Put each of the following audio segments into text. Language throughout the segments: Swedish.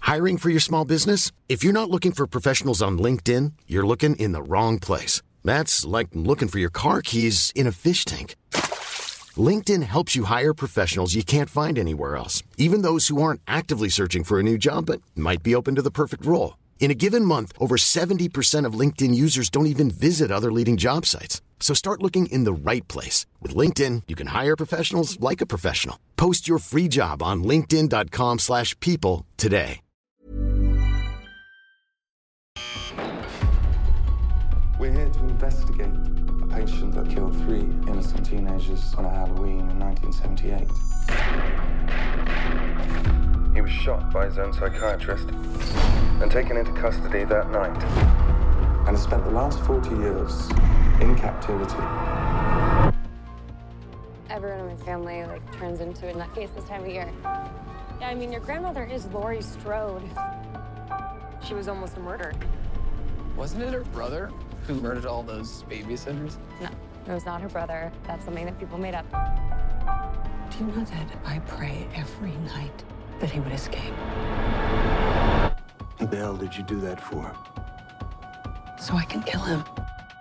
Hiring for your small business? If you're not looking for professionals on LinkedIn, you're looking in the wrong place. That's like looking for your car keys in a fish tank. LinkedIn helps you hire professionals you can't find anywhere else, even those who aren't actively searching for a new job but might be open to the perfect role. In a given month, over 70% of LinkedIn users don't even visit other leading job sites. So start looking in the right place. With LinkedIn, you can hire professionals like a professional. Post your free job on linkedin.com/people today. We're here to investigate a patient that killed 3 innocent teenagers on a Halloween in 1978. He was shot by his own psychiatrist and taken into custody that night, and has spent the last 40 years in captivity. Everyone in my family turns into a nutcase this time of year. Yeah, I mean, your grandmother is Laurie Strode. She was almost murdered. Wasn't it her brother who murdered all those babysitters? No, it was not her brother. That's something that people made up. Do you know that I pray every night that he would escape? What the hell did you do that for? So I can kill him.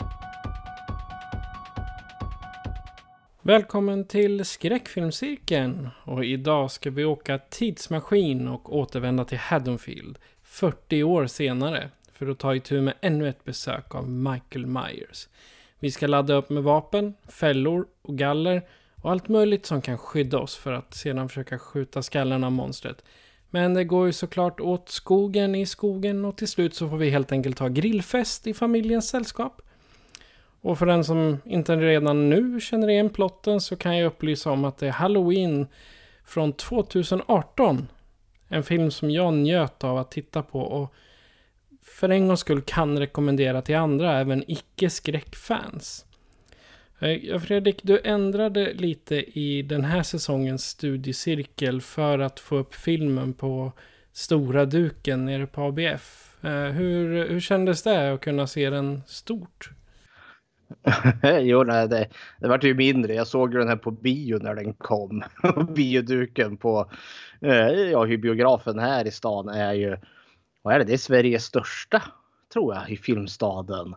Välkommen till Skräckfilmscirkeln, och idag ska vi åka tidsmaskin och återvända till Haddonfield 40 år senare för att ta itu med ännu ett besök av Michael Myers. Vi ska ladda upp med vapen, fällor och galler och allt möjligt som kan skydda oss för att sedan försöka skjuta skallen av monstret. Men det går ju såklart åt skogen i skogen, och till slut så får vi helt enkelt ha grillfest i familjens sällskap. Och för den som inte redan nu känner igen plotten så kan jag upplysa om att det är Halloween från 2018. En film som jag njöt av att titta på och för en gångs skull kan rekommendera till andra, även icke-skräckfans. Fredrik, du ändrade lite i den här säsongens studiecirkel för att få upp filmen på stora duken nere på ABF. Hur kändes det att kunna se den stort? Jo, nej, det var ju mindre. Jag såg den här på bio när den kom. Bioduken på biografen här i stan är ju, vad är det? Det är Sveriges största, tror jag, i filmstaden.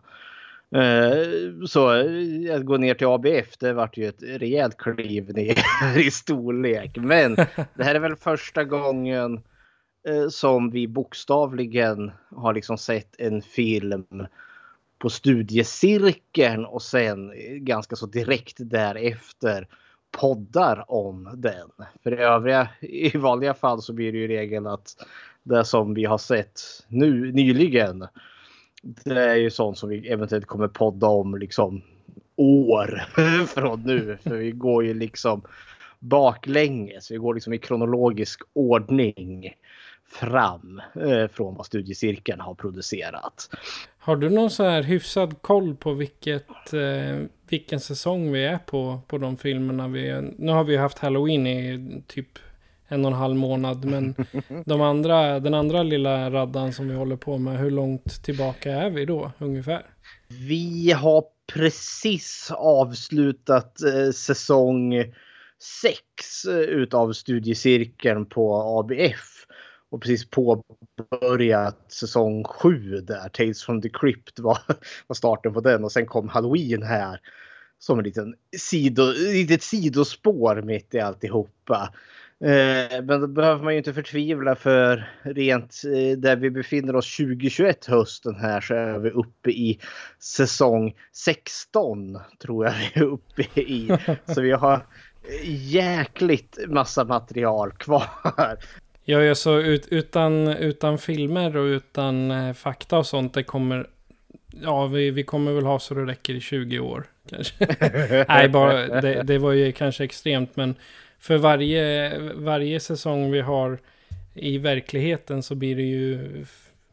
Så att gå ner till ABF, det var ju ett rejält kliv ner i storlek. Men det här är väl första gången som vi bokstavligen har liksom sett en film på studiecirkeln och sen ganska så direkt därefter poddar om den. För i vanliga fall så blir det ju regel att det som vi har sett nyligen, det är ju sånt som vi eventuellt kommer podda om liksom år från nu. För vi går ju liksom baklänges. Vi går liksom i kronologisk ordning fram från vad studiecirkeln har producerat. Har du någon så här hyfsad koll på vilken säsong vi är på de filmerna? Nu har vi haft Halloween i typ 1,5 månad, men den andra lilla raddan som vi håller på med, hur långt tillbaka är vi då ungefär? Vi har precis avslutat säsong 6 utav studiecirkeln på ABF. Och precis påbörjat säsong 7 där. Tales from the Crypt var starten på den. Och sen kom Halloween här som en litet sidospår mitt i alltihopa. Men då behöver man ju inte förtvivla, för rent där vi befinner oss 2021 hösten här så är vi uppe i säsong 16, tror jag vi är uppe i. Så vi har jäkligt massa material kvar. Ja, så utan filmer och utan fakta och sånt, det kommer, vi kommer väl ha så det räcker i 20 år kanske. Nej, det var ju kanske extremt, men för varje säsong vi har i verkligheten så blir det ju,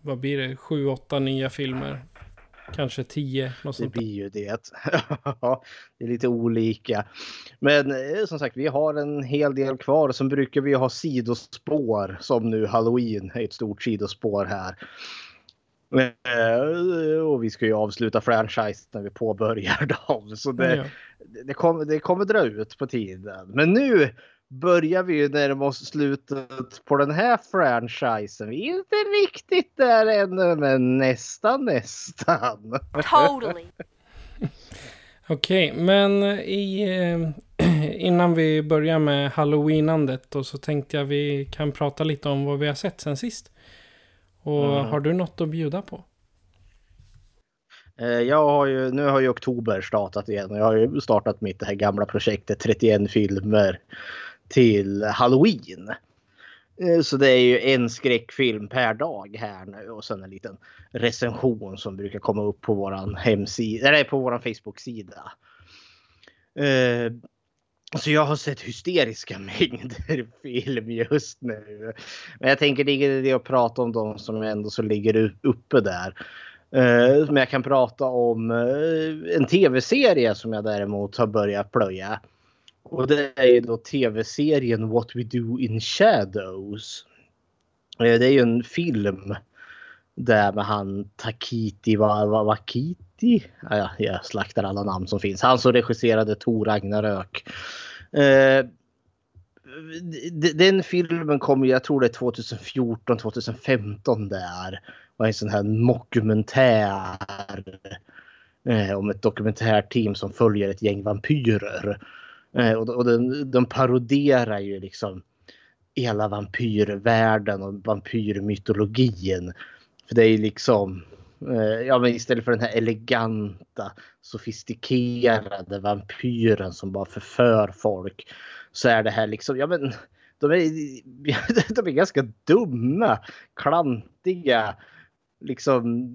7-8 nya filmer. Kanske 10. Det blir ju det. Det är lite olika. Men som sagt, vi har en hel del kvar. Som brukar vi ha sidospår. Som nu Halloween är ett stort sidospår här. Och vi ska ju avsluta franchise när vi påbörjar dem. Så det kommer dra ut på tiden. Men nu börjar vi ju närma oss slutet på den här franchisen. Vi är inte riktigt där ännu, men nästan. Totally. Okej, men innan vi börjar med Halloweenandet då, så tänkte jag vi kan prata lite om vad vi har sett sen sist. Och har du något att bjuda på? Nu har ju oktober startat igen och jag har ju startat mitt det här gamla projektet 31 filmer till Halloween. Så det är ju en skräckfilm per dag här nu och sen en liten recension som brukar komma upp på våran hemsida eller på våran Facebook-sida. Så jag har sett hysteriska mängder film just nu. Men jag tänker det är det att prata om de som ändå så ligger uppe där. Men jag kan prata om en tv-serie som jag däremot har börjat plöja. Och det är ju då tv-serien What We Do in Shadows. Det är ju en film där med han Takiti Wakiti. Ja, jag slaktar alla namn som finns. Han som regisserade Thor Ragnarök. Den filmen kom ju, jag tror det är 2014-2015 där. Och en sån här mockumentär om ett dokumentärteam som följer ett gäng vampyrer. Och de paroderar ju liksom hela vampyrvärlden och vampyrmytologin. För det är ju liksom, ja men istället för den här eleganta, sofistikerade vampyren som bara förför folk. Så är det här liksom, ja men de är ganska dumma, klantiga, liksom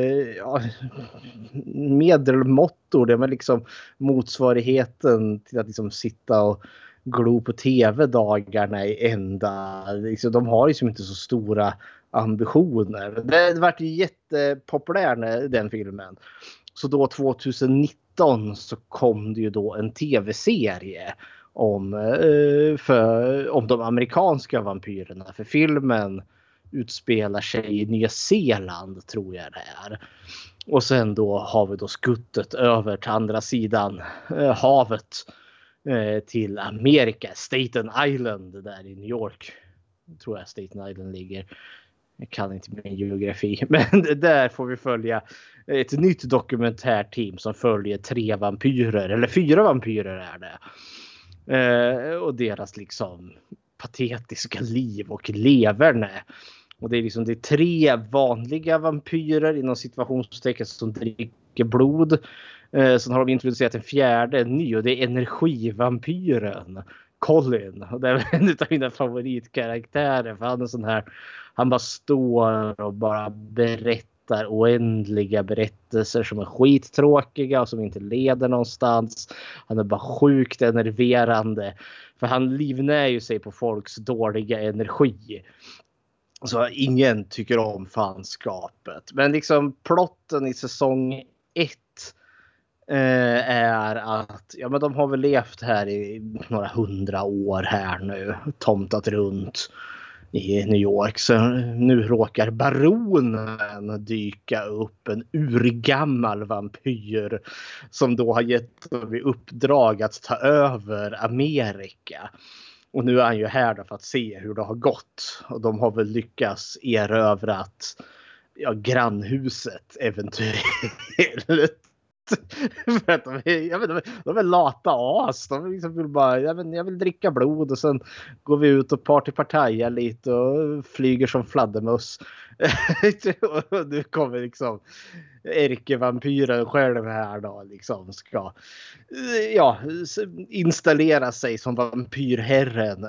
medelmåttor. Det är liksom motsvarigheten till att liksom sitta och glo på tv-dagarna i ända. Liksom, de har ju inte så stora ambitioner. Det vart ju jättepopulär den filmen. Så då 2019 så kom det ju då en tv-serie om de amerikanska vampyrerna. För filmen utspelar sig i Nya Zeeland tror jag det är. Och sen då har vi då skuttet över till andra sidan havet till Amerika. Staten Island där i New York. Tror jag Staten Island ligger. Jag kan inte min geografi. Men där får vi följa ett nytt dokumentärteam som följer 3 vampyrer. Eller 4 vampyrer är det. Och deras liksom patetiska liv och leverne. Och det är liksom 3 vanliga vampyrer inom situationstecken som dricker blod. Sen har de introducerat en 4:e ny och det är energivampyren Colin. Och det är en av mina favoritkaraktärer för han är sån här, han bara står och bara berättar oändliga berättelser som är skittråkiga och som inte leder någonstans. Han är bara sjukt enerverande för han livnär ju sig på folks dåliga energi. Så ingen tycker om fanskapet. Men liksom plotten i säsong 1 är att ja, men de har väl levt här i några 100 år här nu. Tomtat runt i New York. Så nu råkar baronen dyka upp. En urgammal vampyr som då har gett dem i uppdrag att ta över Amerika. Och nu är han ju här för att se hur det har gått. Och de har väl lyckats erövra grannhuset eventuellt. För att de är lata as. De liksom vill bara, jag vill dricka blod och sen går vi ut och partajar lite och flyger som fladdermöss. Och nu kommer liksom ärkevampyren själv här då liksom ska installera sig som vampyrherren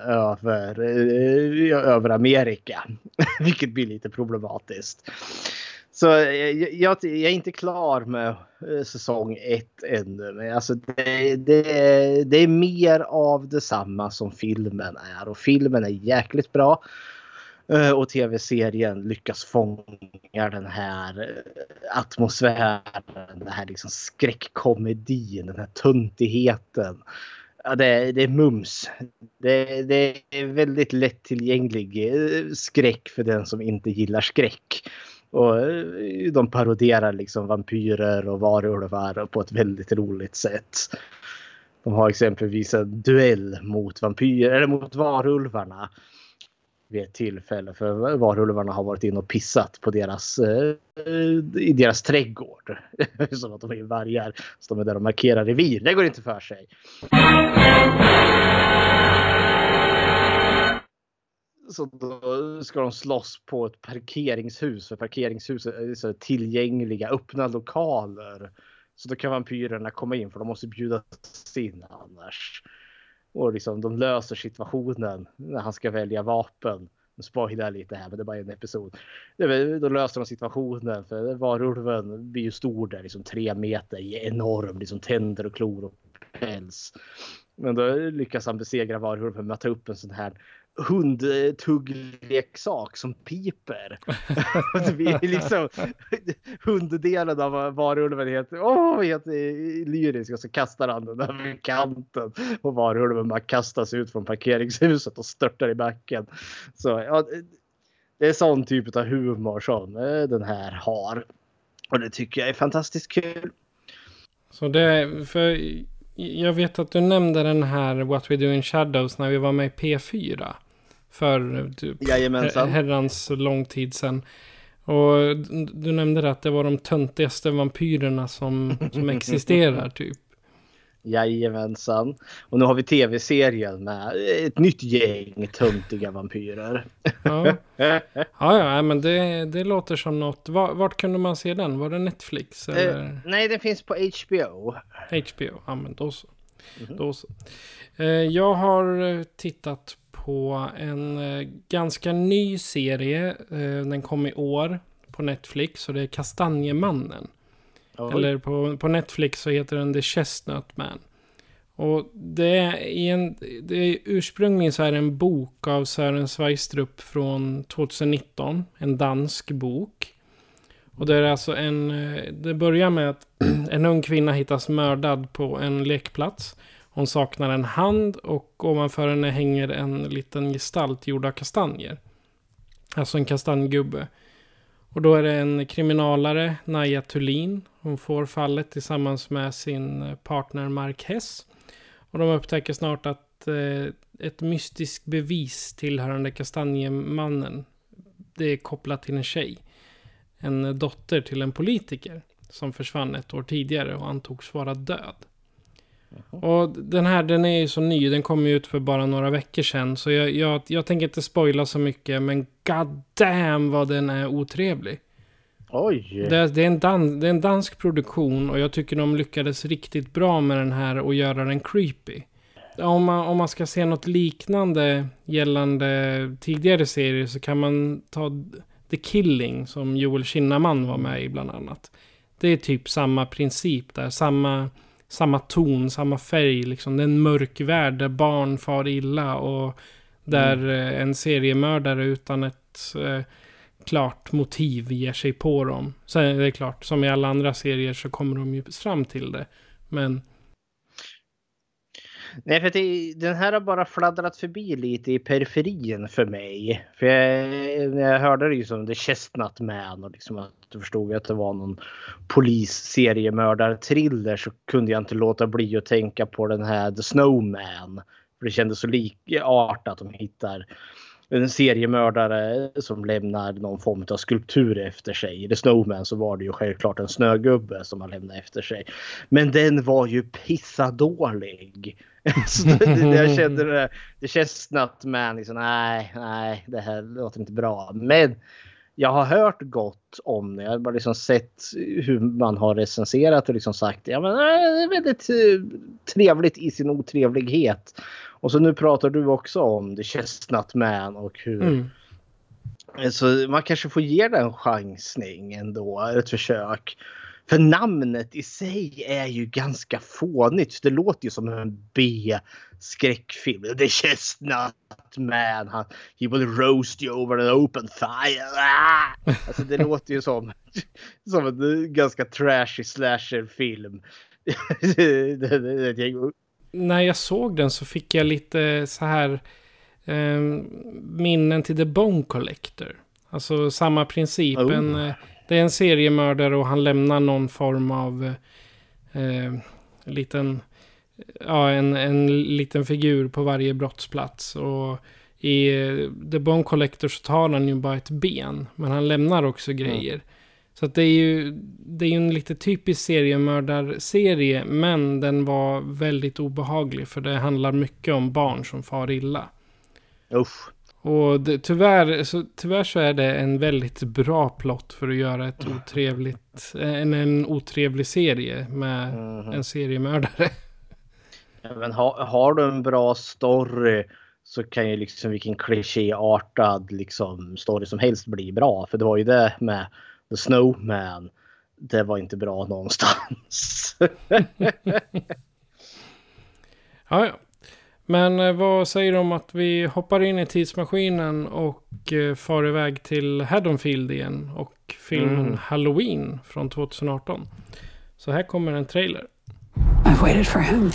över Amerika. Vilket blir lite problematiskt. Så jag är inte klar med säsong 1 ännu. Men alltså det är mer av detsamma som filmen är. Och filmen är jäkligt bra. Och tv-serien lyckas fånga den här atmosfären. Den här liksom skräckkomedin. Den här tuntigheten. Ja, det är mums. Det är väldigt lättillgänglig skräck för den som inte gillar skräck. Och de paroderar liksom vampyrer och varulvar på ett väldigt roligt sätt. De har exempelvis en duell mot vampyrer eller mot varulvarna vid ett tillfälle, för varulvarna har varit in och pissat på i deras trädgård. Som att de är vargar, så de är där och markerar revir. Det går inte för sig. Så då ska de slåss på ett parkeringshus, för parkeringshuset är så tillgängliga öppna lokaler. Så då kan vampyrerna komma in, för de måste bjudas in annars. Och liksom, de löser situationen när han ska välja vapen. Nu spoilar lite här, men det är bara en episod. Då löser de situationen, för varulven blir ju stor där, liksom 3 meter, enorm, liksom tänder och klor och päls. Men då lyckas han besegra varulven med att ta upp en sån här hundtuggleksak som piper. Det är liksom hunddelen av varulven helt lyrisk, och så kastar han den över kanten och varulven bara kastas ut från parkeringshuset och störtar i backen. Så ja, det är sån typ av humor som den här har, och det tycker jag är fantastiskt kul. Så det, för jag vet att du nämnde den här What We Do in Shadows när vi var med i P4 för typ herrans lång tid sedan. Och du nämnde att det var de töntigaste vampyrerna som existerar typ. Jajamensan. Och nu har vi tv-serien med ett nytt gäng töntiga vampyrer. Ja, men det låter som något. Vart kunde man se den? Var det Netflix? Eller? Nej, den finns på HBO. Ja, men då så. Då så. Jag har tittat på en ganska ny serie. Den kom i år på Netflix, och det är Kastanjemannen. Eller på Netflix så heter den The Chestnut Man. Och det är ursprungligen så är det en bok av Søren Sveistrup från 2019. En dansk bok. Och det är alltså det börjar med att en ung kvinna hittas mördad på en lekplats. Hon saknar en hand, och ovanför henne hänger en liten gestalt gjord av kastanjer. Alltså en kastanjgubbe. Och då är det en kriminalare, Naja Thulin. Hon får fallet tillsammans med sin partner Mark Hess. Och de upptäcker snart att ett mystiskt bevis tillhörande Kastanjemannen, det är kopplat till en tjej. En dotter till en politiker som försvann 1 år tidigare och antogs vara död. Och den är ju så ny, den kom ju ut för bara några veckor sedan, så jag tänker inte spoila så mycket, men god damn vad den är otrevlig. Oj. Det är en dansk produktion, och jag tycker de lyckades riktigt bra med den här och göra den creepy. Om man ska se något liknande gällande tidigare serier, så kan man ta The Killing som Joel Kinnaman var med i bland annat. Det är typ samma princip där, samma ton, samma färg liksom. Det är en mörk värld där barn far illa, och där en seriemördare utan ett klart motiv ger sig på dem. Sen är det klart, som i alla andra serier så kommer de ju fram till det. Men nej, för den här har bara fladdrat förbi lite i periferin för mig. För när jag hörde det som The Chestnut Man, och liksom att du förstod att det var någon polisseriemördar-thriller, så kunde jag inte låta bli att tänka på den här The Snowman. För det kändes så likartat att de hittar en seriemördare som lämnar någon form av skulptur efter sig. I The Snowman så var det ju självklart en snögubbe som han lämnade efter sig. Men den var ju pissadålig. Så jag kände det Chestnut Man liksom, nej, det här låter inte bra. Men jag har hört gott om det. Jag har bara liksom sett hur man har recenserat och liksom sagt, ja men det är väldigt trevligt i sin otrevlighet. Och så nu pratar du också om The Chestnut Man och hur så man kanske får ge den en chansning ändå, ett försök. För namnet i sig är ju ganska fånigt. Det låter ju som en B-skräckfilm. The Chestnut Man, he will roast you over an open fire. Alltså det låter ju som en ganska trashy slasher-film. När jag såg den så fick jag lite så här minnen till The Bone Collector. Alltså samma princip. Det är en seriemördare och han lämnar någon form av liten en liten figur på varje brottsplats. Och i The Bone Collector så tar han ju bara ett ben. Men han lämnar också grejer. Så att det är ju en lite typisk seriemördarserie. Men den var väldigt obehaglig. För det handlar mycket om barn som far illa. Usch. Och tyvärr så är det en väldigt bra plott för att göra en otrevlig serie med en seriemördare. Ja, men har du en bra story så kan ju liksom vilken klichéartad liksom story som helst bli bra. För det var ju det med The Snowman. Det var inte bra någonstans. Ja. Men vad säger du om att vi hoppar in i tidsmaskinen och far iväg till Haddonfield igen och filmen Halloween från 2018. Så här kommer en trailer. I've waited for him.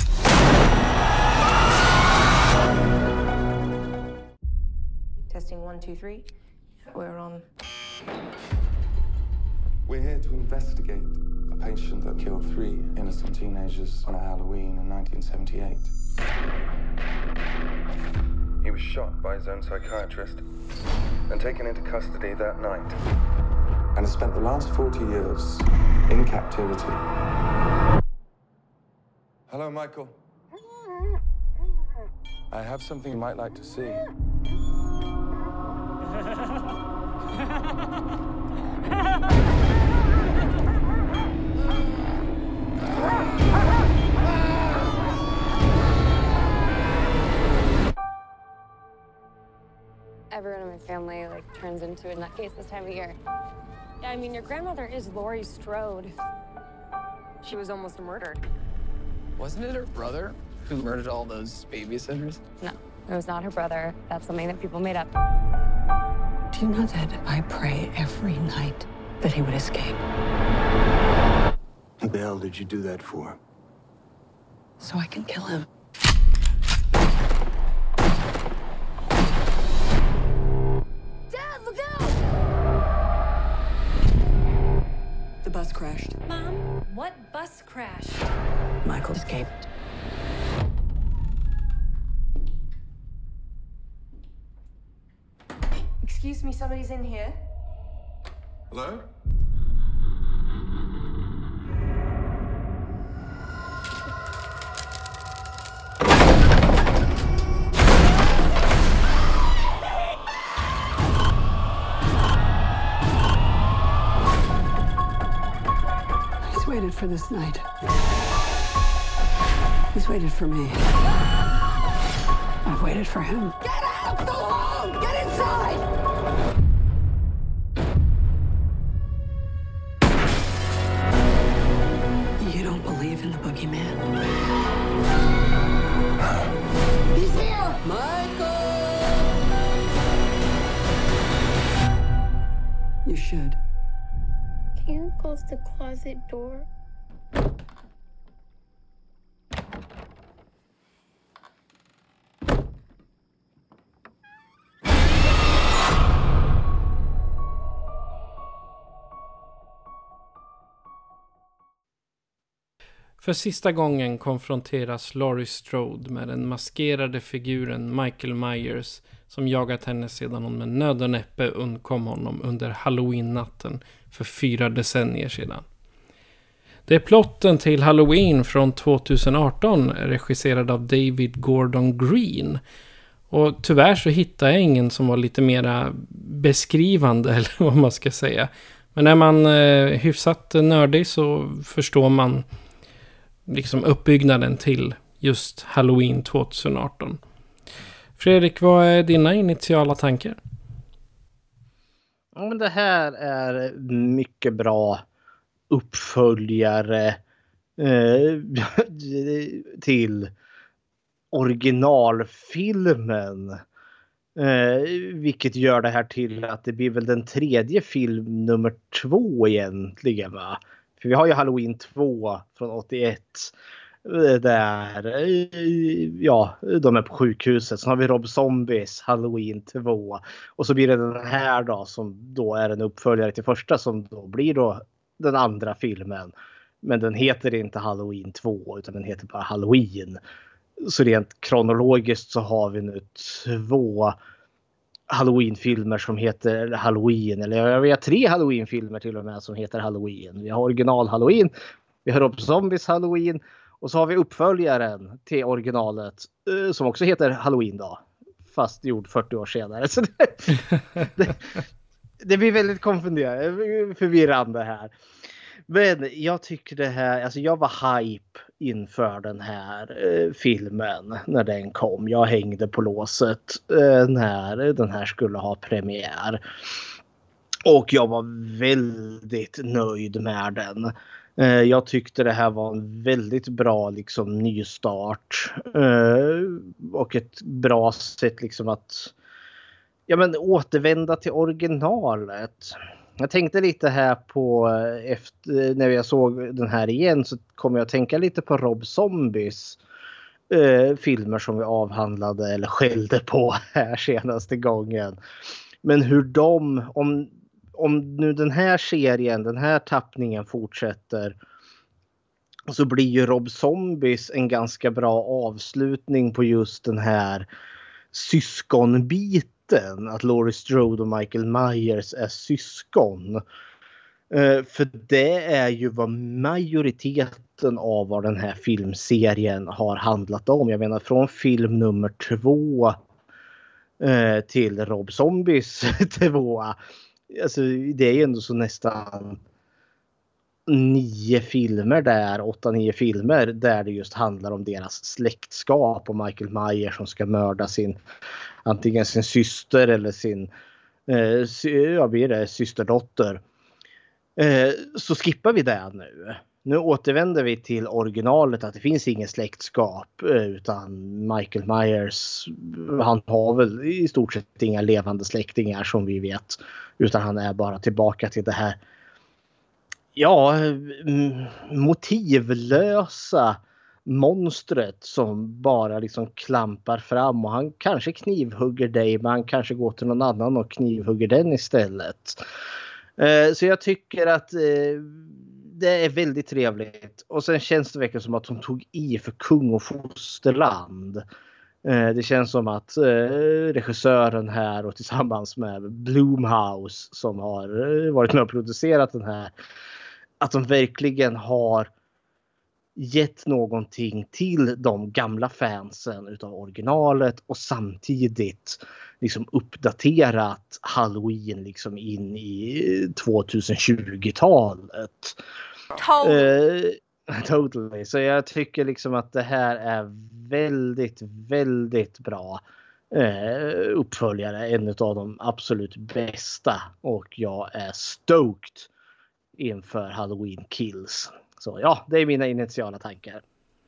Testing 1, 2, 3. We're on. We're here to investigate a patient that killed 3 innocent teenagers on a Halloween in 1978. He was shot by his own psychiatrist and taken into custody that night, and has spent the last 40 years in captivity. Hello, Michael. I have something you might like to see. Everyone in my family turns into a nutcase this time of year. Yeah, I mean, your grandmother is Laurie Strode. She was almost murdered. Wasn't it her brother who murdered all those babysitters? No, it was not her brother. That's something that people made up. Do you know that I pray every night that he would escape? What the hell did you do that for? So I can kill him. Dad, look out! The bus crashed. Mom, what bus crashed? Michael escaped. Excuse me, somebody's in here. Hello? He's waited for this night. He's waited for me. I've waited for him. Get out! Go home! Get inside! You don't believe in the boogeyman? He's here! Michael! You should. Can you close the closet door? För sista gången konfronteras Laurie Strode med den maskerade figuren Michael Myers som jagat henne sedan hon med nöd och näppe undkom honom under Halloween-natten för 4 decennier sedan. Det är plotten till Halloween från 2018 regisserad av David Gordon Green. Och tyvärr så hittade jag ingen som var lite mera beskrivande eller vad man ska säga. Men är man hyfsat nördig så förstår man liksom uppbyggnaden till just Halloween 2018. Fredrik, vad är dina initiala tankar? Ja, men det här är mycket bra uppföljare till originalfilmen. Vilket gör det här till att det blir väl den 3:e film nummer 2 egentligen, va? För vi har ju Halloween 2 från 81 där de är på sjukhuset. Så har vi Rob Zombies Halloween 2 och så blir det den här då som då är en uppföljare till första som då blir då den andra filmen Men den heter inte Halloween 2 utan den heter bara Halloween. Så rent kronologiskt så har vi nu 2 Halloween-filmer som heter Halloween. Eller vi har 3 Halloween-filmer till och med som heter Halloween. Vi har original Halloween, vi har Rob Zombies Halloween och så har vi uppföljaren till originalet som också heter Halloween då. Fast gjord 40 år senare. Så det blir väldigt förvirrande här. Men jag tycker det här, alltså jag var hype inför den här filmen när den kom. Jag hängde på låset när den här skulle ha premiär. Och jag var väldigt nöjd med den. Jag tyckte det här var en väldigt bra liksom nystart. Och ett bra sätt liksom att återvända till originalet. Jag tänkte lite här på efter när jag såg den här igen så kommer jag att tänka lite på Rob Zombies filmer som vi avhandlade eller skällde på här senaste gången. Men hur om nu den här serien, den här tappningen fortsätter så blir ju Rob Zombies en ganska bra avslutning på just den här syskonbiten. Att Laurie Strode och Michael Myers är syskon. För det är ju vad majoriteten av vad den här filmserien har handlat om. Jag menar från film nummer 2 till Rob Zombies 2. Alltså det är ju ändå så nästan 9 filmer där, 8-9 filmer där det just handlar om deras släktskap och Michael Myers som ska mörda antingen sin syster eller sin systerdotter. Så skippar vi det nu. Nu återvänder vi till originalet att det finns ingen släktskap utan Michael Myers, han har väl i stort sett inga levande släktingar som vi vet utan han är bara tillbaka till det här motivlösa monstret som bara liksom klampar fram och han kanske knivhugger dig men han kanske går till någon annan och knivhugger den istället. Så jag tycker att det är väldigt trevligt och sen känns det verkligen som att de tog i för kung och fosterland. Det känns som att regissören här och tillsammans med Blumhouse som har varit med och producerat den här att de verkligen har gett någonting till de gamla fansen utav originalet och samtidigt liksom uppdaterat Halloween liksom in i 2020-talet. Totally. Så jag tycker liksom att det här är väldigt, väldigt bra uppföljare. En av de absolut bästa och jag är stoked inför Halloween Kills. Så ja, det är mina initiala tankar.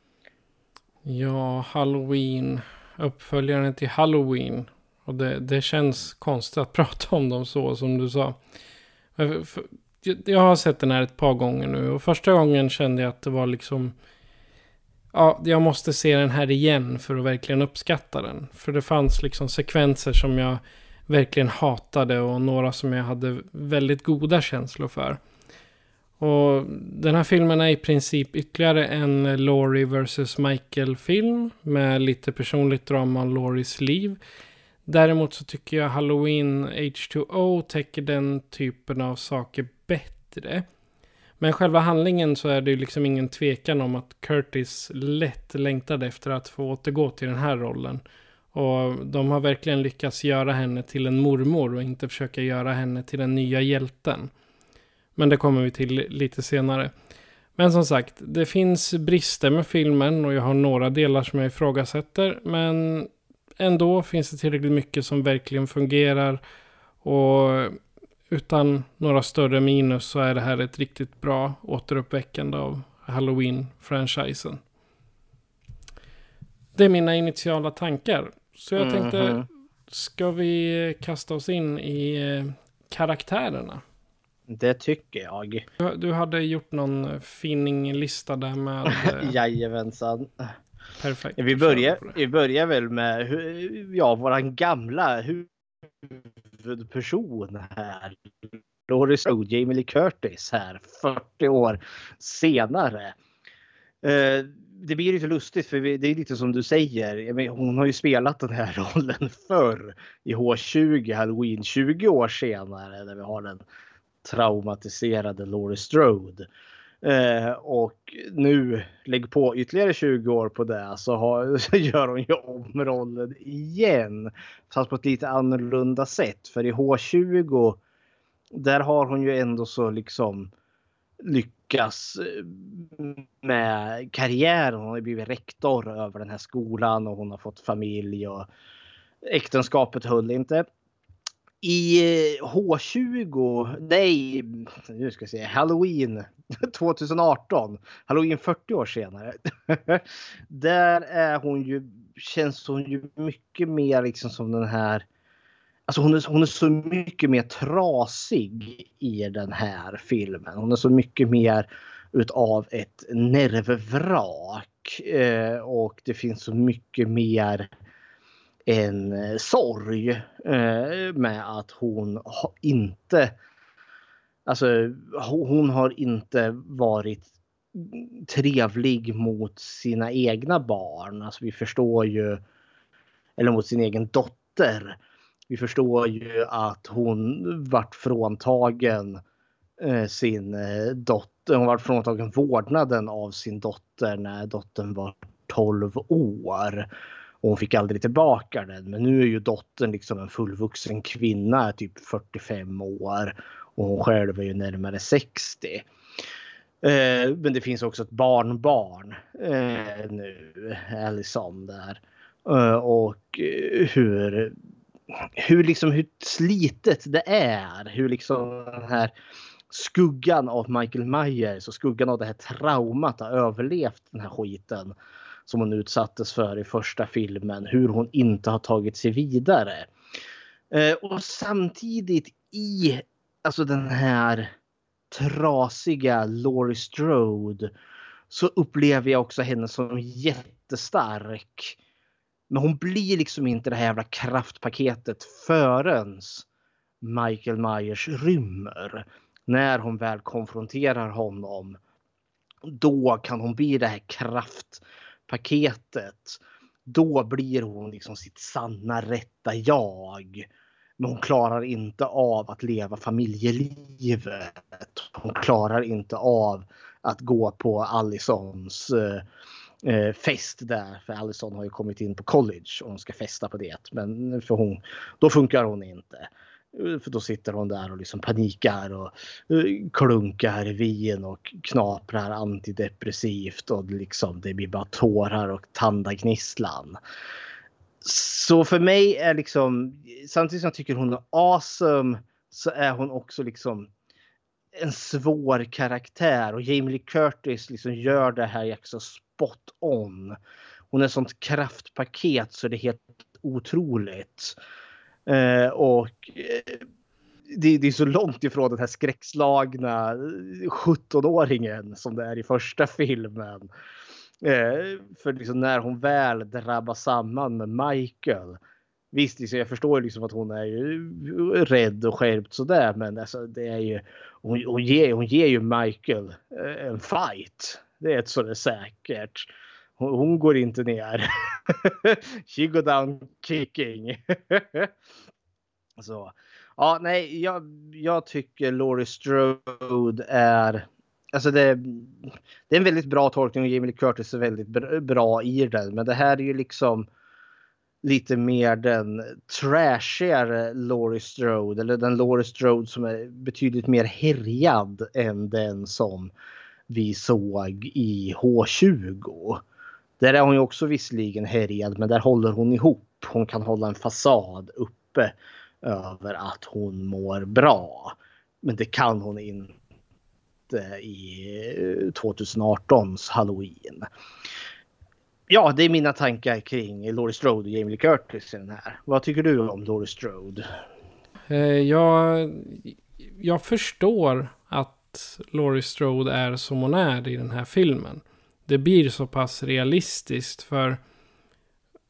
Ja, Halloween. Uppföljaren till Halloween. Och det känns konstigt att prata om dem så som du sa. Jag har sett den här ett par gånger nu. Och första gången kände jag att det var liksom... Ja, jag måste se den här igen för att verkligen uppskatta den. För det fanns liksom sekvenser som jag verkligen hatade. Och några som jag hade väldigt goda känslor för. Och den här filmen är i princip ytterligare en Laurie vs. Michael-film med lite personligt drama om Lauries liv. Däremot så tycker jag Halloween H2O täcker den typen av saker bättre. Men själva handlingen så är det ju liksom ingen tvekan om att Curtis lätt längtade efter att få återgå till den här rollen. Och de har verkligen lyckats göra henne till en mormor och inte försöka göra henne till den nya hjälten. Men det kommer vi till lite senare. Men som sagt, det finns brister med filmen och jag har några delar som jag ifrågasätter. Men ändå finns det tillräckligt mycket som verkligen fungerar. Och utan några större minus så är det här ett riktigt bra återuppväckande av Halloween-franchisen. Det är mina initiala tankar. Så jag tänkte, ska vi kasta oss in i karaktärerna? Det tycker jag. Du hade gjort någon finning-lista där med... Jajamensan. Perfekt. Vi börjar väl med våran gamla huvudperson här. Laurie Strode, Jamie Lee Curtis här 40 år senare. Det blir lite lustigt för det är lite som du säger. Hon har ju spelat den här rollen förr i H20 Halloween 20 år senare där vi har den traumatiserade Laurie Strode. Och nu lägg på ytterligare 20 år på det så gör hon ju om rollen igen. Fast på ett lite annorlunda sätt. För i H20 där har hon ju ändå så liksom lyckas med karriären. Hon har blivit rektor över den här skolan och hon har fått familj och äktenskapet höll inte. I H20, nej, nu ska jag säga Halloween 2018, Halloween 40 år senare. Där är känns hon ju mycket mer liksom som den här. Alltså hon är så mycket mer trasig i den här filmen. Hon är så mycket mer utav ett nervvrak. Och det finns så mycket mer en sorg med att hon har inte varit trevlig mot sina egna barn. Alltså vi förstår ju, eller mot sin egen dotter. Vi förstår ju att hon vart fråntagen sin dotter. Hon vart fråntagen vårdnaden av sin dotter när dottern var 12 år. Och hon fick aldrig tillbaka den. Men nu är ju dottern liksom en fullvuxen kvinna, typ 45 år. Och hon själv är ju närmare 60. Men det finns också ett barnbarn nu, Allison där. Och hur slitet det är. Hur liksom den här skuggan av Michael Myers och skuggan av det här traumat har överlevt den här skiten som hon utsattes för i första filmen. Hur hon inte har tagit sig vidare. Och samtidigt i alltså den här trasiga Laurie Strode så upplever jag också henne som jättestark. Men hon blir liksom inte det här jävla kraftpaketet förrän Michael Myers rymmer. När hon väl konfronterar honom, då kan hon bli det här kraftpaketet. Då blir hon liksom sitt sanna rätta jag. Men hon klarar inte av att leva familjelivet. Hon klarar inte av att gå på Allisons fest där. För Allison har ju kommit in på college och hon ska festa på det. Men då funkar hon inte. För då sitter hon där och liksom panikar och klunkar vin och knaprar antidepressivt. Och liksom det blir bara tårar och tandagnisslan. Så för mig är liksom, samtidigt som jag tycker hon är awesome, så är hon också liksom en svår karaktär. Och Jamie Lee Curtis liksom gör det här också spot on. Hon är ett sånt kraftpaket så det är helt otroligt. Det är så långt ifrån den här skräckslagna 17-åringen som det är i första filmen. För liksom när hon väl drabbas samman med Michael. Visst, liksom, jag förstår liksom att hon är ju rädd och skärpt sådär. Men alltså, det är ju, hon ger ju Michael en fight. Det är ett så det är säkert. Hon går inte ner. She go down kicking. Så. Ja, nej, jag tycker Laurie Strode är... Alltså det är en väldigt bra tolkning och Jamie Lee Curtis är väldigt bra i den. Men det här är ju liksom lite mer den trashigare Laurie Strode. Eller den Laurie Strode som är betydligt mer härjad än den som vi såg i H20. Där är hon ju också visserligen härjad, men där håller hon ihop. Hon kan hålla en fasad uppe över att hon mår bra. Men det kan hon inte i 2018s Halloween. Ja, det är mina tankar kring Laurie Strode och Jamie Lee Curtis i den här. Vad tycker du om Laurie Strode? Jag förstår att Laurie Strode är som hon är i den här filmen. Det blir så pass realistiskt för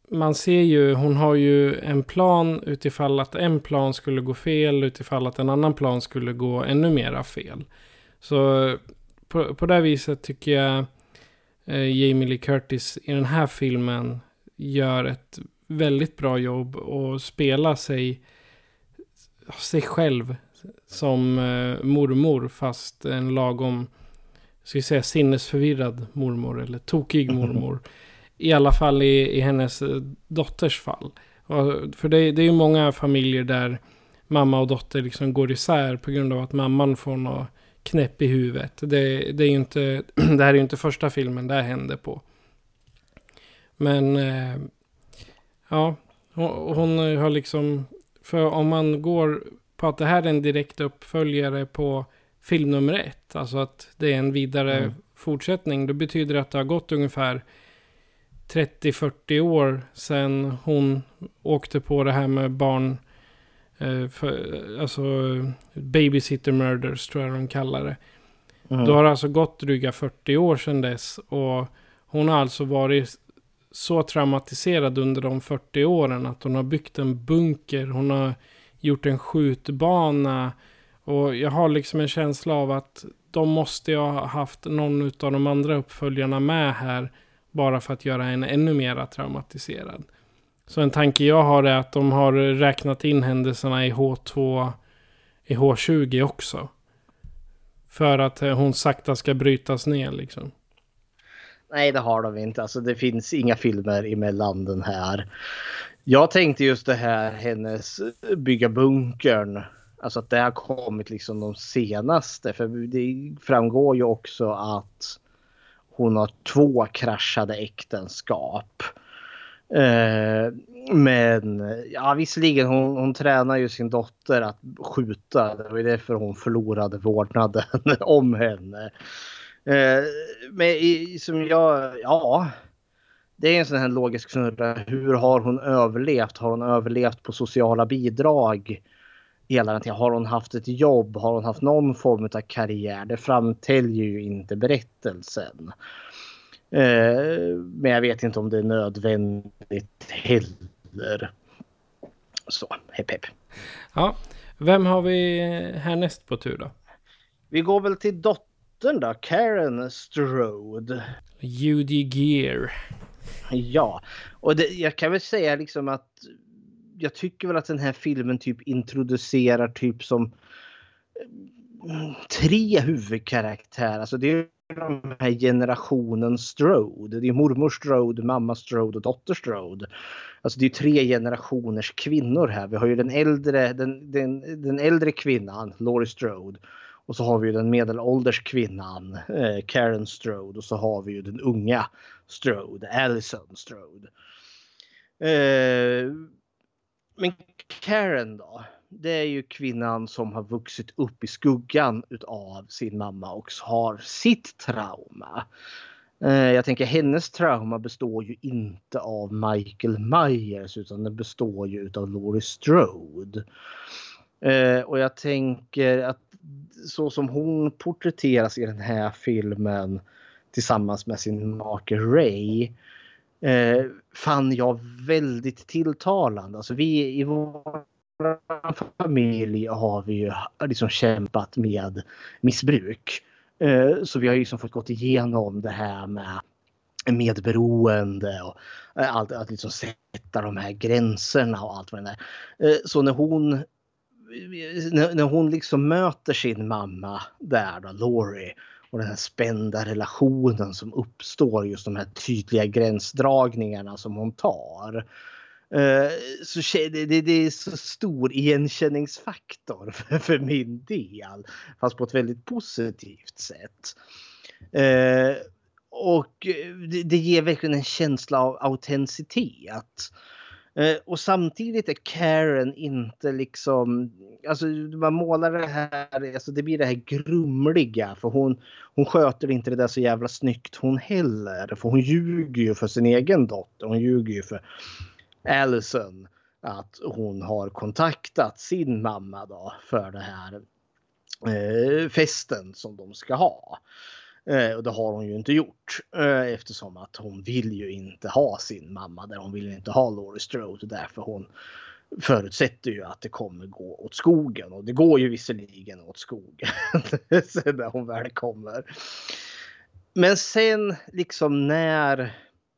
man ser ju, hon har ju en plan utifall att en plan skulle gå fel, utifall att en annan plan skulle gå ännu mera fel. Så på det viset tycker jag Jamie Lee Curtis i den här filmen gör ett väldigt bra jobb och spelar sig själv som mormor, fast en lagom, ska jag säga, sinnesförvirrad mormor eller tokig mormor. I alla fall i hennes dotters fall. För det är ju många familjer där mamma och dotter liksom går isär på grund av att mamman får något knäpp i huvudet. Det är ju inte, det här är ju inte första filmen det händer på. Men ja, hon har liksom, för om man går på att det här är en direkt uppföljare på film nummer 1, alltså att det är en vidare fortsättning, då betyder det att det har gått ungefär 30-40 år sedan hon åkte på det här med barn, alltså babysitter murders tror jag de kallar det. Då har det alltså gått dryga 40 år sedan dess, och hon har alltså varit så traumatiserad under de 40 åren att hon har byggt en bunker, hon har gjort en skjutbana, och jag har liksom en känsla av att de måste ju ha haft någon av de andra uppföljarna med här bara för att göra en ännu mer traumatiserad. Så en tanke jag har är att de har räknat in händelserna i H2, i H20 också. För att hon sakta ska brytas ner liksom. Nej, det har de inte. Alltså det finns inga filmer emellan den här. Jag tänkte just det här, hennes bygga bunkern. Alltså att det har kommit liksom de senaste. För det framgår ju också att hon har 2 kraschade äktenskap. Men ja, visserligen hon tränar ju sin dotter att skjuta. Det var därför hon förlorade vårdnaden om henne. Men som ja, det är en sån här logisk snurra. Hur har hon överlevt? Har hon överlevt på sociala bidrag hela den tiden? Har hon haft ett jobb? Har hon haft någon form av karriär? Det framtäljer ju inte berättelsen. Men jag vet inte om det är nödvändigt heller. Så, hepp hepp. Ja, vem har vi härnäst på tur då? Vi går väl till dottern då, Karen Strode. Judy Gear. Ja, och jag kan väl säga liksom att jag tycker väl att den här filmen typ introducerar typ som 3 huvudkaraktärer. Alltså det är de här generationen Strode. Det är mormor Strode, mamma Strode och dotter Strode. Alltså det är 3 generationers kvinnor här. Vi har ju den äldre kvinnan, Laurie Strode. Och så har vi ju den medelålders kvinnan, Karen Strode. Och så har vi ju den unga Strode, Allison Strode. Men Karen då, det är ju kvinnan som har vuxit upp i skuggan av sin mamma och har sitt trauma. Jag tänker hennes trauma består ju inte av Michael Myers, utan det består ju av Laurie Strode. Och jag tänker att så som hon porträtteras i den här filmen tillsammans med sin make Ray, fann jag väldigt tilltalande. Alltså vi i vår familj har vi ju liksom kämpat med missbruk. Så vi har ju liksom fått gått igenom det här med medberoende och allt, att liksom sätta de här gränserna och allt vad det är. Så när hon liksom möter sin mamma där då, Laurie, och den här spända relationen som uppstår, just de här tydliga gränsdragningarna som hon tar. Så det är så stor igenkänningsfaktor för min del. Fast på ett väldigt positivt sätt. Och det ger verkligen en känsla av autenticitet. Och samtidigt är Karen inte liksom, alltså man målar det här, alltså det blir det här grumliga, för hon sköter inte det där så jävla snyggt hon heller, för hon ljuger ju för sin egen dotter, hon ljuger ju för Allison att hon har kontaktat sin mamma då för det här festen som de ska ha. Och det har hon ju inte gjort. Eftersom att hon vill ju inte ha sin mamma där. Hon vill inte ha Laurie Strode. Därför hon förutsätter ju att det kommer gå åt skogen. Och det går ju visserligen åt skogen. Sen när hon väl kommer. Men sen liksom när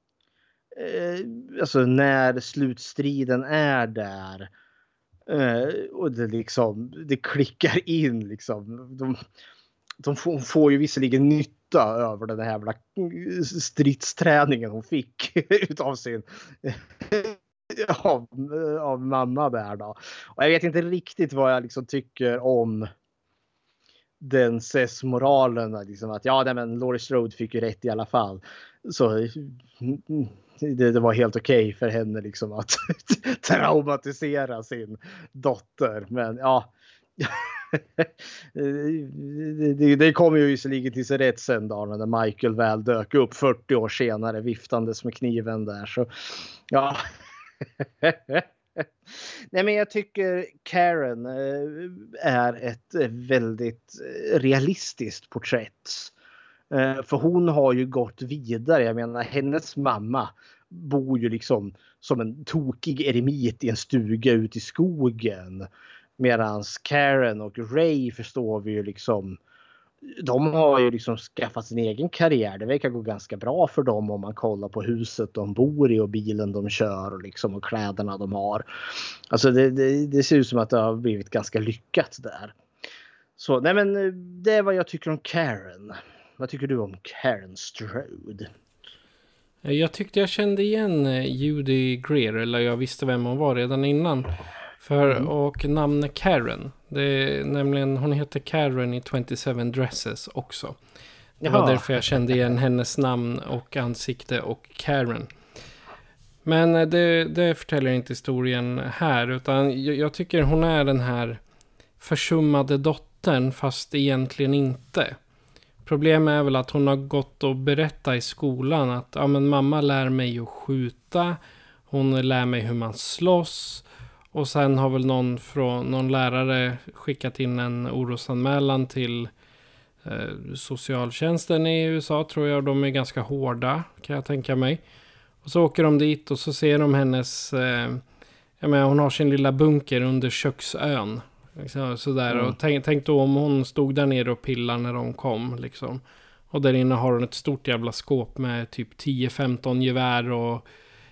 slutstriden är där. Och det liksom det klickar in liksom. De får ju visserligen nytta över den här jävla stridsträningen hon fick utav sin av mamma där då. Och jag vet inte riktigt vad jag liksom tycker om den sensmoralen liksom att Laurie Strode fick ju rätt i alla fall. Så det var helt okej för henne liksom att traumatisera sin dotter. Men ja, det kom ju visserligen till sig rätt sen då när Michael väl dök upp 40 år senare viftandes med kniven där. Så ja. Nej, men jag tycker Karen är ett väldigt realistiskt porträtt. För hon har ju gått vidare. Jag menar, hennes mamma bor ju liksom som en tokig eremit i en stuga ute i skogen. Medans Karen och Ray förstår vi ju liksom, de har ju liksom skaffat sin egen karriär. Det verkar gå ganska bra för dem om man kollar på huset de bor i och bilen de kör och, liksom, och kläderna de har. Alltså det ser ut som att det har blivit ganska lyckat där. Så nej, men det är vad jag tycker om Karen. Vad tycker du om Karen Strode? Jag tyckte jag kände igen Judy Greer, eller jag visste vem hon var redan innan. Och namnet Karen. Det är nämligen, hon heter Karen i 27 Dresses också. Det var därför jag kände igen hennes namn och ansikte och Karen. Men det förtäljer inte historien här, utan jag tycker hon är den här försummade dottern, fast egentligen inte. Problemet är väl att hon har gått och berättat i skolan att men mamma lär mig att skjuta, hon lär mig hur man slåss. Och sen har väl någon lärare skickat in en orosanmälan till socialtjänsten i USA, tror jag. De är ganska hårda, kan jag tänka mig. Och så åker de dit och så ser de hennes... hon har sin lilla bunker under köksön. Liksom, sådär. Och tänk då om hon stod där nere och pillade när de kom. Liksom. Och där inne har hon ett stort jävla skåp med typ 10-15 gevär och...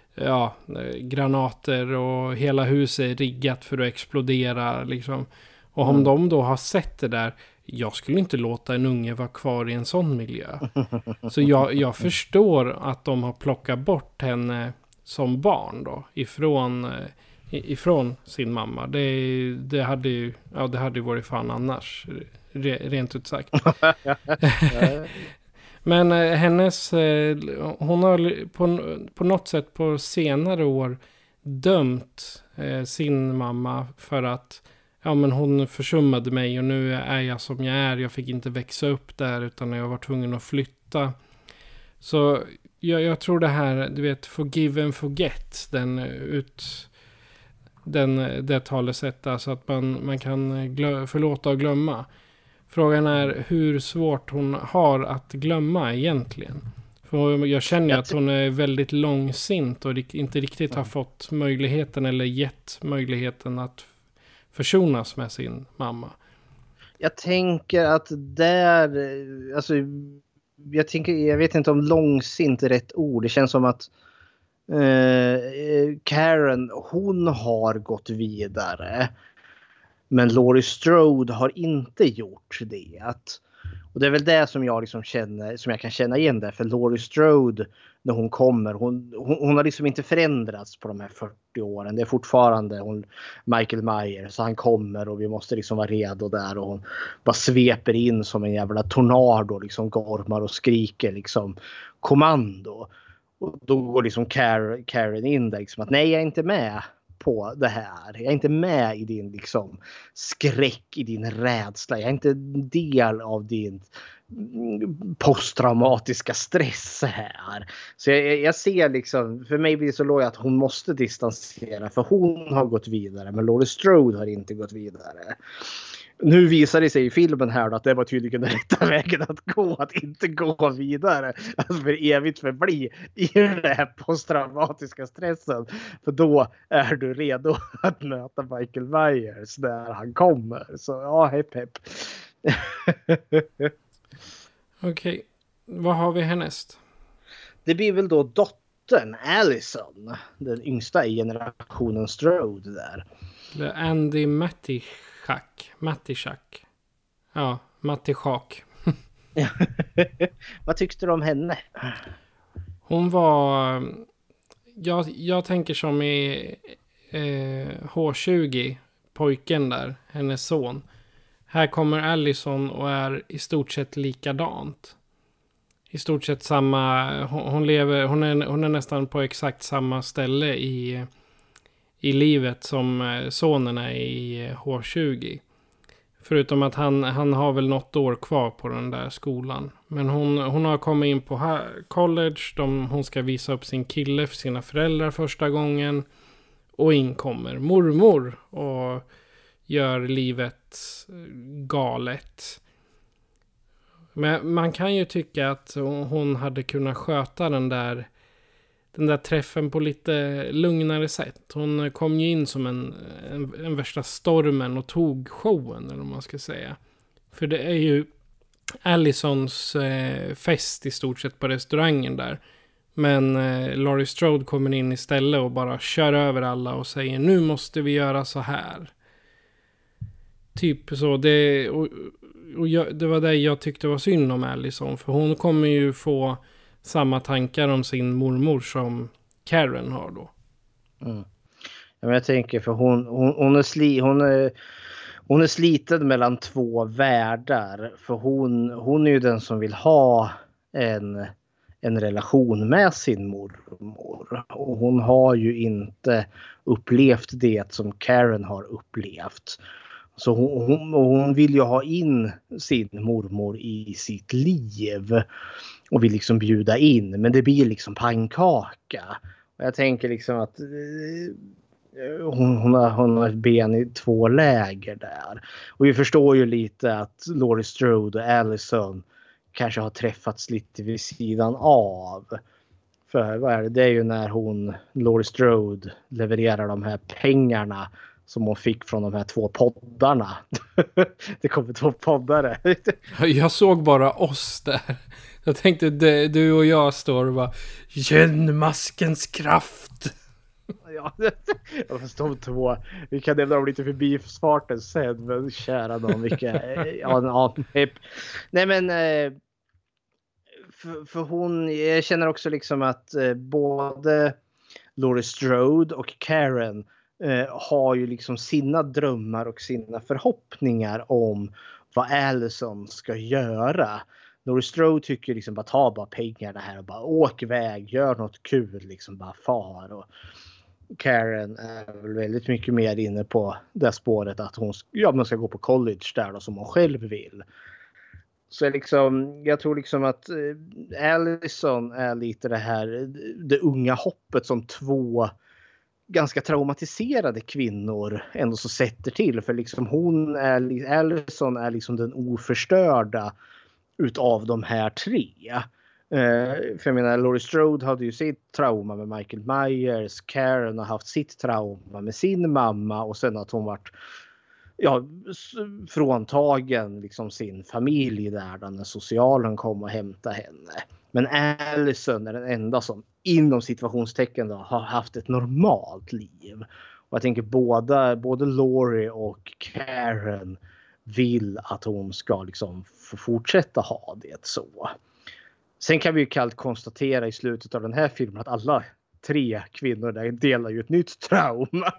granater och hela huset är riggat för att explodera liksom. Och om de då har sett det där, jag skulle inte låta en unge vara kvar i en sån miljö. Så jag förstår att de har plockat bort henne som barn då ifrån sin mamma. Det hade ju varit fan annars rent ut sagt. Men hon har på något sätt på senare år dömt sin mamma för att hon försummade mig och nu är jag som jag är. Jag fick inte växa upp där utan jag var tvungen att flytta. Så jag tror det här, du vet, forgive and forget, det talesättet, alltså att man kan förlåta och glömma. Frågan är hur svårt hon har att glömma egentligen. För jag känner att hon är väldigt långsint och inte riktigt har fått möjligheten eller gett möjligheten att försonas med sin mamma. Jag tänker att jag vet inte om långsint är rätt ord. Det känns som att Karen, hon har gått vidare. Men Laurie Strode har inte gjort det. Och det är väl det som jag liksom som jag kan känna igen där. För Laurie Strode, när hon kommer, hon har liksom inte förändrats på de här 40 åren. Det är fortfarande Michael Myers, så han kommer och vi måste liksom vara redo där. Och hon bara sveper in som en jävla tornado, liksom gormar och skriker liksom kommando. Och då går liksom Karen in där liksom att nej, jag är inte med på det här. Jag är inte med i din liksom skräck, i din rädsla. Jag är inte en del av din posttraumatiska stress här. Så jag ser liksom, för mig blir det så lågt att hon måste distansera, för hon har gått vidare, men Laurie Strode har inte gått vidare. Nu visar det sig i filmen här då, att det var tydligen den rätta vägen att gå. Att inte gå vidare. Alltså för evigt förbli i den här posttraumatiska stressen. För då är du redo att möta Michael Myers när han kommer. Så ja, hepp hepp. Okej, vad har vi härnäst? Det blir väl då dottern Allison. Den yngsta i generationen Strode där. Eller Andy Matichak. Ja, Matichak. Vad tyckte du om henne? Hon var... Jag tänker som i H20, pojken där, hennes son. Här kommer Allison och är i stort sett likadant. I stort sett samma... Hon är nästan på exakt samma ställe i livet som sonen är i H20. Förutom att han har väl något år kvar på den där skolan. Men hon har kommit in på college. Hon ska visa upp sin kille för sina föräldrar första gången. Och in kommer mormor och gör livet galet. Men man kan ju tycka att hon hade kunnat sköta den där träffen på lite lugnare sätt. Hon kom ju in som en värsta stormen och tog showen, eller vad man ska säga. För det är ju Allisons fest i stort sett på restaurangen där. Men Laurie Strode kommer in istället och bara kör över alla och säger nu måste vi göra så här. Typ så. Det var det jag tyckte var synd om Allison. För hon kommer ju få samma tankar om sin mormor som Karen har då. Mm. Ja, men jag tänker för hon är sliten mellan två världar. För hon är ju den som vill ha en relation med sin mormor. Och hon har ju inte upplevt det som Karen har upplevt. Så hon vill ju ha in sin mormor i sitt liv. Och vill liksom bjuda in. Men det blir liksom pannkaka. Och jag tänker liksom att hon har ett ben i två läger där. Och vi förstår ju lite att Laurie Strode och Allison kanske har träffats lite vid sidan av. För vad är det? Det är ju när Laurie Strode levererar de här pengarna som hon fick från de här två poddarna. Det kommer två poddare. Jag såg bara oss där. Jag tänkte du och jag står och bara genmaskens kraft. Ja, jag förstår två. Vi kan nämna dem lite förbi farten sen. Men kära någon, vilka... Nej men... För hon... Jag känner också liksom att både Laurie Strode och Karen har ju liksom sina drömmar och sina förhoppningar om vad Allison ska göra. Laurie Strode tycker liksom bara ta bara pengarna här och bara åk iväg, gör något kul, liksom bara far. Och Karen är väl väldigt mycket mer inne på det spåret att man ska gå på college där då, som hon själv vill. Så liksom, jag tror liksom att Allison är lite det unga hoppet som två ganska traumatiserade kvinnor ändå så sätter till. För liksom Allison är liksom den oförstörda utav de här tre. För jag menar, Laurie Strode hade ju sitt trauma med Michael Myers. Karen har haft sitt trauma med sin mamma. Och sen att hon varit fråntagen liksom sin familj där när socialen kom och hämtade henne. Men Allison är den enda som inom situationstecken då, har haft ett normalt liv. Och jag tänker både Laurie och Karen vill att hon ska liksom få fortsätta ha det så. Sen kan vi ju kallt konstatera i slutet av den här filmen att alla tre kvinnor där delar ju ett nytt trauma.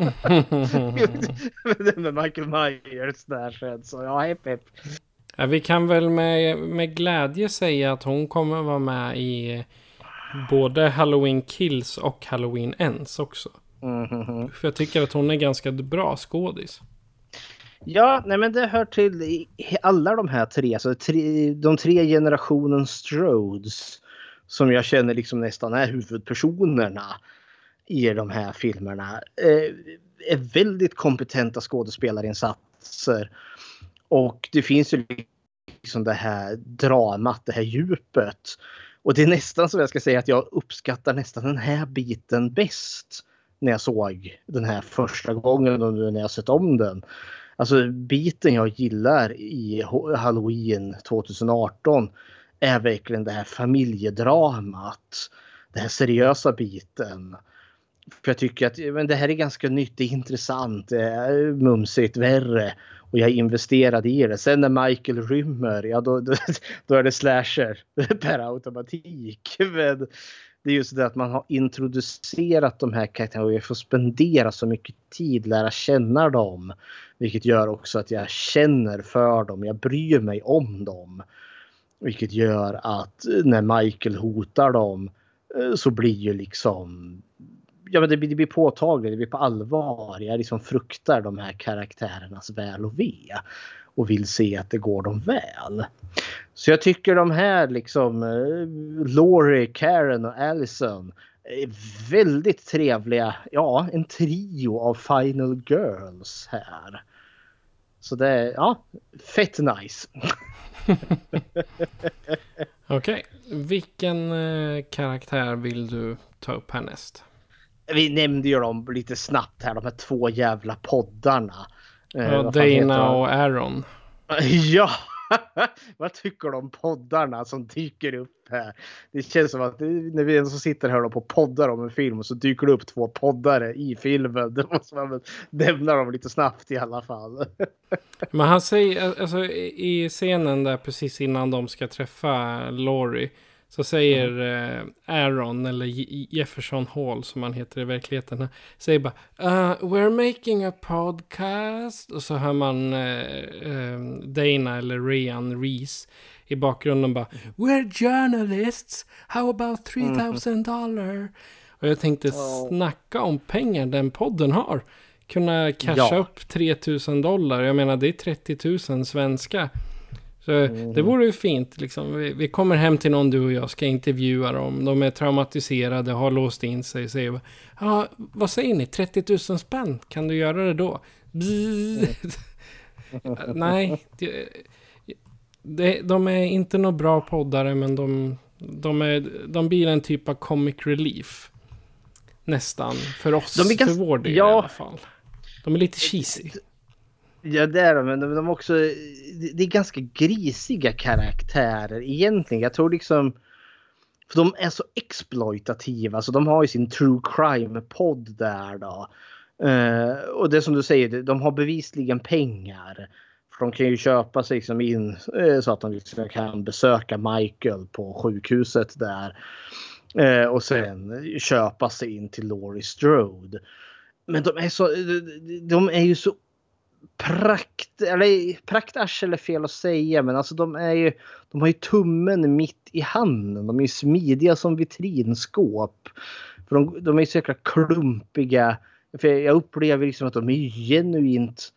Med Michael Myers där sen. Så ja, hepp. Ja, vi kan väl med glädje säga att hon kommer vara med i både Halloween Kills och Halloween Ends också. Mm-hmm. För jag tycker att hon är ganska bra skådis. Ja, nej men det hör till alla de här tre. Alltså de tre generationen Strodes som jag känner liksom nästan är huvudpersonerna i de här filmerna. Är väldigt kompetenta skådespelarinsatser. Och det finns ju liksom det här dramat, det här djupet. Och det är nästan så jag ska säga att jag uppskattar nästan den här biten bäst när jag såg den här första gången och nu när jag sett om den. Alltså biten jag gillar i Halloween 2018 är verkligen det här familjedramat. Den här seriösa biten. För jag tycker att men det här är ganska nytt, det är intressant, det är mumsigt, värre. Och jag är investerad i det. Sen när Michael rymmer, ja då är det slasher per automatik. Men det är just det att man har introducerat de här karaktärerna och jag får spendera så mycket tid, lära känna dem. Vilket gör också att jag känner för dem, jag bryr mig om dem. Vilket gör att när Michael hotar dem så blir ju liksom... Ja, men det blir påtagligt, det blir på allvar. Jag liksom fruktar de här karaktärernas väl och ve. Och vill se att det går dem väl. Så jag tycker de här liksom Laurie, Karen och Allison är väldigt trevliga. Ja, en trio av Final Girls här. Så det är, ja, fett nice. Okej, vilken karaktär vill du ta upp härnäst? Vi nämnde ju dem lite snabbt här, de här 2 jävla poddarna. Ja, Dana och Aaron. Ja, vad tycker du om poddarna som dyker upp här? Det känns som att när vi så sitter här på poddar om en film och så dyker det upp 2 poddare i filmen. Det måste man väl nämna dem lite snabbt i alla fall. Men han säger, alltså i scenen där precis innan de ska träffa Laurie så säger Aaron, eller Jefferson Hall som han heter i verkligheten, säger bara we're making a podcast. Och så hör man Dana eller Ryan Reese i bakgrunden bara we're journalists, how about $3,000? Och jag tänkte snacka om pengar den podden har. Kunna casha upp $3,000. Jag menar det är 30 000 svenska. Så det vore ju fint liksom. Vi kommer hem till någon, du och jag ska intervjua dem. De är traumatiserade, har låst in sig. Säger, vad säger ni? 30 000 spänn? Kan du göra det då? Nej. De är inte några bra poddare, men de blir en typ av comic relief. Nästan. För oss, för vår del i alla fall. De är lite cheesy. Ja, det är de, men de också, det är ganska grisiga karaktärer egentligen. Jag tror liksom, för de är så exploitativa, så de har ju sin true crime-podd där då. Och det som du säger, de har bevisligen pengar. För de kan ju köpa sig liksom in så att de liksom kan besöka Michael på sjukhuset där. Och sen köpa sig in till Laurie Strode. Men de är ju så praktarsel är fel att säga, men alltså de har ju tummen mitt i handen. De är ju smidiga som vitrinskåp. För de är så jäkla klumpiga. För jag upplever liksom att de är genuint,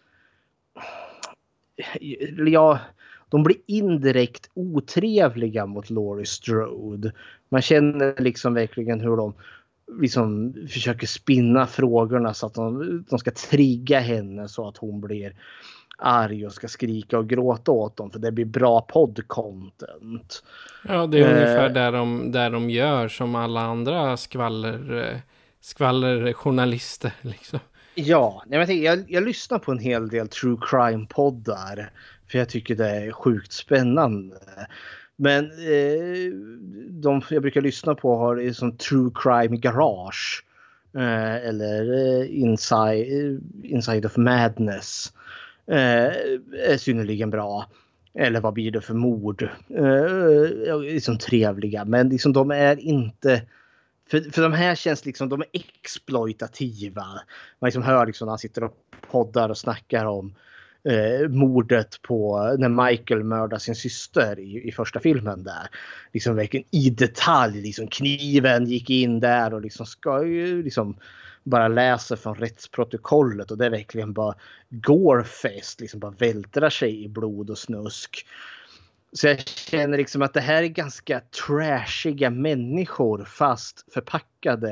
de blir indirekt otrevliga mot Laurie Strode. Man känner liksom verkligen hur de liksom försöker spinna frågorna så att de ska trigga henne så att hon blir arg och ska skrika och gråta åt dem, för det blir bra podd-content. Ja, det är ungefär där de gör som alla andra skvallerjournalister liksom. Ja, jag lyssnar på en hel del true crime-poddar för jag tycker det är sjukt spännande. Men jag brukar lyssna på har som True Crime Garage eller Inside of Madness är synnerligen bra. Eller vad blir det för mord? Liksom trevliga, men liksom de är inte, för de här känns liksom, de är exploitativa. Man liksom hör liksom när han sitter och poddar och snackar om mordet på när Michael mördar sin syster i första filmen där. Liksom verkligen i detalj, liksom kniven gick in där och liksom ska ju liksom bara läsa från rättsprotokollet och det är verkligen bara gorefest, liksom bara vältrar sig i blod och snusk. Så jag känner liksom att det här är ganska trashiga människor fast förpackade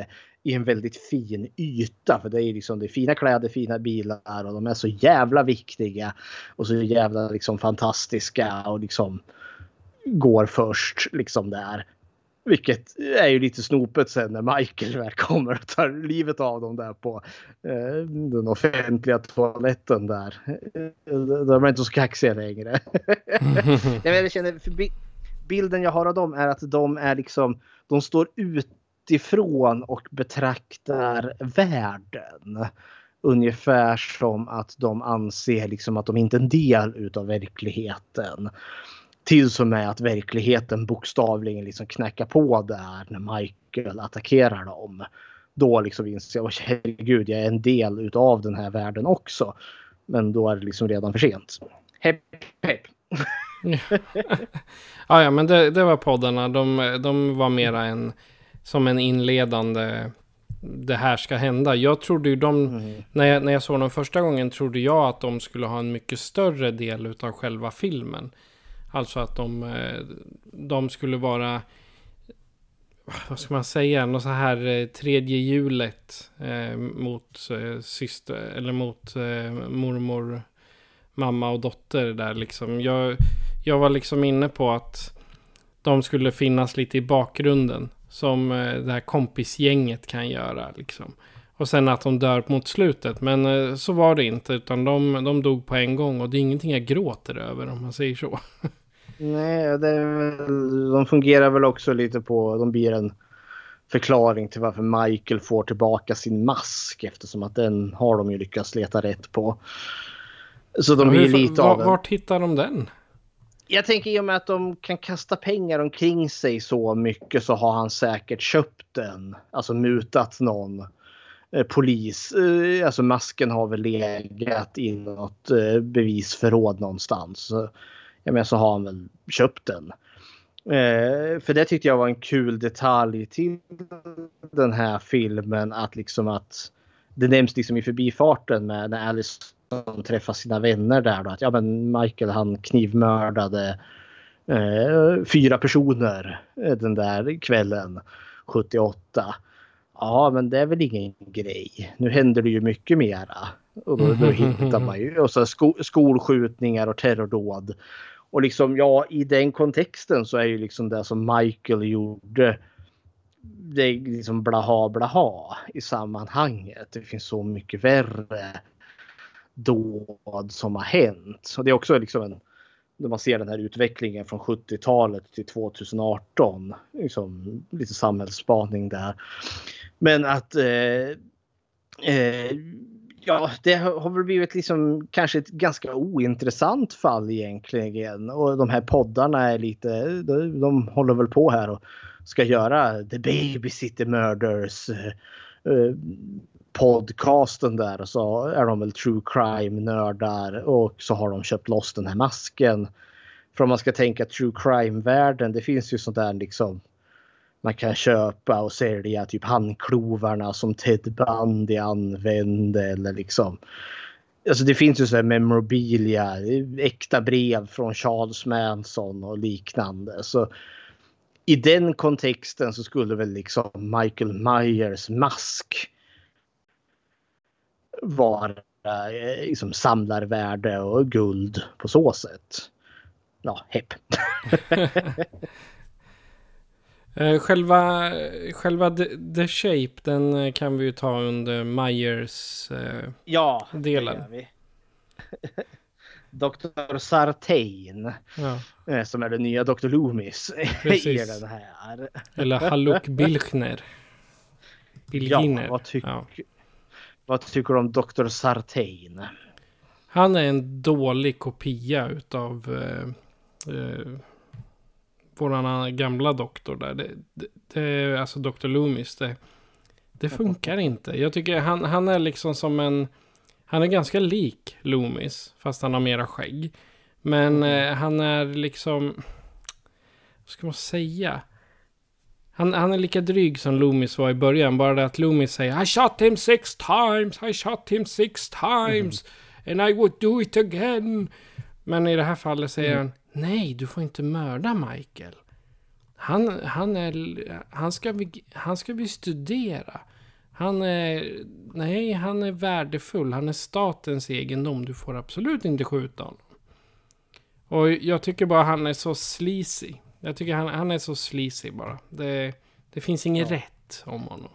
i en väldigt fin yta. För det är liksom det är fina kläder, fina bilar och de är så jävla viktiga och så jävla liksom fantastiska och liksom går först liksom där. Vilket är ju lite snopet sen när Michael väl kommer och tar livet av dem där på den offentliga toaletten där. De är inte så kaxiga längre. Jag känner, bilden jag har av dem är att de är liksom, de står utifrån och betraktar världen. Ungefär som att de anser liksom att de inte är en del utav verkligheten. Tills och med att verkligheten bokstavligen liksom knäcker på där när Michael attackerar dem. Då liksom inser jag, herregud, jag är en del utav den här världen också. Men då är det liksom redan för sent. Hepp, hepp. Ja, men det var poddarna. De var mera som en inledande, det här ska hända. Jag trodde ju när jag såg dem första gången trodde jag att de skulle ha en mycket större del utav själva filmen. Alltså att de skulle vara, vad ska man säga, något så här tredje hjulet mot syster eller mot mormor, mamma och dotter där liksom. Jag var liksom inne på att de skulle finnas lite i bakgrunden som det här kompisgänget kan göra liksom. Och sen att de dör mot slutet. Men så var det inte, utan de dog på en gång och det är ingenting jag gråter över om man säger så. Nej, de fungerar väl också lite på, de blir en förklaring till varför Michael får tillbaka sin mask, eftersom att den har de ju lyckats leta rätt på. Så de blir lite av en... Vart hittar de den? Jag tänker i och med att de kan kasta pengar omkring sig så mycket så har han säkert köpt den. Alltså mutat någon polis. Alltså masken har väl legat i något bevisförråd någonstans. Så har han väl köpt den. För det tyckte jag var en kul detalj till den här filmen. Att liksom att det nämns liksom i förbifarten med när Alice träffar sina vänner där. Då, att men Michael han knivmördade 4 personer den där kvällen 78. Ja, men det är väl ingen grej. Nu händer det ju mycket mera. Och då hittar man ju och så skolskjutningar och terrordåd. Och liksom, i den kontexten så är ju liksom det som Michael gjorde, det är liksom blaha i sammanhanget. Det finns så mycket värre dåd som har hänt. Och det är också liksom när man ser den här utvecklingen från 70-talet till 2018, liksom lite samhällsspaning där. Men att det har väl blivit liksom kanske ett ganska ointressant fall egentligen. Och de här poddarna är lite, de håller väl på här och ska göra The Babysitter Murders podcasten där. Och så är de väl true crime-nördar och så har de köpt loss den här masken. För om man ska tänka true crime-världen, det finns ju sånt där liksom man kan köpa och sälja typ handklovarna som Ted Bundy använde eller liksom. Alltså det finns ju så här memorabilia, äkta brev från Charles Manson och liknande. Så i den kontexten så skulle väl liksom Michael Myers mask vara liksom samlarvärde och guld på så sätt. Ja, hepp. Själva The Shape, den kan vi ju ta under Myers delen. Det gör vi. Dr. Sartain som är den nya Dr. Loomis i den här. Eller Haluk Bilginer. Vad tycker du om Dr. Sartain? Han är en dålig kopia utav våran gamla doktor där. Det alltså Dr. Loomis, det funkar inte. Jag tycker han är liksom som han är ganska lik Loomis, fast han har mera skägg. Men han är liksom, vad ska man säga? Han är lika dryg som Loomis var i början. Bara det att Loomis säger I shot him 6 times. And I would do it again. Men i det här fallet säger han nej, du får inte mörda Michael. Han ska vi studera. Han är värdefull. Han är statens egendom. Du får absolut inte skjuta honom. Och jag tycker bara han är så sleazy. Jag tycker han är så sleazy bara. Det finns inget rätt om honom.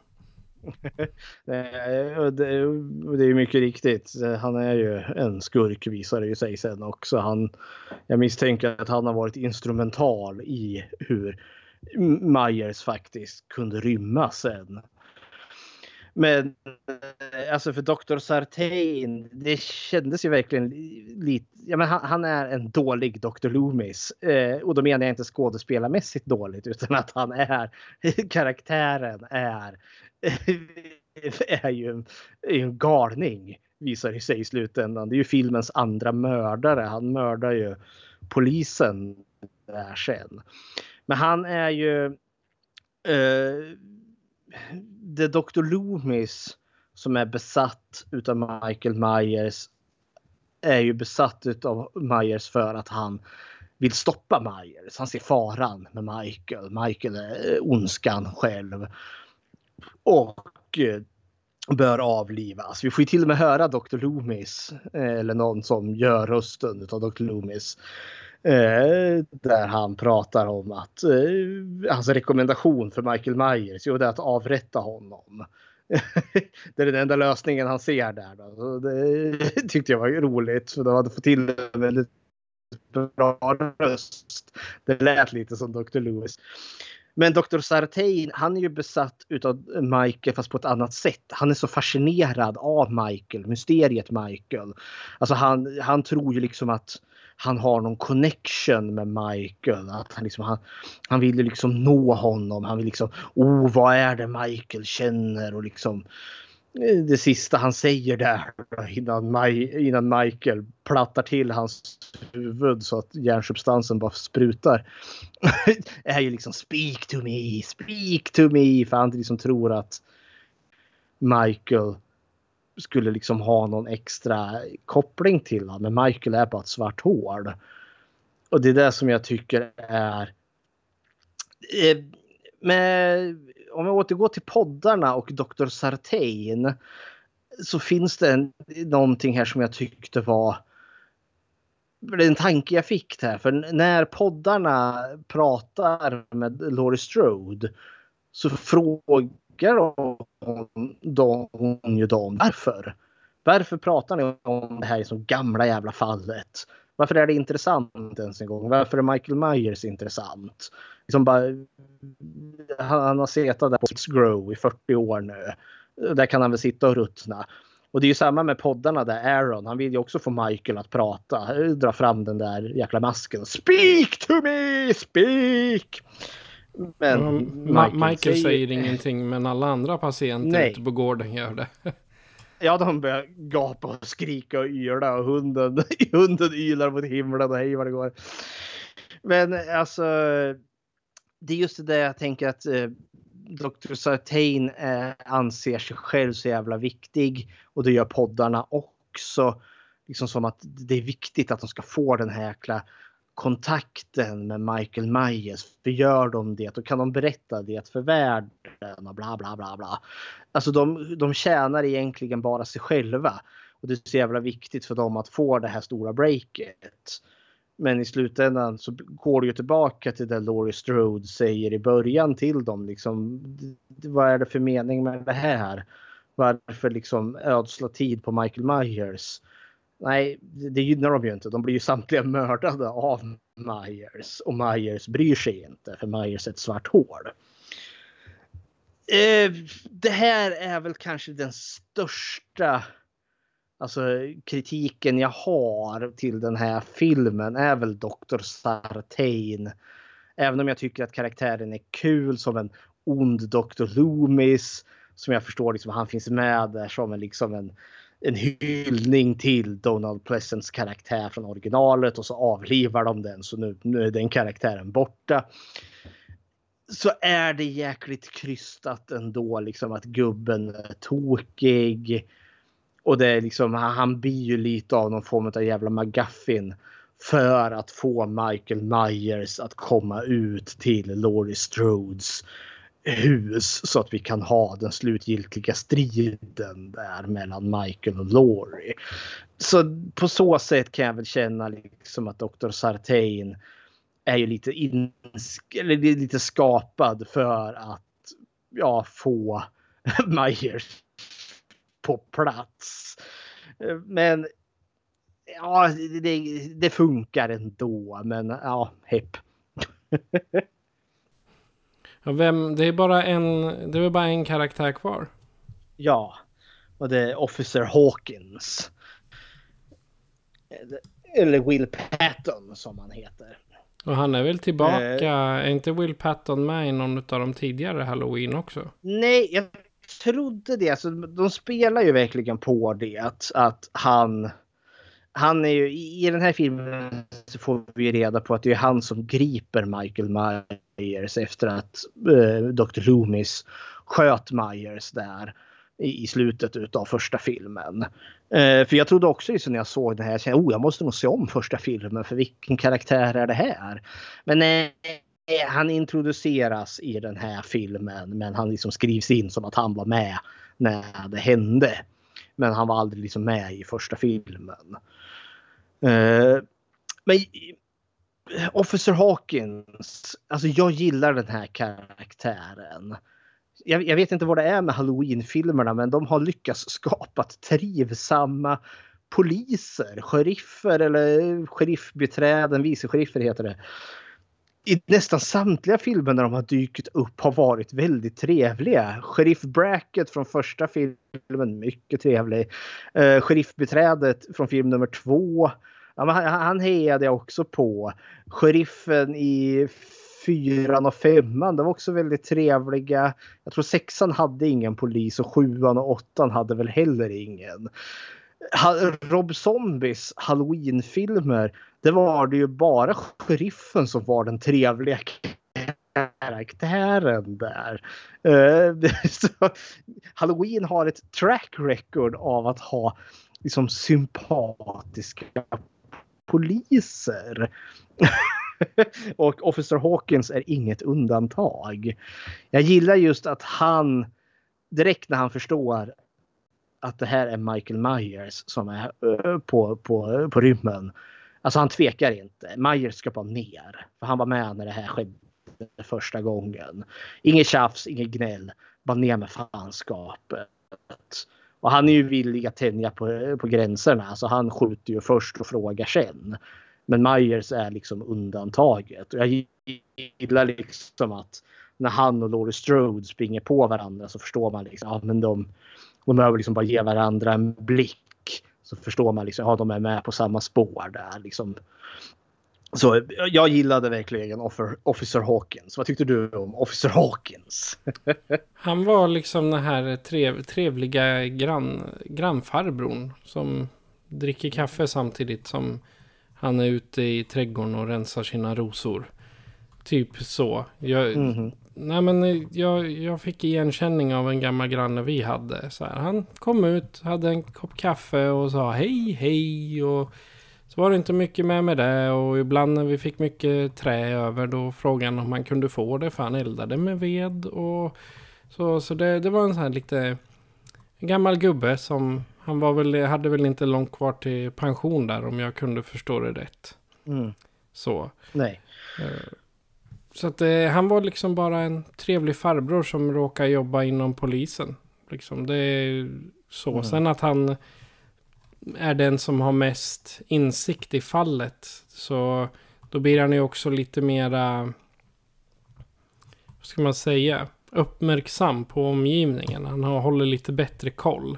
Det är ju mycket riktigt. Han är ju en skurk, visar det ju sig sen också. Jag misstänker att han har varit instrumental i hur Myers faktiskt kunde rymma sen. Men alltså för Dr. Sartain, det kändes ju verkligen lite... Ja, men han är en dålig Dr. Loomis. Och då menar jag inte skådespelarmässigt dåligt, utan att han är... Karaktären är ju en galning, visar det sig i slutändan. Det är ju filmens andra mördare. Han mördar ju polisen där sen. Men han är ju... det Dr. Loomis som är besatt utav Michael Myers är ju besatt utav Myers för att han vill stoppa Myers. Han ser faran med Michael. Michael är ondskan själv. Och bör avlivas. Vi får ju till och med höra Dr. Loomis eller någon som gör rösten utav Dr. Loomis. Där han pratar om att hans rekommendation för Michael Myers är att avrätta honom. Det är den enda lösningen han ser där då. Det tyckte jag var roligt, för de hade fått till en väldigt bra röst. Det lät lite som Dr. Loomis. Men Dr. Sartain, han är ju besatt utav Michael fast på ett annat sätt. Han är så fascinerad av Michael, mysteriet Michael. Alltså han tror ju liksom att han har någon connection med Michael. Att han vill liksom nå honom. Han vill liksom, vad är det Michael känner? Och liksom det sista han säger där innan Michael plattar till hans huvud så att hjärnsubstansen bara sprutar. är ju liksom speak to me. För han liksom tror att Michael skulle liksom ha någon extra koppling till honom. Men Michael är bara ett svart hål. Och det är det som jag tycker är... Om jag återgår till poddarna och Dr. Sartain, så finns det någonting här som jag tyckte var... Det är en tanke jag fick här. För när poddarna pratar med Laurie Strode så frågar hon ju dem varför. Varför pratar ni om det här i så gamla jävla fallet? Varför är det intressant ens en gång? Varför är Michael Myers intressant? Liksom bara, han har suttit där på Grow i 40 år nu. Där kan han väl sitta och ruttna. Och det är ju samma med poddarna där Aaron. Han vill ju också få Michael att prata. Dra fram den där jäkla masken. Speak to me! Speak! Men Michael säger ingenting, men alla andra patienter ute på gården gör det. Ja, de börjar gapa och skrika och yla och hunden ylar mot himlen och hej vad det går. Men alltså, det är just det jag tänker att Dr. Sartain anser sig själv så jävla viktig, och det gör poddarna också. Liksom som att det är viktigt att de ska få den här jäkla kontakten med Michael Myers. För gör de det, då kan de berätta det för världen och bla bla bla bla. Alltså de tjänar egentligen bara sig själva. Och det är så jävla viktigt för dem att få det här stora breaket. Men i slutändan så går det ju tillbaka till det Laurie Strode säger i början till dem. Liksom, vad är det för mening med det här? Varför liksom ödsla tid på Michael Myers? Nej, det gynnar de ju inte. De blir ju samtliga mördade av Myers. Och Myers bryr sig inte, för Myers är ett svart hål. Det här är väl kanske den största kritiken jag har till den här filmen är väl Dr. Sartain. Även om jag tycker att karaktären är kul som en ond Dr. Loomis. Som jag förstår, liksom, han finns med där som en hyllning till Donald Pleasants karaktär från originalet, och så avlivar de den, så nu är den karaktären borta. Så är det jäkligt krystat ändå, liksom, att gubben är tokig, och det är liksom, han blir ju lite av någon form av jävla McGuffin för att få Michael Myers att komma ut till Laurie Strodes hus så att vi kan ha den slutgiltiga striden där mellan Michael och Laurie. Så på så sätt kan jag väl känna liksom att Dr. Sartain är ju lite skapad för att få Myers på plats. Men det funkar ändå, men hepp. Det är bara en karaktär kvar. Ja, och det är Officer Hawkins. Eller Will Patton som han heter. Och han är väl tillbaka, är inte Will Patton med i någon av de tidigare Halloween också? Nej, jag trodde det. Alltså, de spelar ju verkligen på det. Att han är ju, i den här filmen så får vi reda på att det är han som griper Michael Myers efter att Dr. Loomis sköt Myers där i slutet av första filmen. För jag trodde också när jag såg det här, jag kände, jag måste nog se om första filmen, för vilken karaktär är det här? Men han introduceras i den här filmen, men han liksom skrivs in som att han var med när det hände. Men han var aldrig liksom med i första filmen. Men Officer Hawkins, alltså jag gillar den här karaktären. Jag vet inte vad det är med Halloween-filmerna, men de har lyckats skapa trivsamma poliser, sheriffer eller sheriffbiträden, vice sheriffer heter det. I nästan samtliga filmer när de har dykt upp har varit väldigt trevliga. Sheriff Brackett från första filmen, mycket trevlig. Sheriffbiträdet från film nummer 2. Ja, han hejade jag också på. Sheriffen i 4 och 5, de var också väldigt trevliga. Jag tror 6 hade ingen polis och 7 och 8 hade väl heller ingen. Rob Zombies Halloween-filmer, det var det ju bara sheriffen som var den trevliga karaktären där. Så Halloween har ett track record av att ha liksom sympatiska poliser. Och Officer Hawkins är inget undantag. Jag gillar just att han direkt när han förstår att det här är Michael Myers som är på rymmen. Alltså han tvekar inte. Myers ska bara ner. För han var med när det här skedde första gången. Inget tjafs, inget gnäll. Bara ner med fanskapet. Och han är ju villig att tänja på gränserna. Alltså han skjuter ju först och frågar sen. Men Myers är liksom undantaget. Och jag gillar liksom att när han och Laurie Strode springer på varandra så förstår man liksom, men de behöver liksom bara ge varandra en blick. Så förstår man liksom, de är med på samma spår där liksom. Så jag gillade verkligen Officer Hawkins. Vad tyckte du om Officer Hawkins? Han var liksom den här trevliga grannfarbrorn som dricker kaffe samtidigt som han är ute i trädgården och rensar sina rosor. Typ så. Jag fick igenkänning av en gammal granne vi hade. Så här, han kom ut, hade en kopp kaffe och sa hej. Och så var det inte mycket med det. Och ibland när vi fick mycket trä över, då frågade han om man kunde få det. För han eldade med ved. Och så det var en sån här lite gammal gubbe som... Han hade väl inte långt kvar till pension där, om jag kunde förstå det rätt. Så. Nej. Så att han var liksom bara en trevlig farbror som råkar jobba inom polisen. Liksom, det är så. Sen att han är den som har mest insikt i fallet. Så då blir han ju också lite mera, vad ska man säga, uppmärksam på omgivningen. Han håller lite bättre koll.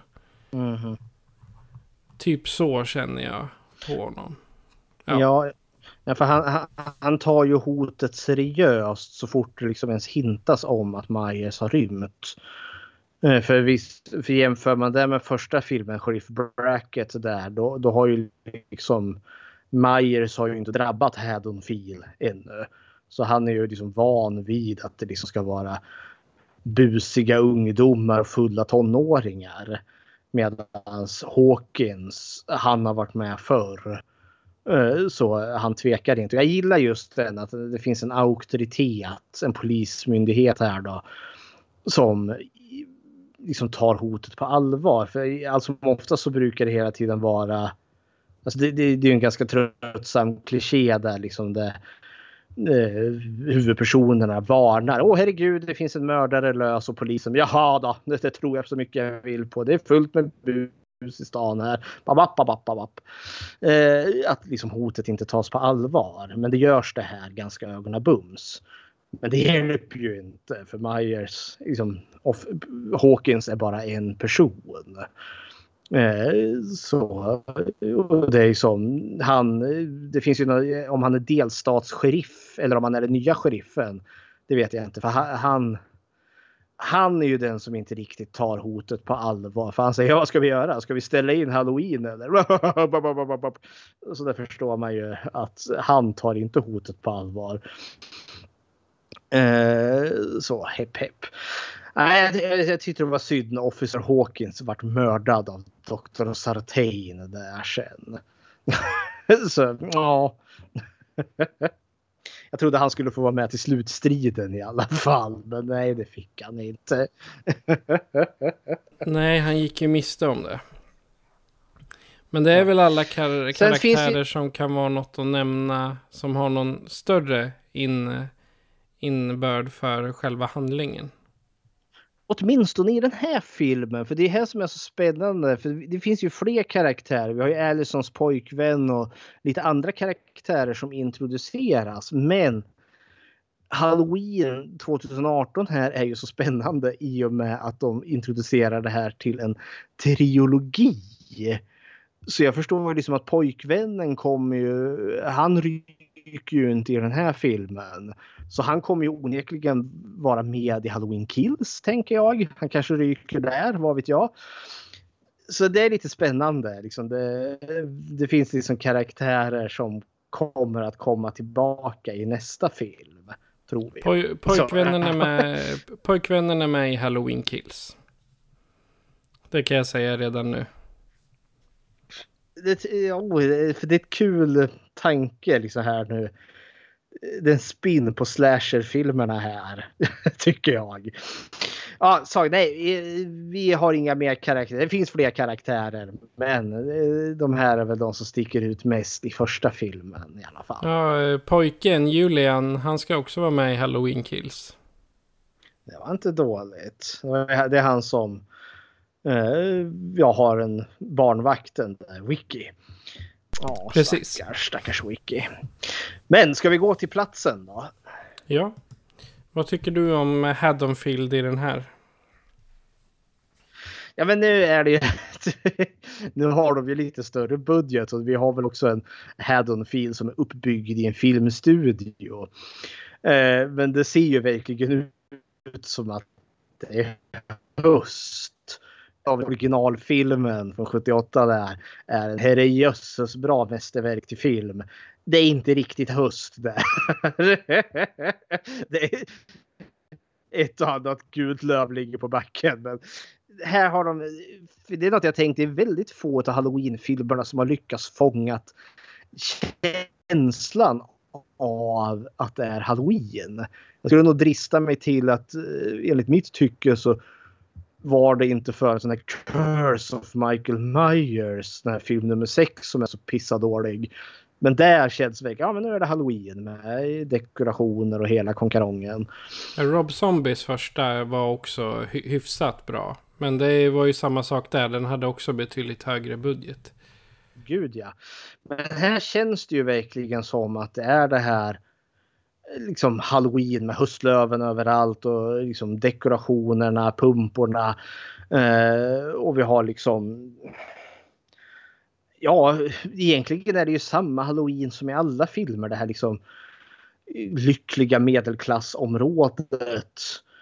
Typ så känner jag på honom. Ja, för han tar ju hotet seriöst så fort det liksom ens hintas om att Myers har rymt. För jämför man det med första filmen, Sheriff Brackett där, då har ju liksom Myers har ju inte drabbat Haddonfield ännu. Så han är ju liksom van vid att det liksom ska vara busiga ungdomar och fulla tonåringar. Medan Hawkins, han har varit med förr. Så han tvekar inte. Jag gillar just den att det finns en auktoritet, en polismyndighet här då. som liksom tar hotet på allvar. För allt som ofta så brukar det hela tiden vara, alltså det är ju en ganska tröttsam kliché där liksom huvudpersonerna varnar. Herregud, det finns en mördare lös, och polisen, jaha då, det tror jag så mycket jag vill på. Det är fullt med bus i stan här. Att liksom hotet inte tas på allvar. Men det görs det här ganska ögonabums. Men det hjälper ju inte, för Myers, liksom, Hawkins är bara en person. Så det är som det finns ju om han är delstatssheriff eller om han är den nya sheriffen, det vet jag inte, för han är ju den som inte riktigt tar hotet på allvar, för han säger, vad ska vi göra? Ska vi ställa in Halloween eller? Så där förstår man ju att han tar inte hotet på allvar. Så hepp. Nej, jag tyckte det var synd när Officer Hawkins vart mördad av Dr. Sartain där sen. Så, ja. Jag trodde han skulle få vara med till slutstriden i alla fall. Men nej, det fick han inte. Nej, han gick ju miste om det. Men det är väl alla karaktärer som kan vara något att nämna, som har någon större innebörd för själva handlingen. Åtminstone i den här filmen, för det är här som är så spännande, för det finns ju fler karaktärer. Vi har ju Allisons pojkvän och lite andra karaktärer som introduceras, men Halloween 2018 här är ju så spännande i och med att de introducerar det här till en trilogi. Så jag förstår liksom att pojkvännen kommer ju, han ryker ju inte i den här filmen. Så han kommer ju onekligen vara med i Halloween Kills, tänker jag. Han kanske ryker där, vad vet jag. Så det är lite spännande. Liksom det finns liksom karaktärer som kommer att komma tillbaka i nästa film, tror vi. Pojkvännen är med i Halloween Kills. Det kan jag säga redan nu. För det är ett kul tanke liksom här nu. Den spin på slasherfilmerna här, tycker jag. Ja, vi har inga mer karaktärer. Det finns fler karaktärer, men de här är väl de som sticker ut mest i första filmen i alla fall. Ja, pojken Julian, han ska också vara med i Halloween Kills. Det var inte dåligt. Det är han som jag har en barnvakten där, Wiki. Ja, precis. Stackars Wiki. Men ska vi gå till platsen då? Ja. Vad tycker du om Haddonfield i den här? Ja, men nu är det ju nu har de ju lite större budget, och vi har väl också en Haddonfield som är uppbyggd i en filmstudio. Men det ser ju verkligen ut som att det är höst. Av originalfilmen från 78 där är en herrejösses bra mästerverk till film. Det är inte riktigt höst där. Det är ett och annat gult löv ligger på backen, men här har de, det är något jag tänkte, är väldigt få av Halloween-filmerna som har lyckats fångat känslan av att det är Halloween. Jag skulle nog drista mig till att enligt mitt tycke så var det inte för en sån här Curse of Michael Myers, den här film nummer 6 som är så pissadålig. Men där känns det, ja men nu är det Halloween med dekorationer och hela konkarongen. Rob Zombies första var också hyfsat bra. Men det var ju samma sak där, den hade också betydligt högre budget. Gud ja. Men här känns det ju verkligen som att det är det här liksom Halloween med höstlöven överallt och liksom dekorationerna, pumporna, och vi har liksom, ja, egentligen är det ju samma Halloween som i alla filmer, det här liksom lyckliga medelklassområdet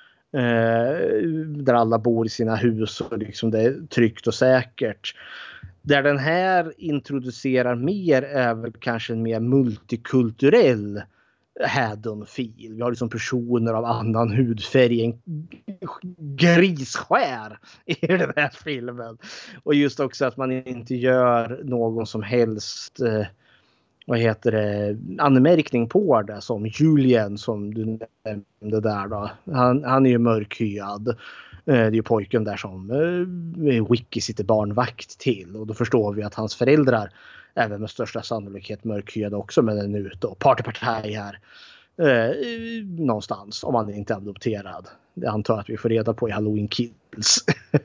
där alla bor i sina hus och liksom det är tryggt och säkert. Där den här introducerar mer är väl kanske en mer multikulturell Haddonfield. Vi har liksom personer av annan hudfärg än grisskär i den här filmen. Och just också att man inte gör någon som helst vad heter det, anmärkning på det, som Julian som du nämnde där då. Han är ju mörkhyad. Det är ju pojken där som Wiki sitter barnvakt till, och då förstår vi att hans föräldrar även med största sannolikhet mörkhyade också, men den är ute och partypartaj här någonstans, om han inte är adopterad. Det antar jag att vi får reda på i Halloween Kills.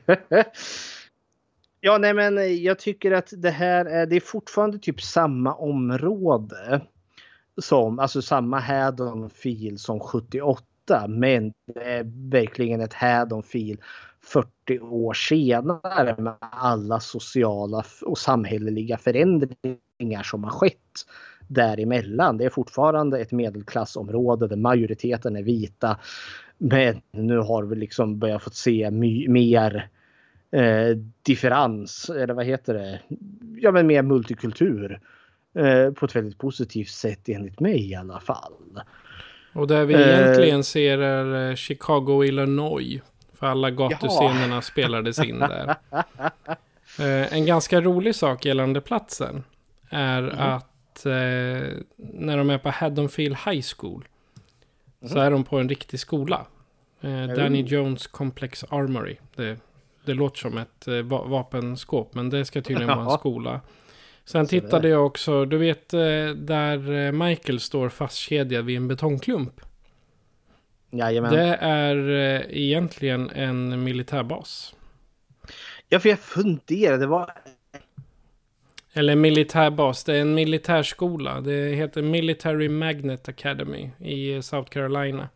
Ja, nej, men jag tycker att det är fortfarande typ samma område som, alltså samma Haddonfield som 78, men det är verkligen ett Haddonfield 40 år senare med alla sociala och samhälleliga förändringar som har skett däremellan. Det är fortfarande ett medelklassområde där majoriteten är vita, men nu har vi liksom börjat få se mer differens, eller vad heter det? Ja, men mer multikultur på ett väldigt positivt sätt enligt mig i alla fall. Och där vi egentligen ser är Chicago, Illinois. För alla gatuscenerna spelades in där. En ganska rolig sak gällande platsen är att när de är på Haddonfield High School så är de på en riktig skola. Danny Jones Complex Armory. Det låter som ett vapenskåp, men det ska tydligen vara en skola. Sen tittade jag också, du vet där Michael står fastkedjad vid en betongklump. Jajamän. Det är egentligen en militärbas. Ja, för jag funderade, det var... Eller militärbas, det är en militärskola. Det heter Military Magnet Academy i South Carolina.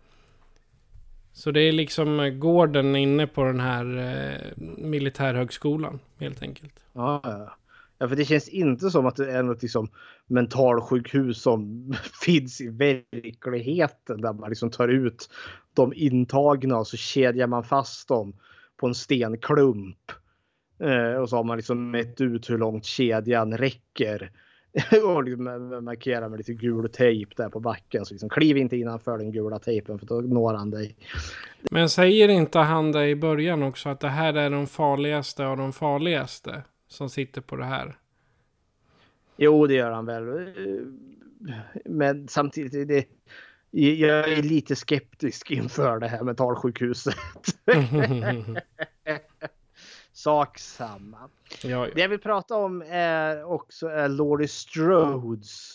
Så det är liksom gården inne på den här militärhögskolan, helt enkelt. Ja, för det känns inte som att det är något liksom mentalsjukhus som finns i verkligheten, där man liksom tar ut de intagna och så kedjar man fast dem på en stenklump. Och så har man liksom mätt ut hur långt kedjan räcker. Och liksom markerar med lite gul tejp där på backen. Så liksom kliv inte innanför den gula tejpen, för då når han dig. Men säger inte han där i början också att det här är de farligaste av de farligaste som sitter på det här? Jo, det gör han väl. Men samtidigt jag är lite skeptisk inför det här mentalsjukhuset. Sak samma. Ja. Det jag vill prata om är också Laurie Strodes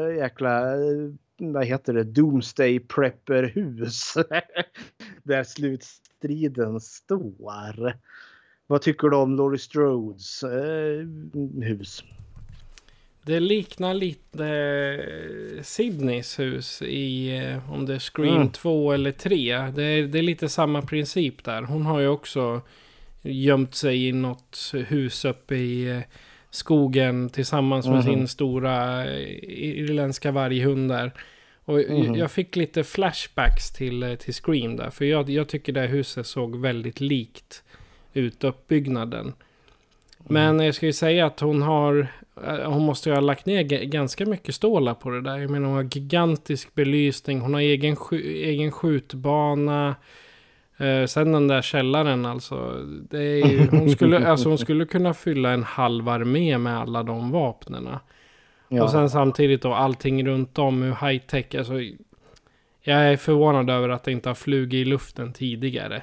vad heter det? Doomsday Prepper-hus. Där slutstriden står. Vad tycker du om Laurie Strodes hus? Det liknar lite Sydneys hus i om det är Scream 2 eller 3. Det är lite samma princip där. Hon har ju också gömt sig i något hus uppe i skogen tillsammans med sin stora irländska varghund där. Och jag fick lite flashbacks till Scream där. För jag tycker det här huset såg väldigt likt ut uppbyggnaden. Men jag ska ju säga att hon måste ju ha lagt ner ganska mycket stålar på det där. Jag menar, hon har gigantisk belysning. Hon har egen skjutbana. Sen den där källaren, alltså. Det är ju, hon skulle kunna fylla en halv armé med alla de vapnena. Ja. Och sen samtidigt då allting runt om, hur high tech. Alltså, jag är förvånad över att det inte har flugit i luften tidigare.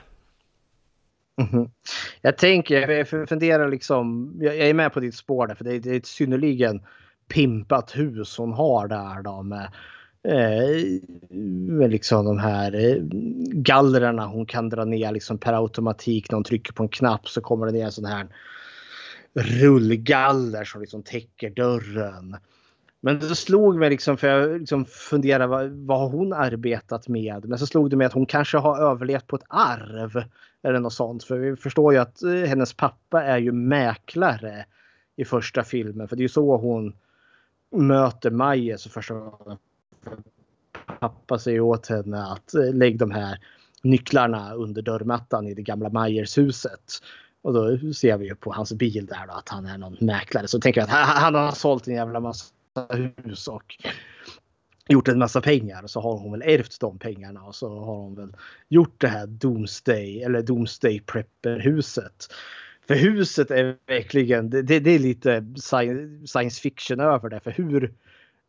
Jag funderar liksom, jag är med på ditt spår där, för det är ett synnerligen pimpat hus hon har där då, med liksom de här gallrarna hon kan dra ner liksom per automatik. När hon trycker på en knapp så kommer det ner en sån här rullgaller som liksom täcker dörren. Men det slog mig liksom, för jag liksom funderade vad har hon arbetat med. Men så slog det mig att hon kanske har överlevt på ett arv eller något sånt. För vi förstår ju att hennes pappa är ju mäklare i första filmen. För det är ju så hon möter Maja så första gången. Pappa säger åt henne att lägga de här nycklarna under dörrmattan i det gamla Myers-huset. Och då ser vi ju på hans bil där då att han är någon mäklare. Så tänker jag att han har sålt en jävla massa hus och gjort en massa pengar. Och så har hon väl ärvt de pengarna. Och så har hon väl gjort det här Doomsday Prepper-huset. För huset är verkligen, det är lite science fiction över det. För hur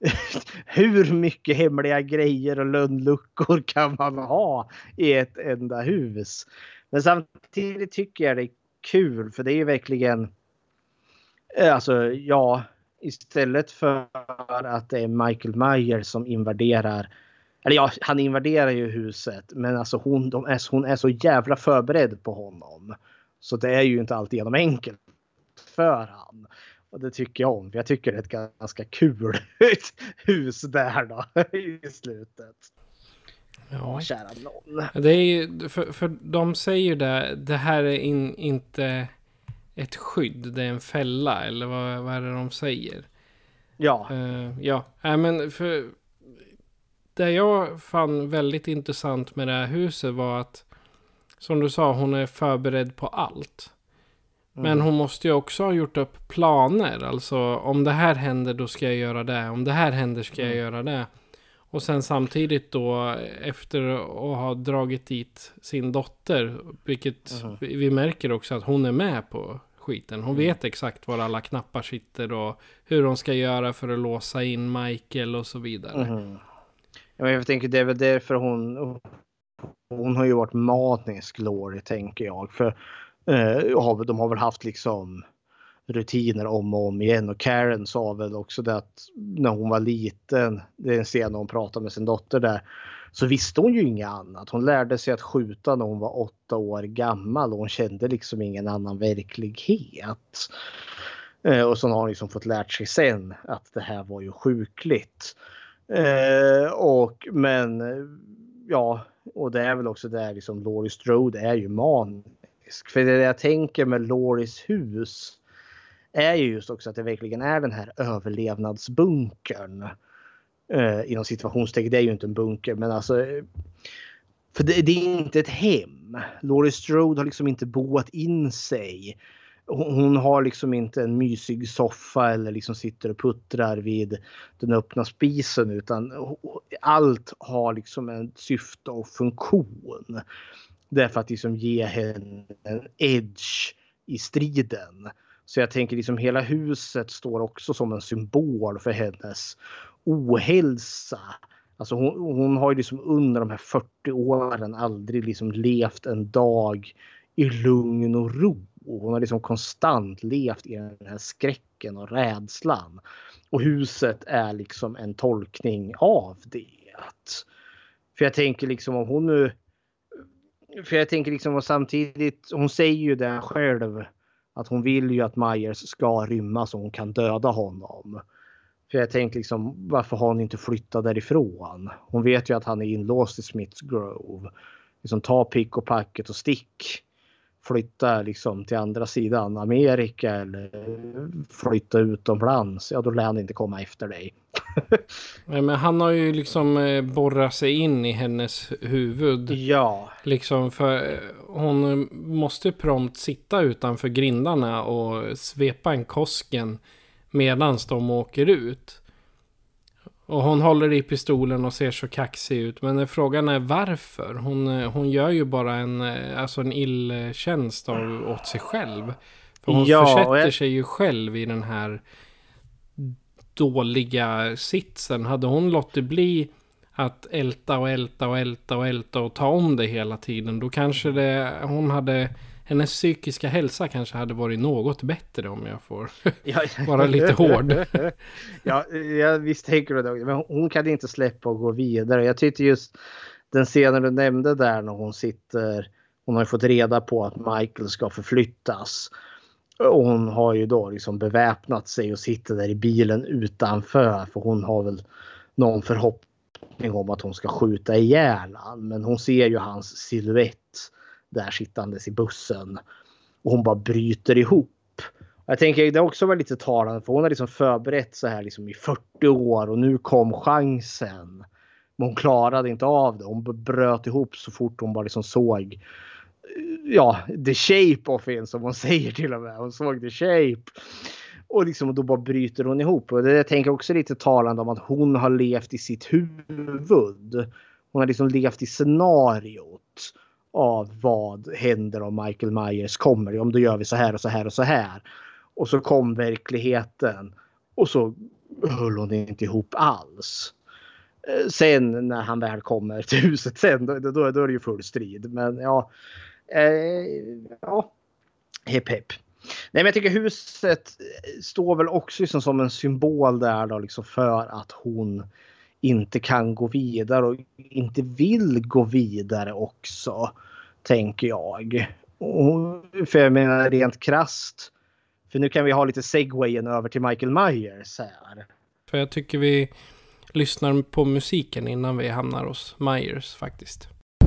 hur mycket hemliga grejer och lönnluckor kan man ha i ett enda hus? Men samtidigt tycker jag det är kul, för det är ju verkligen, alltså ja, istället för att det är Michael Myers som invaderar, eller ja, han invaderar ju huset, men alltså hon är så jävla förberedd på honom. Så det är ju inte alltid genom enkelt för han. Och det tycker jag om. Jag tycker det är ett ganska kul hus där då i slutet. Ja, kära någon. Det är ju, för de säger det här är inte ett skydd, det är en fälla, eller vad är det de säger? Ja. Ja, men för det jag fann väldigt intressant med det här huset var att, som du sa, hon är förberedd på allt. Men hon måste ju också ha gjort upp planer. Alltså om det här händer då ska jag göra det. Om det här händer ska jag göra det. Och sen samtidigt då efter att ha dragit dit sin dotter. Vilket vi märker också att hon är med på skiten. Hon vet exakt var alla knappar sitter och hur de ska göra för att låsa in Michael och så vidare. Ja, men jag tänker det är väl därför hon har ju varit manisk, Laurie, tänker jag. För de har väl haft liksom rutiner om och om igen. Och Karen sa väl också det att när hon var liten, det är en scen när hon pratade med sin dotter där, så visste hon ju inget annat. Hon lärde sig att skjuta när hon var 8 år gammal och hon kände liksom ingen annan verklighet. Och så har hon liksom fått lärt sig sen att det här var ju sjukligt. Och det är väl också där liksom Laurie Strode är ju manisk. För det jag tänker med Lauries hus är ju just också att det verkligen är den här överlevnadsbunkern. Inom situationstecken, det är ju inte en bunker, men alltså, för det är inte ett hem. Laurie Strode har liksom inte boat in sig. Hon har liksom inte en mysig soffa eller liksom sitter och puttrar vid den öppna spisen, utan allt har liksom en syfte och funktion. Därför att liksom ge henne en edge i striden. Så jag tänker liksom hela huset står också som en symbol för hennes ohälsa. Alltså hon har ju liksom under de här 40 åren aldrig liksom levt en dag i lugn och ro. Hon har liksom konstant levt i den här skräcken och rädslan. Och huset är liksom en tolkning av det. För jag tänker liksom om hon nu... För jag tänker liksom och samtidigt... Hon säger ju det själv. Att hon vill ju att Myers ska rymma så hon kan döda honom. För jag tänker liksom, varför har hon inte flyttat därifrån? Hon vet ju att han är inlåst i Smiths Grove. Liksom ta pick och packet och stick. Flytta liksom till andra sidan Amerika eller flytta utomlands. Ja, då lär han inte komma efter dig. Men han har ju liksom borrat sig in i hennes huvud. Ja. Liksom för hon måste prompt sitta utanför grindarna och svepa en kosken medan de åker ut. Och hon håller i pistolen och ser så kaxig ut. Men frågan är varför. Hon gör ju bara en illtjänst åt sig själv. För hon försätter sig ju själv i den här dåliga sitsen. Hade hon låtit bli att älta och ta om det hela tiden, då kanske hennes psykiska hälsa kanske hade varit något bättre, om jag får vara lite hård. Ja, jag visst tänker det. Men hon kan inte släppa och gå vidare. Jag tyckte just den scenen du nämnde där när hon har fått reda på att Michael ska förflyttas. Och hon har ju då liksom beväpnat sig och sitter där i bilen utanför, för hon har väl någon förhoppning om att hon ska skjuta ihjäl han. Men hon ser ju hans silhuett där sittandes i bussen. Och hon bara bryter ihop. Jag tänker det också var lite talande, för hon har liksom förberett så här liksom i 40 år och nu kom chansen. Men hon klarade inte av det. Hon bröt ihop så fort hon bara liksom såg the shape of it, som hon säger till och med. Hon såg the shape. Och liksom då bara bryter hon ihop. Och det jag tänker också lite talande om att hon har levt i sitt huvud. Hon har liksom levt i scenariot av vad händer om Michael Myers kommer. Om då gör vi så här och så här och så här. Och så kom verkligheten. Och så höll hon inte ihop alls. Sen när han väl kommer till huset sen, då är det ju full strid. Men ja, hepp hepp. Nej, men jag tycker huset står väl också liksom som en symbol där då, liksom för att hon inte kan gå vidare och inte vill gå vidare också, tänker jag. För jag menar rent krasst, för nu kan vi ha lite segwayen över till Michael Myers här. För jag tycker vi lyssnar på musiken innan vi hamnar hos Myers faktiskt.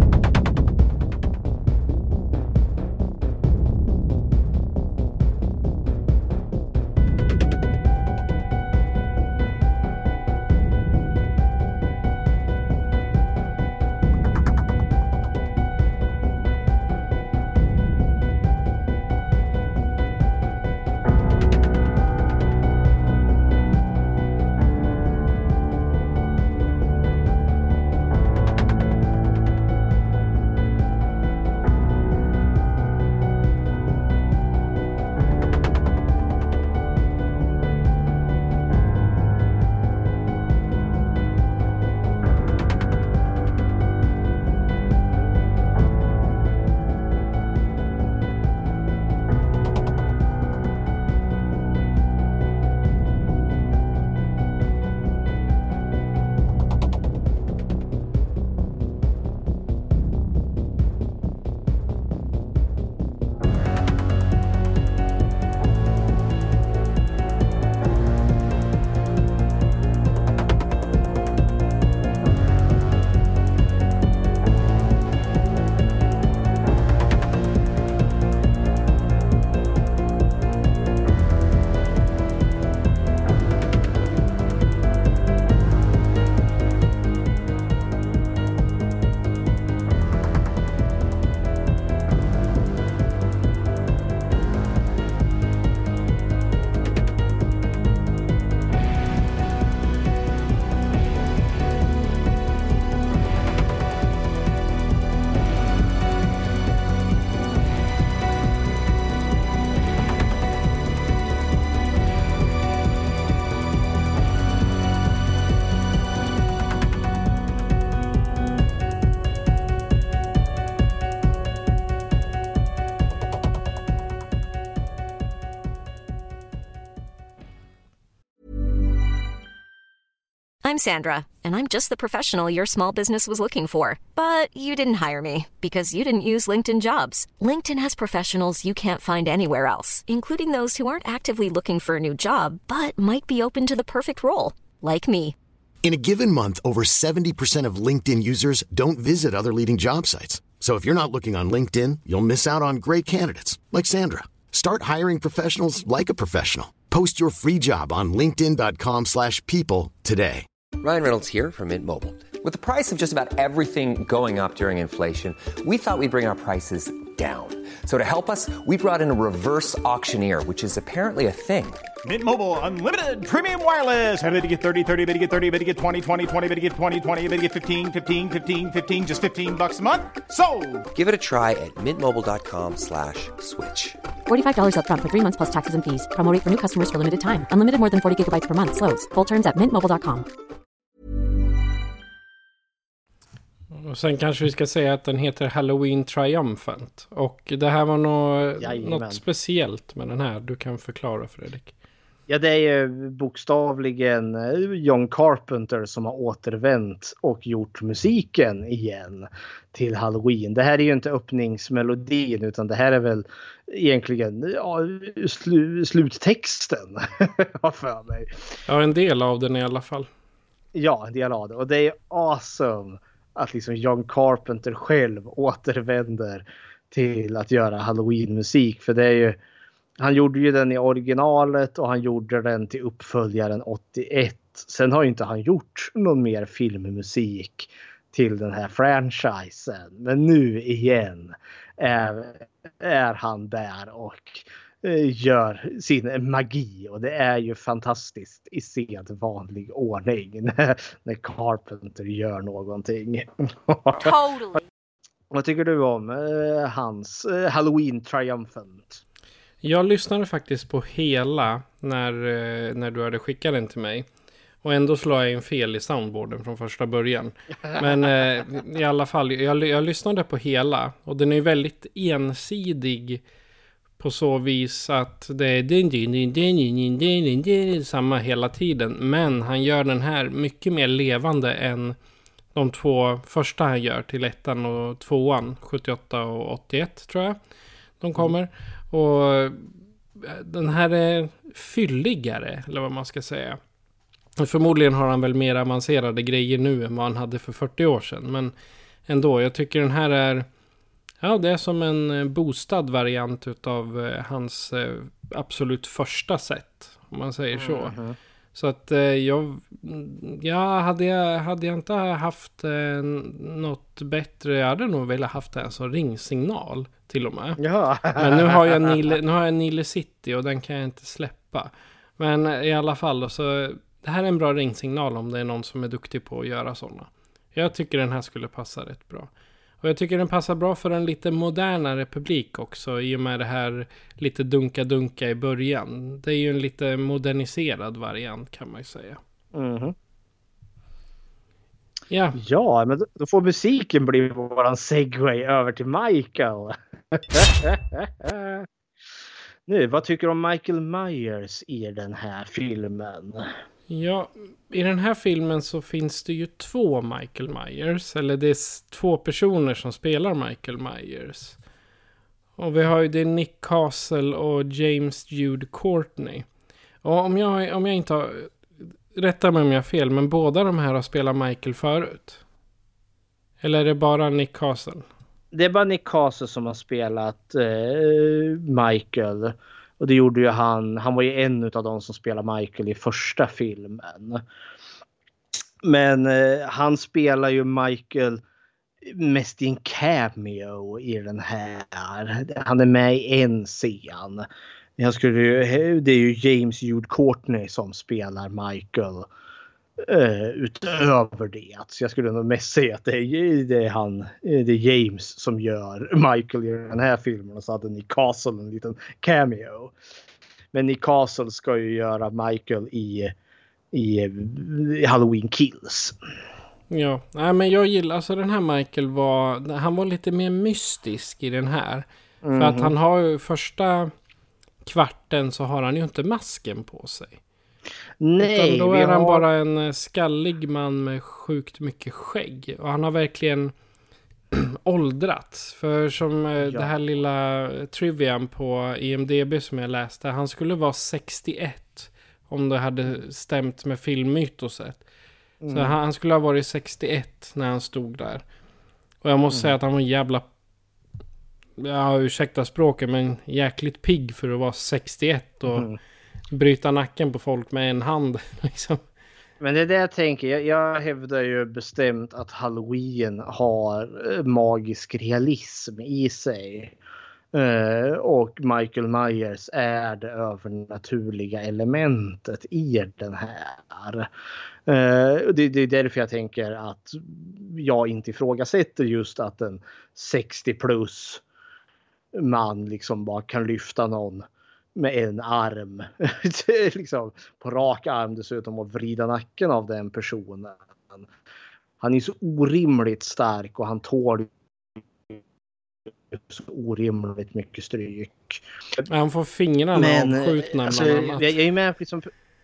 I'm Sandra, and I'm just the professional your small business was looking for. But you didn't hire me because you didn't use LinkedIn Jobs. LinkedIn has professionals you can't find anywhere else, including those who aren't actively looking for a new job, but might be open to the perfect role, like me. In a given month, over 70% of LinkedIn users don't visit other leading job sites. So if you're not looking on LinkedIn, you'll miss out on great candidates like Sandra. Start hiring professionals like a professional. Post your free job on linkedin.com/people today. Ryan Reynolds here from Mint Mobile. With the price of just about everything going up during inflation, we thought we'd bring our prices down. So to help us, we brought in a reverse auctioneer, which is apparently a thing. Mint Mobile Unlimited Premium Wireless. How to get 30, 30, bit to get 30, bit to get 20, 20, 20, bit to get 20, 20, bit to get 15, 15, 15, 15, just $15 a month? Sold! Give it a try at mintmobile.com/switch. $45 up front for 3 months plus taxes and fees. Promo rate for new customers for limited time. Unlimited more than 40 gigabytes per month. Slows full terms at mintmobile.com. Och sen kanske vi ska säga att den heter Halloween Triumphant. Och det här var något speciellt med den här. Du kan förklara, Fredrik. Ja, det är ju bokstavligen John Carpenter som har återvänt och gjort musiken igen till Halloween. Det här är ju inte öppningsmelodin, utan det här är väl egentligen sluttexten för mig. Ja, en del av den i alla fall. Ja, en del av det. Och det är awesome att liksom John Carpenter själv återvänder till att göra Halloween-musik. För det är ju, han gjorde ju den i originalet och han gjorde den till uppföljaren 81. Sen har ju inte han gjort någon mer filmmusik till den här franchisen. Men nu igen är han där och gör sin magi. Och det är ju fantastiskt i sedvanlig ordning när Carpenter gör någonting. Totally. Vad tycker du om hans Halloween Triumphant? Jag lyssnade faktiskt på hela när du hade skickat den till mig. Och ändå slår jag in fel i soundboarden från första början. Men i alla fall, jag lyssnade på hela. Och den är väldigt ensidig på så vis att det är samma hela tiden. Men han gör den här mycket mer levande än de 2 första han gör till 1:an och 2:an. 78 och 81 tror jag de kommer. Och den här är fylligare, eller vad man ska säga. Förmodligen har han väl mer avancerade grejer nu än vad han hade för 40 år sedan. Men ändå, jag tycker den här är... Ja, det är som en boostad variant utav hans absolut första set. Om man säger så. Så att hade jag inte haft något bättre... Jag hade nog velat haft en sån ringsignal till och med. Ja. Men nu har jag Nile City och den kan jag inte släppa. Men i alla fall då, så... Det här är en bra ringsignal om det är någon som är duktig på att göra sådana. Jag tycker den här skulle passa rätt bra. Och jag tycker den passar bra för en lite modernare publik också. I och med det här lite dunka i början. Det är ju en lite moderniserad variant kan man ju säga. Ja. Ja, men då får musiken bli våran segway över till Michael. Nu, vad tycker du om Michael Myers i den här filmen? Ja, i den här filmen så finns det ju 2 Michael Myers. Eller det är 2 personer som spelar Michael Myers. Och vi har ju det Nick Castle och James Jude Courtney. Och om jag inte har... Rätta mig om jag har fel, men båda de här har spelat Michael förut. Eller är det bara Nick Castle? Det är bara Nick Castle som har spelat Michael. Och det gjorde ju han. Han var ju en av de som spelade Michael i första filmen. Men han spelar ju Michael mest i en cameo i den här. Han är med i en scen. Det är ju James Jude Courtney som spelar Michael utöver det. Så jag skulle nog mest säga att det är James som gör Michael i den här filmen. Och så hade Nick Castle en liten cameo. Men Nick Castle ska ju göra Michael i Halloween Kills. Ja, nej, men jag gillar alltså den här Michael han var lite mer mystisk i den här. För att han har ju första kvarten så har han ju inte masken på sig. Nej, utan då är han bara en skallig man med sjukt mycket skägg. Och han har verkligen åldrats. För som det här lilla trivian på IMDb som jag läste. Han skulle vara 61 om det hade stämt med filmmytoset. Så han skulle ha varit 61 när han stod där. Och jag måste säga att han var jävla... Ja, ursäkta språket, men jäkligt pigg för att vara 61 och bryta nacken på folk med en hand. Liksom. Men det är det jag tänker. Jag hävdar ju bestämt att Halloween har magisk realism i sig. Och Michael Myers är det övernaturliga elementet i den här. Det är därför jag tänker att jag inte ifrågasätter just att en 60 plus man liksom bara kan lyfta någon med en arm liksom på rak arm dessutom och vrida nacken av den personen. Han är så orimligt stark och han tål så orimligt mycket stryk. Han får fingrarna avskjutna alltså, bland annat. Jag är med liksom,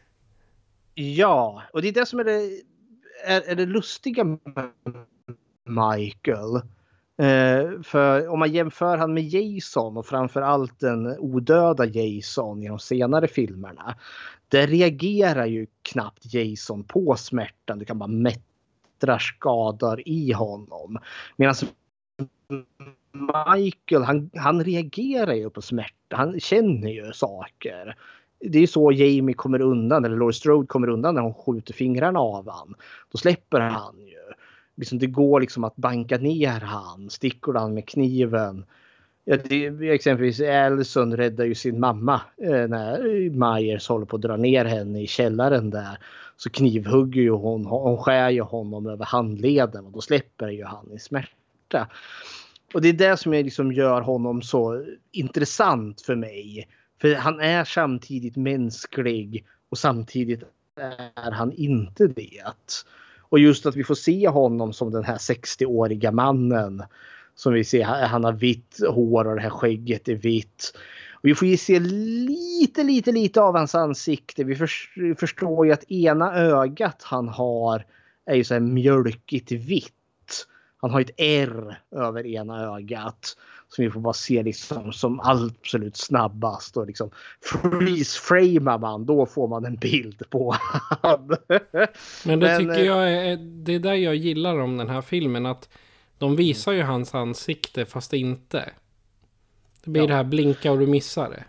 ja, och det är det som är det lustiga med Michael. För om man jämför han med Jason och framförallt den odöda Jason i de senare filmerna, där reagerar ju knappt Jason på smärtan. Du kan bara mättra skador i honom. Medan Michael, han reagerar ju på smärta. Han känner ju saker. Det är så Jamie kommer undan, eller Laurie Strode kommer undan när hon skjuter fingrarna av han. Då släpper han ju. Liksom det går liksom att banka ner han, stickor han med kniven. Ja, exempelvis Allison räddar ju sin mamma när Myers håller på att dra ner henne i källaren där. Så knivhugger ju hon skär ju honom över handleden och då släpper ju han i smärta. Och det är det som liksom gör honom så intressant för mig. För han är samtidigt mänsklig och samtidigt är han inte det. Och just att vi får se honom som den här 60-åriga mannen som vi ser, han har vitt hår och det här skägget är vitt. Och vi får ju se lite av hans ansikte. Vi förstår ju att ena ögat han har är ju så här mjölkigt vitt. Han har ett R över ena ögat som vi får bara se liksom som absolut snabbast. Och liksom freeze-framar man, då får man en bild på han. Men det tycker jag är, det är där jag gillar om den här filmen, att de visar ju hans ansikte fast inte. Det blir det här blinka och du missar det.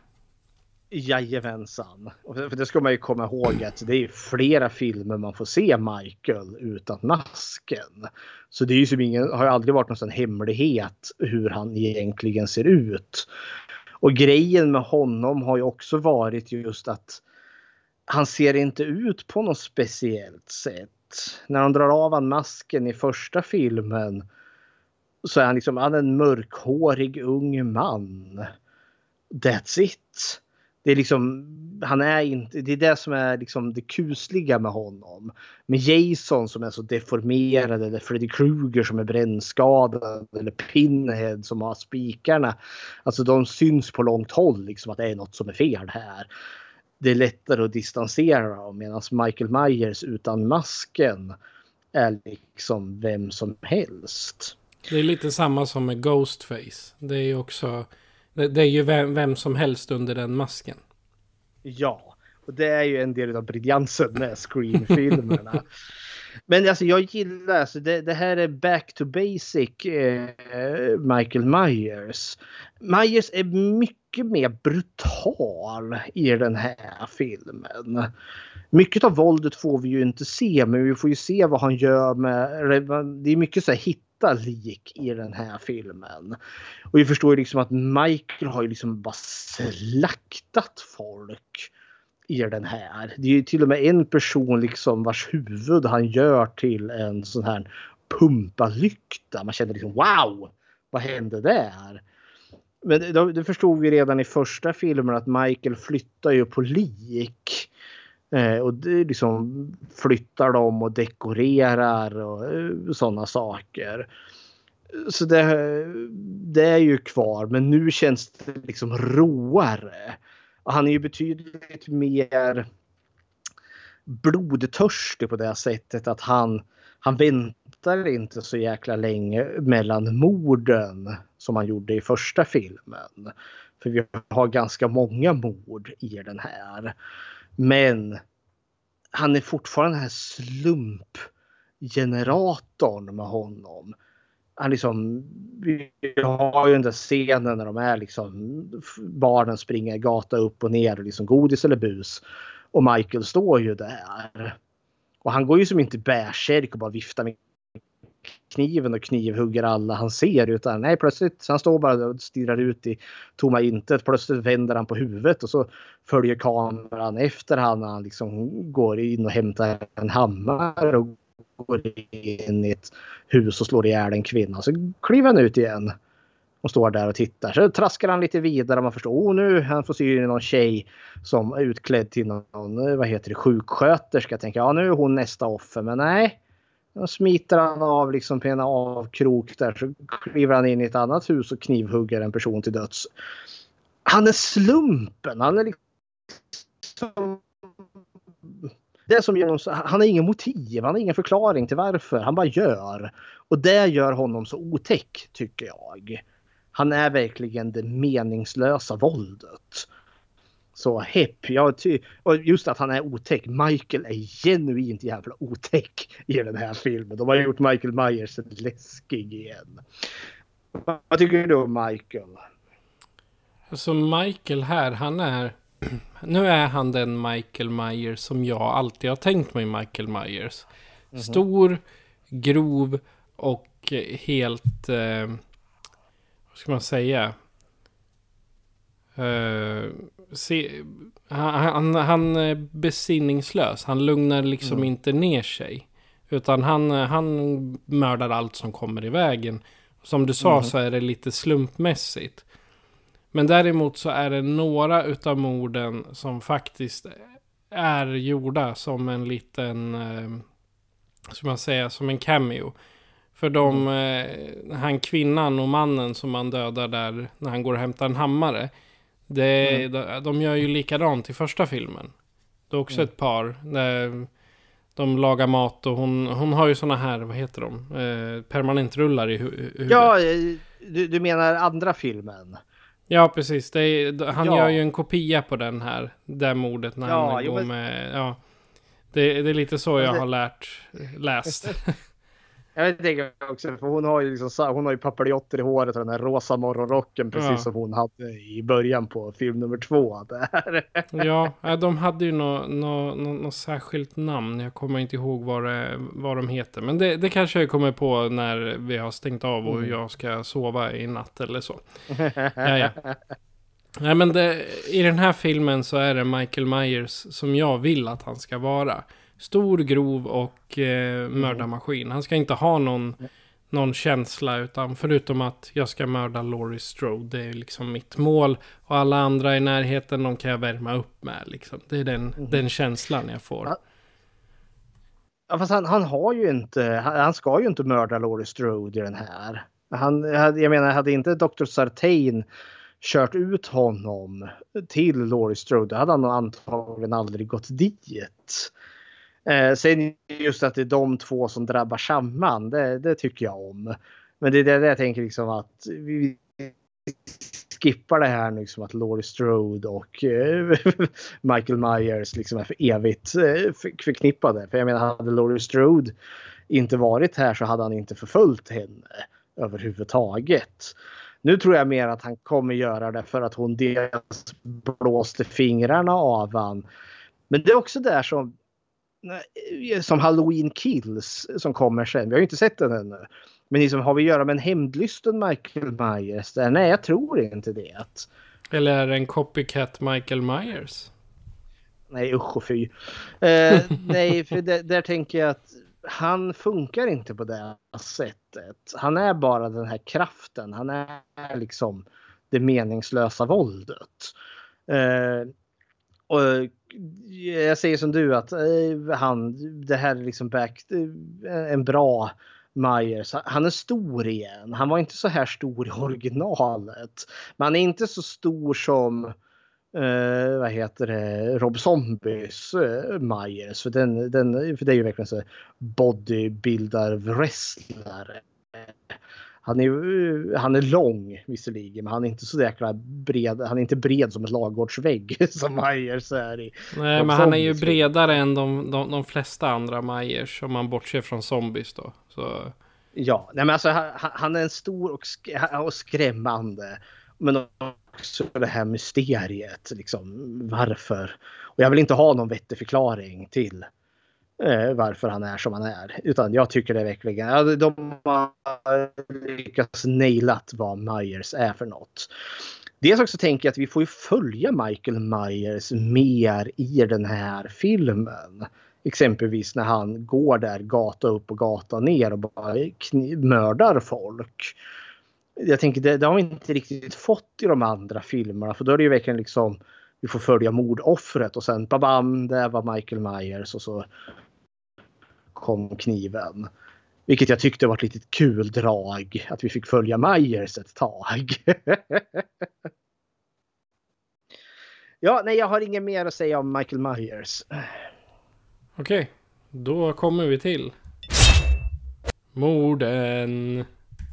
Jajamensan. För det ska man ju komma ihåg att det är flera filmer man får se Michael utan masken. Så det är ju som har ju aldrig varit någon sån hemlighet hur han egentligen ser ut. Och grejen med honom har ju också varit just att han ser inte ut på något speciellt sätt. När han drar av masken i första filmen så är han liksom en mörkhårig ung man. That's it. Det är liksom, han är inte, det är det som är liksom det kusliga med honom. Med Jason som är så deformerad, eller Freddy Krueger som är brännskadad, eller Pinhead som har spikarna. Alltså de syns på långt håll liksom att det är något som är fel här. Det är lättare att distansera dem, medan Michael Myers utan masken är liksom vem som helst. Det är lite samma som med Ghostface. Det är ju också, det är ju vem som helst under den masken. Ja, och det är ju en del av briljansen med Scream-filmerna. Men alltså jag gillar, alltså det här är back to basic Michael Myers. Myers är mycket mer brutal i den här filmen. Mycket av våldet får vi ju inte se, men vi får ju se vad han gör med, det är mycket så här lik i den här filmen. Och vi förstår ju liksom att Michael har ju liksom bara slaktat folk i den här. Det är ju till och med en person liksom vars huvud han gör till en sån här pumpalykta. Man känner liksom wow, vad hände där? Men det förstod vi redan i första filmen att Michael flyttar ju på lik. Och det liksom flyttar dem och dekorerar och sådana saker. Så det är ju kvar, men nu känns det liksom råare. Och han är ju betydligt mer blodtörstig på det sättet att han väntar inte så jäkla länge mellan morden som han gjorde i första filmen. För vi har ganska många mord i den här. Men han är fortfarande den här slumpgeneratorn med honom. Han liksom, vi har ju den där scenen när de är liksom, barnen springer gata upp och ner och liksom godis eller bus. Och Michael står ju där. Och han går ju som inte bärsärk och bara viftar med kniven och knivhugger alla han ser, utan nej, plötsligt han står bara och stirrar ut i tomma intet. Plötsligt vänder han på huvudet och så följer kameran efter han liksom går in och hämtar en hammare och går in i ett hus och slår ihjäl en kvinna. Så kliver han ut igen och står där och tittar. Så traskar han lite vidare och man förstår, nu han får se någon tjej som är utklädd till någon, sjuksköterska. Tänker, ja, nu är hon nästa offer, men nej. Då smiter han av liksom på en avkrok där, så kliver han in i ett annat hus och knivhugger en person till döds. Han är slumpen. Han är liksom, det som gör, han har ingen motiv, han har ingen förklaring till varför. Han bara gör. Och det gör honom så otäck, tycker jag. Han är verkligen det meningslösa våldet. Så hepp, och just att han är otäck. Michael är genuint jävla otäck i den här filmen. De har gjort Michael Myers läskig igen. Vad tycker du om Michael? Alltså Michael här, nu är han den Michael Myers som jag alltid har tänkt mig Michael Myers. Stor, grov och helt, vad ska man säga? Han är besinningslös. Han lugnar liksom inte ner sig. Utan han mördar allt som kommer i vägen. Som du sa så är det lite slumpmässigt. Men däremot så är det några utav morden som faktiskt är gjorda som en liten, som man säger, som en cameo. För han kvinnan och mannen som man dödar där när han går och hämtar en hammare. De gör ju likadant i första filmen. Det är också ett par där de lagar mat och hon har ju såna här, vad heter de? Permanentrullar i huvudet. Ja, du menar andra filmen? Ja, precis. Han gör ju en kopia på den här. Det mordet när han går med... Ja, det är lite så jag har läst. Jag tänker också, för hon har ju liksom, hon har ju papiljotter i håret och den här rosa morgonrocken precis som hon hade i början på film nummer 2 där. Ja, de hade ju något särskilt namn. Jag kommer inte ihåg vad de heter. Men det kanske jag kommer på när vi har stängt av och jag ska sova i natt eller så. Ja. Nej, men i den här filmen så är det Michael Myers som jag vill att han ska vara. Stor, grov och mördarmaskin. Han ska inte ha någon känsla, utan förutom att jag ska mörda Laurie Strode. Det är liksom mitt mål. Och alla andra i närheten, de kan jag värma upp med. Liksom. Det är den känslan jag får. Ja, fast han har ju inte... Han ska ju inte mörda Laurie Strode i den här. Jag menar, hade inte Dr. Sartain kört ut honom till Laurie Strode, hade han antagligen aldrig gått dit. Sen just att det är de två som drabbar samman, det tycker jag om. Men det är det jag tänker liksom, att vi skippar det här liksom, att Laurie Strode och Michael Myers liksom är för evigt förknippade. För jag menar, hade Laurie Strode inte varit här så hade han inte förföljt henne överhuvudtaget. Nu tror jag mer att han kommer göra det för att hon dels blåste fingrarna av han. Men det är också där som Halloween Kills som kommer sen. Vi har ju inte sett den ännu. Men liksom, har vi att göra med en hämndlysten Michael Myers? Nej, jag tror inte det. Eller är det en copycat Michael Myers? Nej, usch och fy. Nej, för där tänker jag att han funkar inte på det sättet. Han är bara den här kraften. Han är liksom det meningslösa våldet. Och jag säger som du att det här är liksom en bra Myers. Han är stor igen. Han var inte så här stor i originalet. Men han är inte så stor som Rob Zombies Myers. För för det är ju verkligen så bodybuilder wrestlare. Han är lång visserligen, men han är inte så jäkla bred. Han är inte bred som ett ladugårdsvägg som Myers är i. Nej, men han är ju bredare än de flesta andra Myers, om man bortser från zombies då. Så. Ja, nej, men alltså han är en stor och skrämmande, men också det här mysteriet liksom, varför. Och jag vill inte ha någon vettig förklaring till varför han är som han är, utan jag tycker det verkligen de har lyckats nailat vad Myers är för något. Dels också tänker jag att vi får ju följa Michael Myers mer i den här filmen. Exempelvis när han går där gata upp och gata ner och bara mördar folk. Jag tänker det har vi inte riktigt fått i de andra filmerna, för då är det ju verkligen liksom vi får följa mordoffret och sen babam, det var Michael Myers och så kom kniven. Vilket jag tyckte var ett litet kul drag, att vi fick följa Myers ett tag. Ja, nej, jag har inget mer att säga om Michael Myers. Okej, då kommer vi till morden.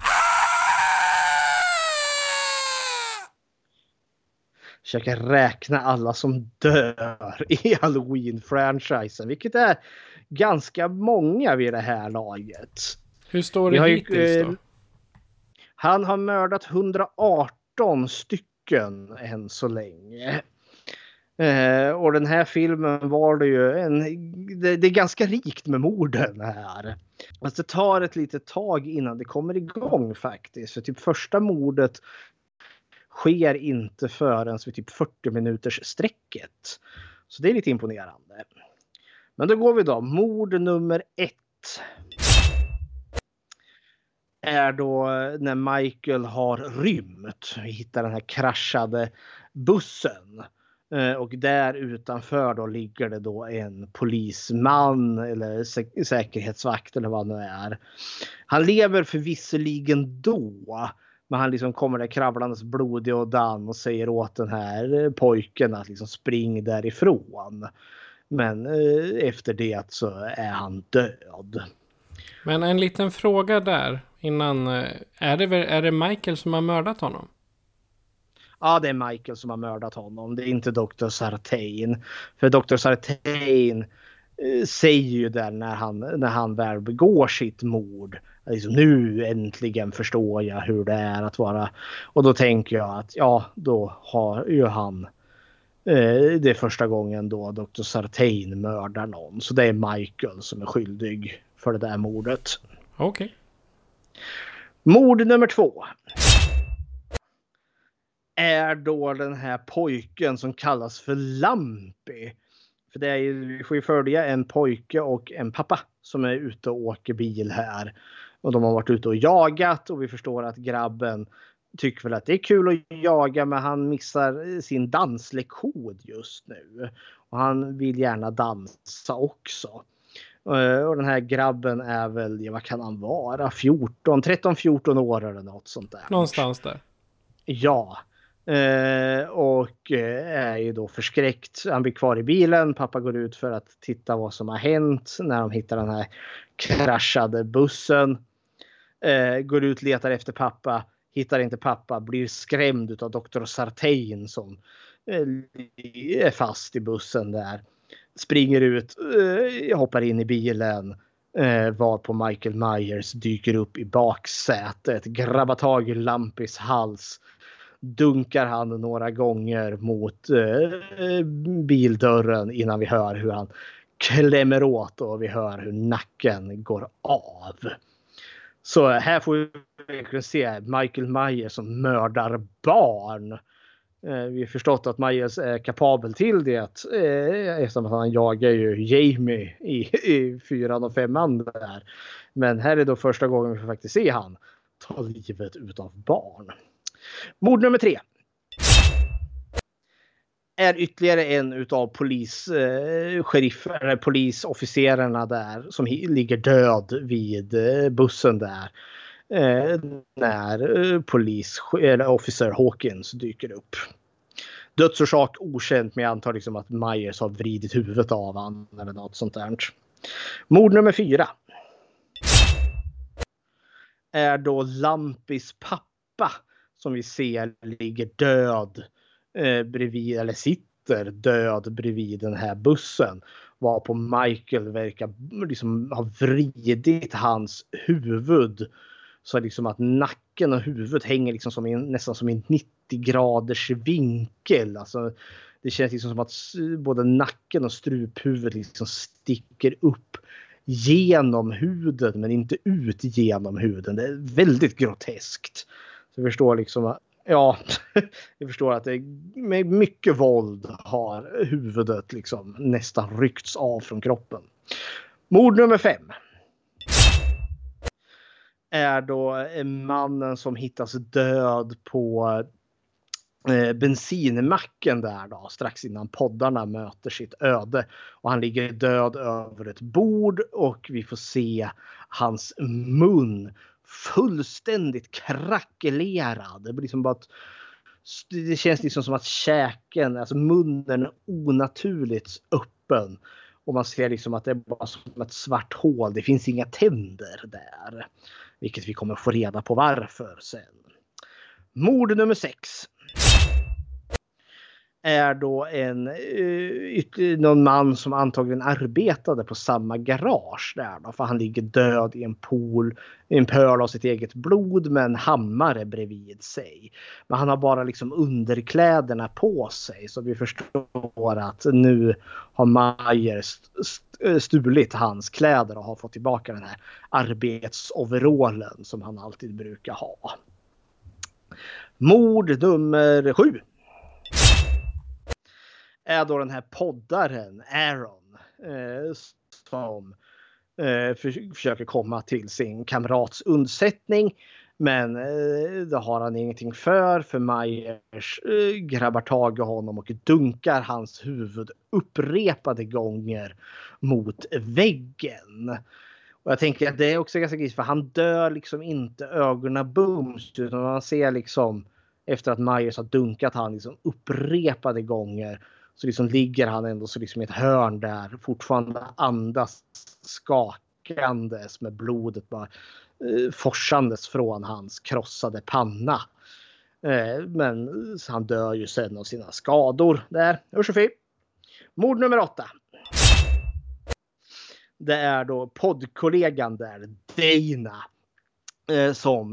Försöka räkna alla som dör i Halloween-franchisen, vilket är ganska många vid det här laget. Hur står det hittills då? Han har mördat 118 stycken än så länge. Och den här filmen var det ju det är ganska rikt med morden här. Alltså det tar ett litet tag innan det kommer igång faktiskt. För typ första mordet sker inte förrän vid typ 40 minuters sträcket. Så det är lite imponerande. Men då går vi då. Mord nummer 1 är då när Michael har rymt. Vi hittar den här kraschade bussen Och där utanför då ligger det då en polisman eller säkerhetsvakt eller vad det nu är. Han lever förvisserligen då. Men han liksom kommer där kravlandes blodig och dan och säger åt den här pojken att liksom spring därifrån. Men efter det så är han död. Men en liten fråga där innan. Är det Michael som har mördat honom? Ja, det är Michael som har mördat honom. Det är inte Dr. Sartain. För Dr. Sartain säger ju där när han väl begår sitt mord. Liksom, nu äntligen förstår jag hur det är att vara. Och då tänker jag att ja, då har ju han det är första gången då Dr. Sartain mördar någon. Så det är Michael som är skyldig för det där mordet. Okej. Mord nummer 2. Är då den här pojken som kallas för Lampy. För det är ju, vi får ju följa en pojke och en pappa som är ute och åker bil här. Och de har varit ute och jagat och vi förstår att grabben tycker väl att det är kul att jaga, men han missar sin danslektion just nu. Och han vill gärna dansa också. Och den här grabben är väl, vad kan han vara? 13-14 år eller något sånt där. Någonstans där. Ja. Och är ju då förskräckt. Han blir kvar i bilen. Pappa går ut för att titta vad som har hänt när de hittar den här kraschade bussen. Går ut, letar efter pappa. Hittar inte pappa. Blir skrämd av Dr. Sartain som är fast i bussen där. Springer ut. Hoppar in i bilen. Var på Michael Myers dyker upp i baksätet. Grabbar tag i Lampys hals. Dunkar han några gånger mot bildörren innan vi hör hur han klämmer åt och vi hör hur nacken går av. Så här får vi verkligen se Michael Myers som mördar barn. Vi har förstått att Myers är kapabel till det eftersom att han jagar ju Jamie i 4 och 5 där. Men här är då första gången vi får faktiskt se han ta livet utav barn. Mord nummer 3 är ytterligare en utav polisofficerarna där som ligger död vid bussen där. När officer Hawkins dyker upp. Dödsorsak okänt, men jag antar liksom att Myers har vridit huvudet av han eller något sånt där. Mord nummer 4 är då Lampys pappa som vi ser ligger död bredvid, eller sitter död bredvid den här bussen. Var på Michael verkar liksom ha vridit hans huvud så liksom att nacken och huvudet hänger liksom nästan som en 90 graders vinkel. Alltså, det känns liksom som att både nacken och struphuvudet liksom sticker upp genom huden men inte ut genom huden. Det är väldigt groteskt. Så jag förstår liksom jag förstår att det med mycket våld har huvudet liksom nästan ryckts av från kroppen. Mord nummer 5 är då mannen som hittas död på bensinmacken där då, strax innan poddarna möter sitt öde. Och han ligger död över ett bord och vi får se hans mun fullständigt krackelerad. Det blir liksom bara det känns liksom som att käken, alltså munnen är onaturligt öppen. Och man ser liksom att det är bara som ett svart hål. Det finns inga tänder där. Vilket vi kommer få reda på varför sen. Mord nummer 6 är då någon man som antagligen arbetade på samma garage där då, för han ligger död i en pool, i en pöl av sitt eget blod med en hammare bredvid sig. Men han har bara liksom underkläderna på sig, så vi förstår att nu har Myers stulit hans kläder och har fått tillbaka den här arbetsoverallen som han alltid brukar ha. Mord nummer 7 är då den här poddaren Aaron som försöker komma till sin kamrats undsättning. Men det har han ingenting för Myers grabbar tag i honom och dunkar hans huvud upprepade gånger mot väggen. Och jag tänker att det är också ganska gris, för han dör liksom inte ögonen bums, utan man ser liksom efter att Myers har dunkat han liksom upprepade gånger, så liksom ligger han ändå så liksom i ett hörn där, fortfarande andas skakandes med blodet bara forsandes från hans krossade panna. Men han dör ju sen av sina skador där. Usch och fy. Mord nummer 8. Det är då poddkollegan där, Dana, som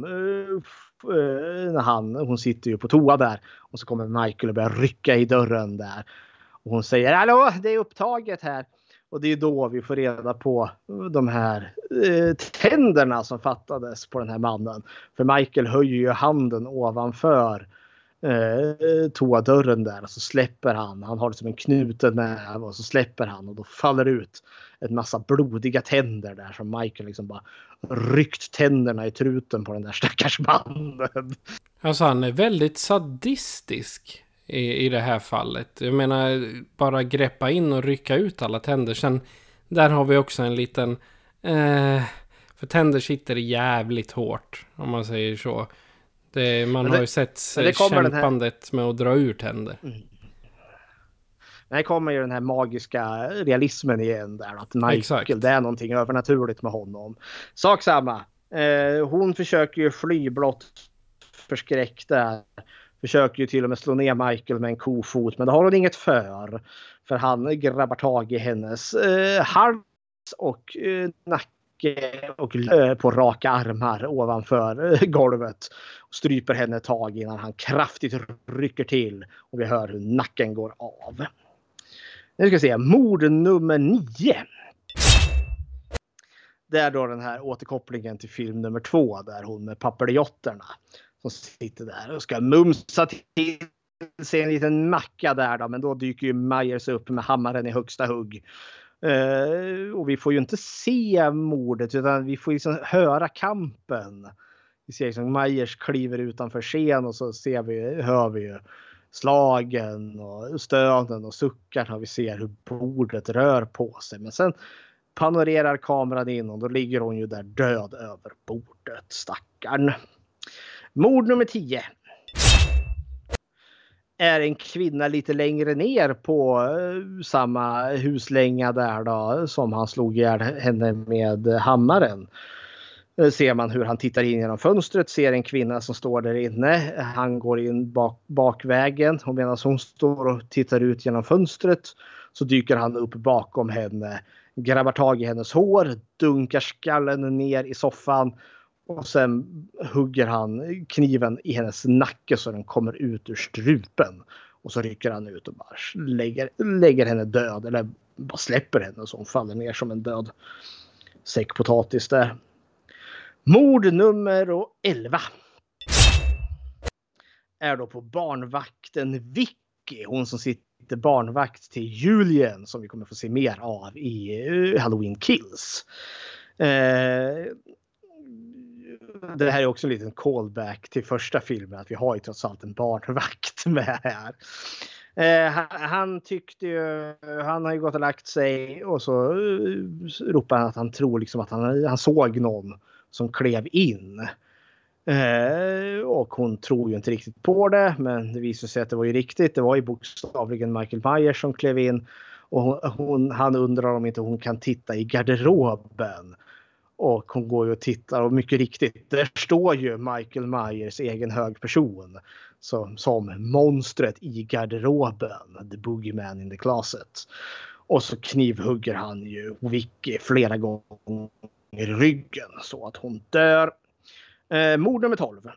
hon sitter ju på toa där, och så kommer Michael och börjar rycka i dörren där, och hon säger hallå, det är upptaget här. Och det är då vi får reda på de här tänderna som fattades på den här mannen. För Michael höjer ju handen ovanför toadörren där, och så släpper han. Han har det som en knuten näve, och så släpper han, och då faller ut en massa blodiga tänder där, som Michael liksom bara ryckt tänderna i truten på den där stackars mannen. Alltså han är väldigt sadistisk i det här fallet. Jag menar, bara greppa in och rycka ut alla tänder. Sen där har vi också en liten för tänder sitter jävligt hårt, om man säger så. Man har ju sett kämpandet med att dra ur tänder. Här kommer ju den här magiska realismen igen där, att Michael, exakt, det är någonting övernaturligt med honom. Sak samma. Hon försöker ju fly blott förskräckt där. Försöker ju till och med slå ner Michael med en kofot, men det har hon inget för han grabbar tag i hennes hals och nacke och på raka armar ovanför golvet och stryper henne tag innan han kraftigt rycker till, och vi hör hur nacken går av. Nu ska vi se, mord nummer 9. Det är då den här återkopplingen till film nummer 2, där hon med papperjotterna som sitter där och ska mumsa till sig en liten macka där då, men då dyker ju Myers upp med hammaren i högsta hugg. Och vi får ju inte se mordet, utan vi får liksom höra kampen. Vi ser liksom Myers kliver utanför scen, och så hör vi ju slagen och stönen och suckar, och vi ser hur bordet rör på sig. Men sen panorerar kameran in, och då ligger hon ju där död över bordet, stackarn. Mord nummer 10 är en kvinna lite längre ner på samma huslänga där då, som han slog ihjäl henne med hammaren. Ser man hur han tittar in genom fönstret, ser en kvinna som står där inne. Han går in bakvägen, och medan hon står och tittar ut genom fönstret så dyker han upp bakom henne, grabbar tag i hennes hår, dunkar skallen ner i soffan, och sen hugger han kniven i hennes nacke så den kommer ut ur strupen. Och så rycker han ut och bara lägger henne död, eller bara släpper henne så hon faller ner som en död säckpotatis där. Mord nummer 11 är då på barnvakten Vicky. Hon som sitter barnvakt till Julian, som vi kommer få se mer av i Halloween Kills. Det här är också en liten callback till första filmen, att vi har ju trots allt en barnvakt med här. Han har ju gått och lagt sig, och så ropar han att han tror liksom att han såg någon som klev in. Och hon tror ju inte riktigt på det, men det visar sig att det var ju riktigt. Det var ju bokstavligen Michael Myers som klev in, och han undrar om inte hon kan titta i garderoben. Och hon går ju och tittar, och mycket riktigt, där står ju Michael Myers egen hög person som monstret i garderoben, the boogeyman in the closet. Och så knivhugger han ju Vicky flera gånger i ryggen så att hon dör. Mord nummer 12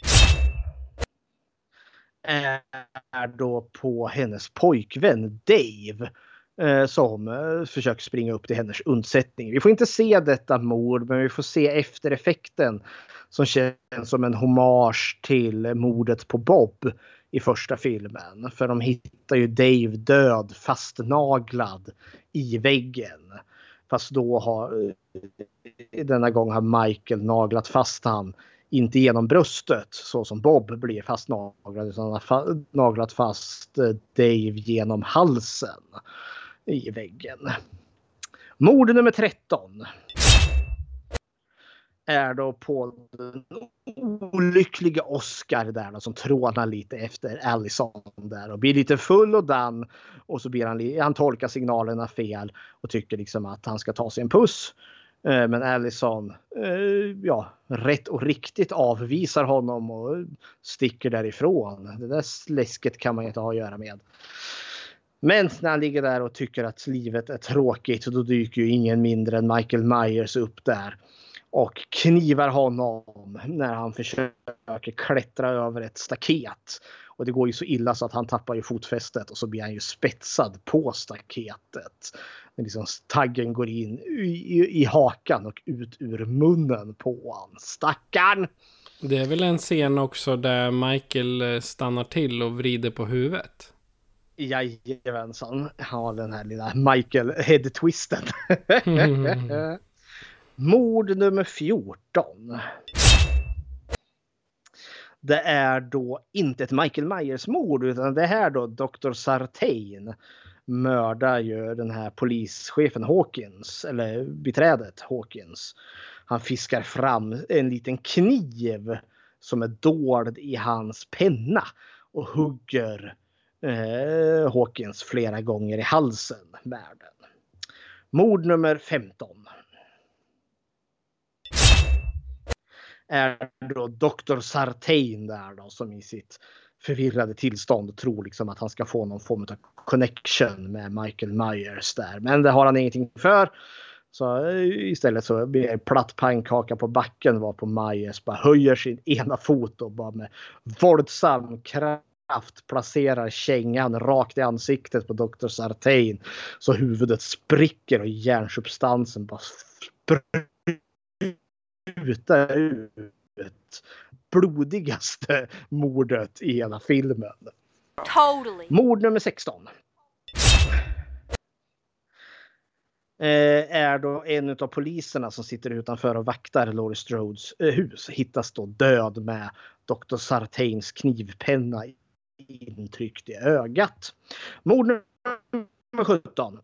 är då på hennes pojkvän Dave, som försöker springa upp till hennes undsättning. Vi får inte se detta mord, men vi får se eftereffekten som känns som en hommage till mordet på Bob i första filmen. För de hittar ju Dave död, fastnaglad i väggen. Fast då denna gång har Michael naglat fast han inte genom bröstet så som Bob blir fastnaglad, utan han har naglat fast Dave genom halsen i väggen. Mord nummer 13 är då på den olyckliga Oscar där då, som trånar lite efter Allison där och blir lite full och dan, och så blir han tolkar signalerna fel och tycker liksom att han ska ta sig en puss. Men Allison rätt och riktigt avvisar honom och sticker därifrån. Det där läsket kan man inte ha att göra med. Men när han ligger där och tycker att livet är tråkigt, då dyker ju ingen mindre än Michael Myers upp där och knivar honom när han försöker klättra över ett staket. Och det går ju så illa så att han tappar ju fotfästet och så blir han ju spetsad på staketet. Liksom taggen går in i hakan och ut ur munnen på han. Stackarn! Det är väl en scen också där Michael stannar till och vrider på huvudet. Jajamensan. Han har den här lilla Michael head-twisten. Mord nummer 14. Det är då inte ett Michael Myers mord, utan det här då Dr. Sartain mördar ju den här polischefen Hawkins, eller biträdet Hawkins. Han fiskar fram en liten kniv som är dold i hans penna och hugger Hawkins flera gånger i halsen med den. Mord nummer 15 är då Dr. Sartain där då, som i sitt förvirrade tillstånd tror liksom att han ska få någon form av connection med Michael Myers där. Men det har han ingenting för. Så istället så blir det platt pannkaka på backen, var på Myers bara höjer sin ena fot och bara med våldsam kraft placerar kängan rakt i ansiktet på Dr. Sartain. Så huvudet spricker och hjärnsubstansen bara sprutar ut. Blodigaste mordet i hela filmen. Totally. Mord nummer 16. Är då en av poliserna som sitter utanför och vaktar Laurie Strodes hus. Hittas då död med Dr. Sartains knivpenna intryckt i ögat. Mord nummer 17.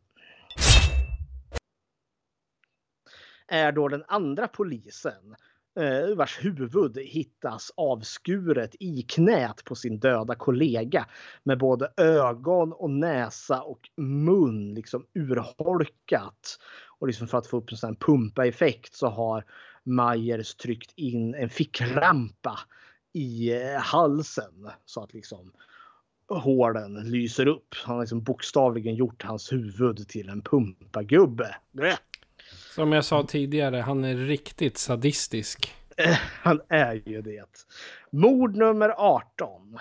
Är då den andra polisen vars huvud hittas avskuret i knät på sin döda kollega med både ögon och näsa och mun liksom urholkat. Och liksom för att få upp en sån pumpaeffekt så har Myers tryckt in en fickrampa i halsen så att liksom hålen lyser upp. Han har liksom bokstavligen gjort hans huvud till en pumpagubbe. Som jag sa tidigare, han är riktigt sadistisk. Han är ju det. Mord nummer 18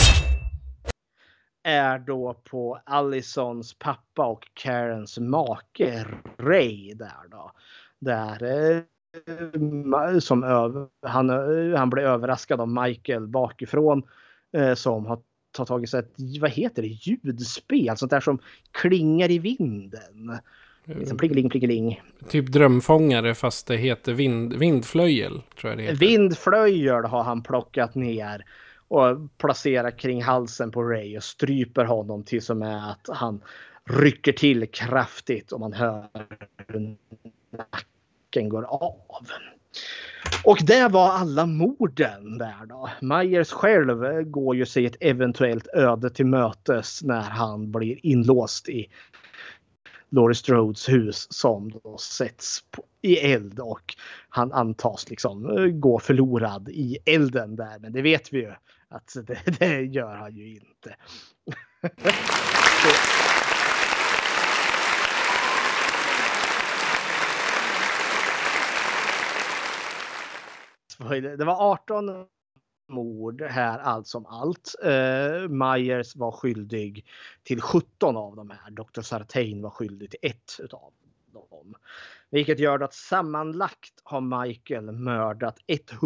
är då på Allisons pappa och Karens make Ray där då. Där som han blev överraskad av Michael bakifrån som har tagit sig ett, vad heter det, ljudspel, sånt där som klingar i vinden. Liksom plingeling. Typ drömfångare fast det heter vindflöjel tror jag det heter. Vindflöjel har han plockat ner och placerat kring halsen på Ray och stryper honom till som är att han rycker till kraftigt och man hör hur nacken går av. Och det var alla morden där då. Myers själv går ju sig ett eventuellt öde till mötes när han blir inlåst i Laurie Strodes hus som då sätts i eld och han antas liksom gå förlorad i elden där. Men det vet vi ju att det gör han ju inte. Det var 18 mord här allt som allt. Myers var skyldig till 17 av de här. Dr. Sartain var skyldig till 1 utav dem. Vilket gör att sammanlagt har Michael mördat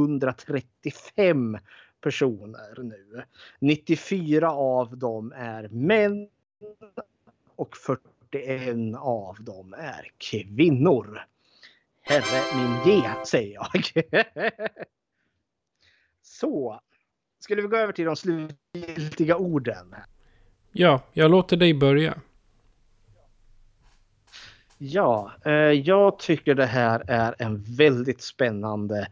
135 personer nu. 94 av dem är män och 41 av dem är kvinnor. Herre min ge, säger jag. Så, skulle vi gå över till de slutgiltiga orden? Ja, jag låter dig börja. Ja, jag tycker det här är en väldigt spännande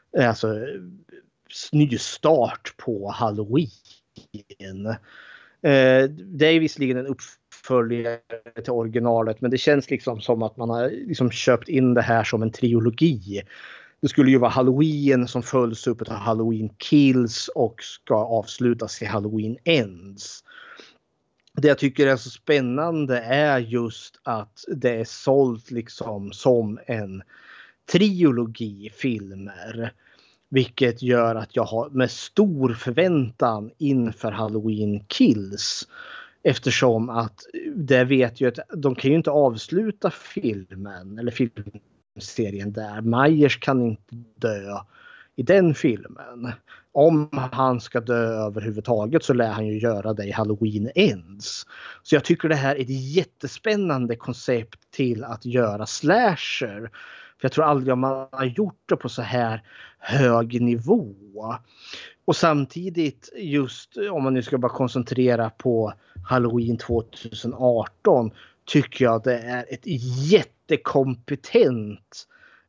ny start på Halloween. Det är visserligen en uppföljare till originalet, men det känns liksom som att man har liksom köpt in det här som en trilogi. Det skulle ju vara Halloween som följs upp av Halloween Kills och ska avslutas i Halloween Ends. Det jag tycker är så spännande är just att det är sålt liksom som en trilogi filmer. Vilket gör att jag har med stor förväntan inför Halloween Kills. Eftersom att det vet ju att de kan ju inte avsluta filmen eller filmserien där. Myers kan inte dö i den filmen. Om han ska dö överhuvudtaget så lär han ju göra det i Halloween Ends. Så jag tycker det här är ett jättespännande koncept till att göra slasher. För jag tror aldrig man har gjort det på så här hög nivå. Och samtidigt just om man nu ska bara koncentrera på Halloween 2018 tycker jag det är ett jättekompetent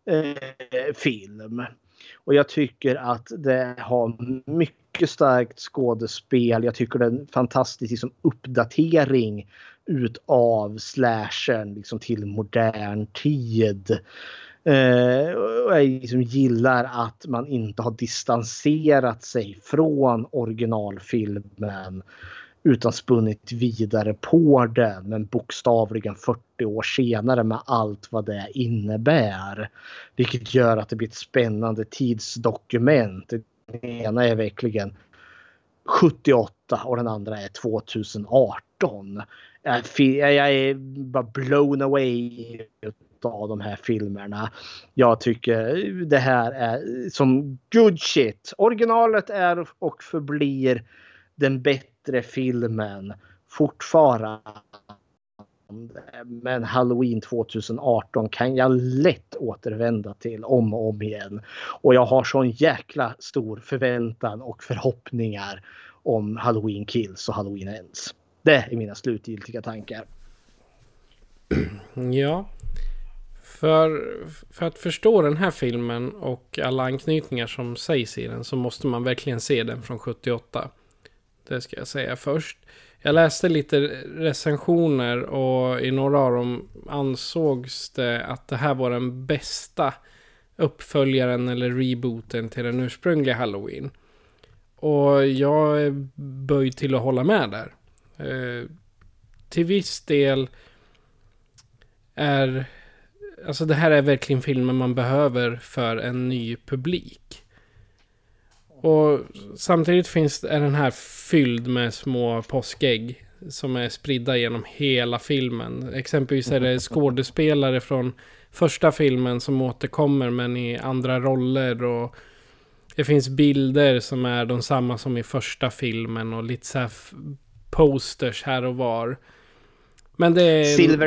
film. Och jag tycker att det har mycket starkt skådespel. Jag tycker det är en fantastisk liksom, uppdatering utav slashern liksom, till modern tid. Och jag liksom gillar att man inte har distanserat sig från originalfilmen utan spunnit vidare på den, men bokstavligen 40 år senare med allt vad det innebär. Vilket gör att det blir ett spännande tidsdokument. Den ena är verkligen 78 och den andra är 2018. Jag är bara blown away av de här filmerna. Jag tycker det här är som good shit. Originalet är och förblir den bättre filmen fortfarande. Men Halloween 2018 kan jag lätt återvända till om och om igen. Och jag har sån jäkla stor förväntan och förhoppningar om Halloween Kills och Halloween Ends. Det är mina slutgiltiga tankar. Ja. För att förstå den här filmen och alla anknytningar som sägs i den så måste man verkligen se den från 78. Det ska jag säga först. Jag läste lite recensioner och i några av dem ansågs det att det här var den bästa uppföljaren eller rebooten till den ursprungliga Halloween. Och jag är böjd till att hålla med där. Till viss del är... Alltså det här är verkligen filmen man behöver för en ny publik. Och samtidigt är den här fylld med små påskägg som är spridda genom hela filmen. Exempelvis är det skådespelare från första filmen som återkommer men i andra roller. Och det finns bilder som är de samma som i första filmen och lite så här posters här och var. Men det är... Silver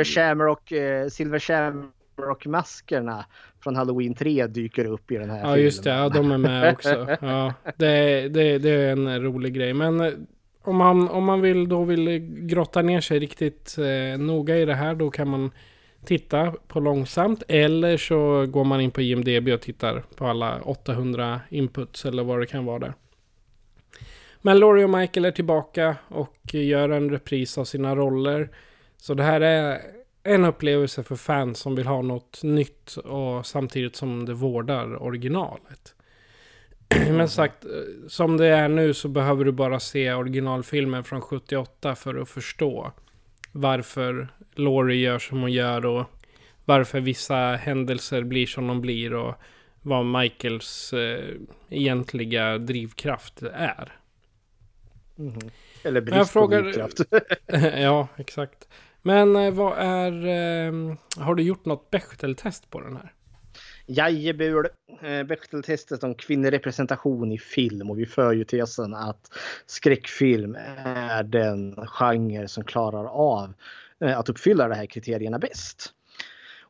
Shamrock-maskerna från Halloween 3 dyker upp i den här filmen. Ja, just det. Ja, de är med också. Ja, det är en rolig grej. Men om man vill grotta ner sig riktigt noga i det här, då kan man titta på långsamt. Eller så går man in på IMDb och tittar på alla 800 inputs eller vad det kan vara där. Men Laurie och Michael är tillbaka och gör en repris av sina roller. Så det här är en upplevelse för fans som vill ha något nytt och samtidigt som det vårdar originalet. Men sagt, som det är nu så behöver du bara se originalfilmen från 78 för att förstå varför Laurie gör som hon gör och varför vissa händelser blir som de blir och vad Michaels egentliga drivkraft är. Mm-hmm. Eller brist på drivkraft. Ja, exakt. Men har du gjort något Bechdel-test på den här? Jajebur. Bechdel-testet om kvinnorepresentation i film. Och vi för ju tesen att skräckfilm är den genre som klarar av att uppfylla de här kriterierna bäst.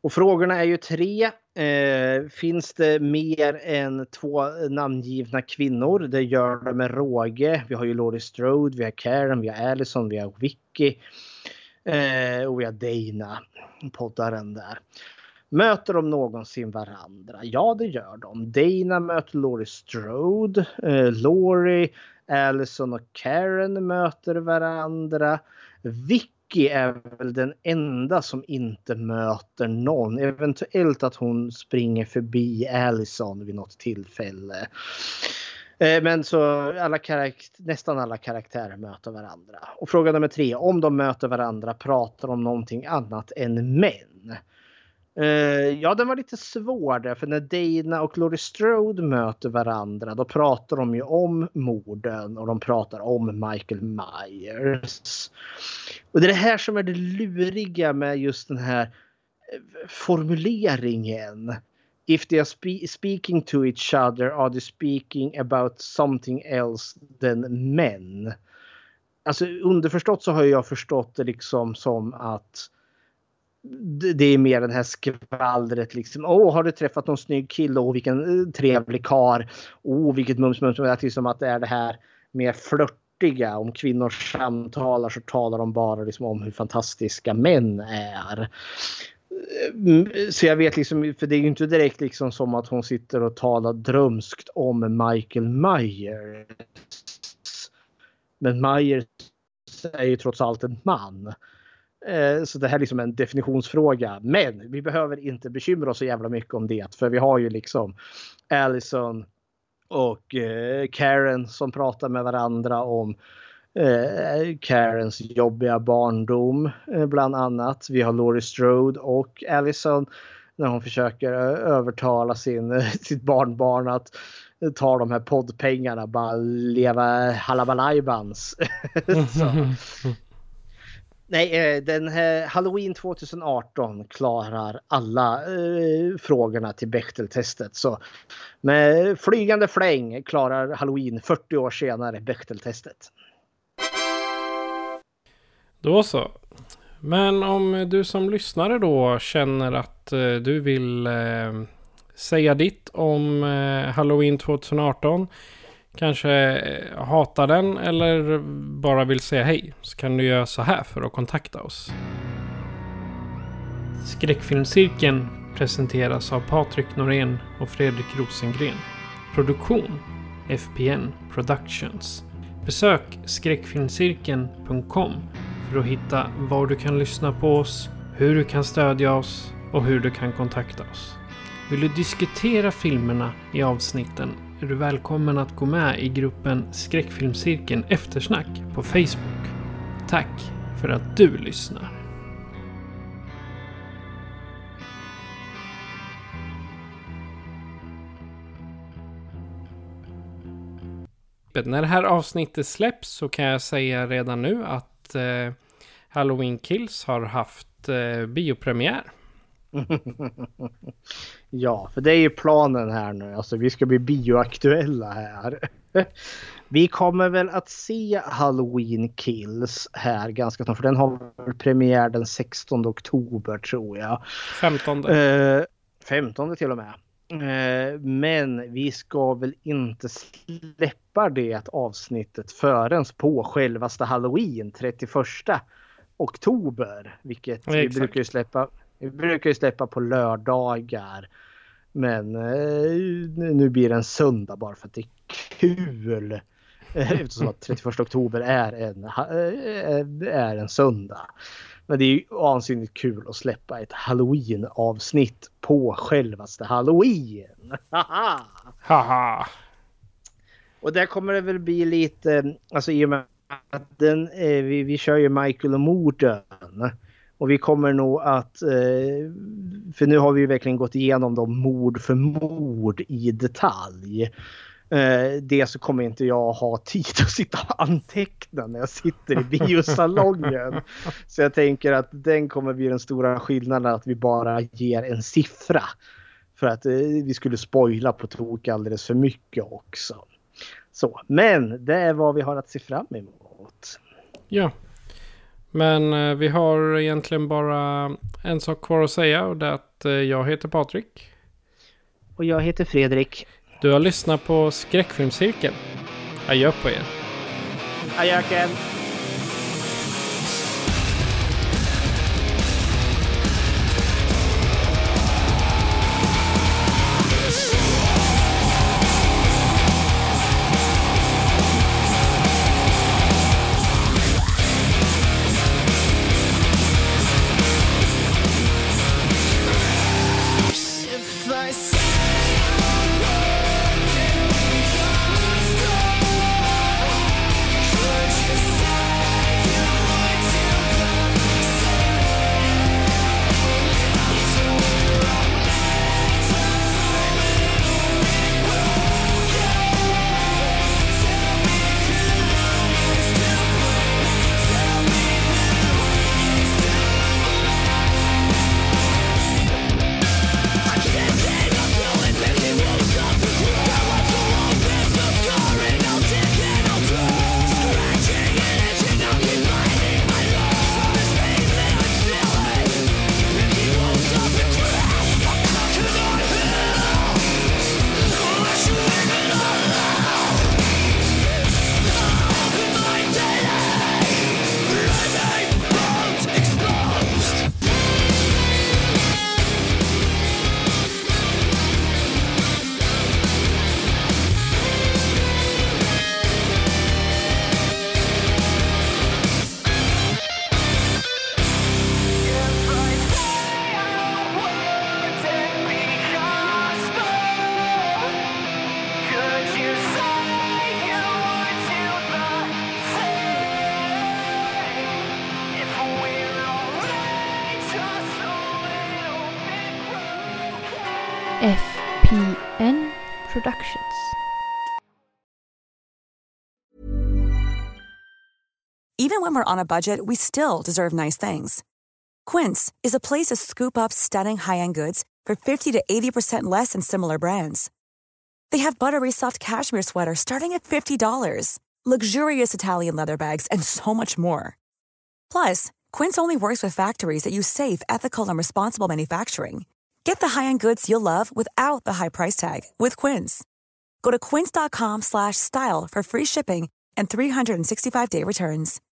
Och frågorna är ju 3. Finns det mer än 2 namngivna kvinnor? Det gör det med råge. Vi har ju Laurie Strode, vi har Karen, vi har Allison, vi har Vicky. Och vi har Dana, poddaren där. Möter de någonsin varandra? Ja, det gör de. Dana möter Laurie Strode. Laurie, Allison och Karen möter varandra. Vicky är väl den enda som inte möter någon. Eventuellt att hon springer förbi Allison vid något tillfälle. Men så nästan alla karaktärer möter varandra. Och fråga nummer 3. Om de möter varandra pratar de om någonting annat än män. Ja, den var lite svår där. För när Dana och Laurie Strode möter varandra, då pratar de ju om morden och de pratar om Michael Myers. Och det är det här som är det luriga med just den här formuleringen. If they are speaking to each other, are they speaking about something else than men? Alltså underförstått så har jag förstått det liksom som att det är mer den här skvallret liksom. Har du träffat någon snygg kille? Vilken trevlig kar. Vilket mums. Det är liksom att det är det här mer flörtiga. Om kvinnor samtalar så talar de bara liksom om hur fantastiska män är. Så jag vet liksom, för det är ju inte direkt liksom som att hon sitter och talar drömskt om Michael Myers. Men Myers är ju trots allt en man. Så det här är liksom en definitionsfråga. Men vi behöver inte bekymra oss så jävla mycket om det. För vi har ju liksom Allison och Karen som pratar med varandra om Karens jobbiga barndom bland annat. Vi har Laurie Strode och Allison när hon försöker övertala sitt barnbarn att ta de här poddpengarna, bara leva halabalajbans. Nej, den här Halloween 2018 klarar alla frågorna till Bechdel-testet. Så med flygande fläng klarar Halloween 40 år senare Bechdel-testet. Då så. Men om du som lyssnare då känner att du vill säga ditt om Halloween 2018, kanske hatar den eller bara vill säga hej, så kan du göra så här för att kontakta oss. Skräckfilmscirkeln presenteras av Patrik Norén och Fredrik Rosengren. Produktion FPN Productions. Besök skräckfilmscirkeln.com för att hitta var du kan lyssna på oss, hur du kan stödja oss och hur du kan kontakta oss. Vill du diskutera filmerna i avsnitten är du välkommen att gå med i gruppen Skräckfilmscirkeln Eftersnack på Facebook. Tack för att du lyssnar. När det här avsnittet släpps så kan jag säga redan nu att Halloween Kills har haft biopremiär. Ja, för det är ju planen här nu. Alltså vi ska bli bioaktuella här. Vi kommer väl att se Halloween Kills här ganska snart. För den har premiär den 16 oktober tror jag. 15 till och med. Men vi ska väl inte släppa det avsnittet förrän på självaste Halloween 31 oktober. Vilket vi brukar ju släppa på lördagar. Men nu blir det en söndag bara för att det är kul. Eftersom att 31 oktober är en söndag. Men det är ju ansinnigt kul att släppa ett Halloween-avsnitt på självaste Halloween. Haha! Och där kommer det väl bli lite, alltså i och med att vi kör ju Michael och morden. Och vi kommer nog att, för nu har vi ju verkligen gått igenom dem mord för mord i detalj. Det så kommer inte jag ha tid att sitta och anteckna när jag sitter i biosalongen. Så jag tänker att den kommer bli den stora skillnaden, att vi bara ger en siffra. För att vi skulle spoila på tok alldeles för mycket också. Så, men det är vad vi har att se fram emot. Ja. Men vi har egentligen bara en sak kvar att säga, och det är att jag heter Patrik. Och jag heter Fredrik. Du har lyssnat på Skräckfilmscirkeln. Adjö på er. Adjöken. FPN Productions. Even when we're on a budget, we still deserve nice things. Quince is a place to scoop up stunning high-end goods for 50 to 80% less than similar brands. They have buttery soft cashmere sweaters starting at $50, luxurious Italian leather bags, and so much more. Plus, Quince only works with factories that use safe, ethical, and responsible manufacturing. Get the high-end goods you'll love without the high price tag with Quince. Go to quince.com/style for free shipping and 365-day returns.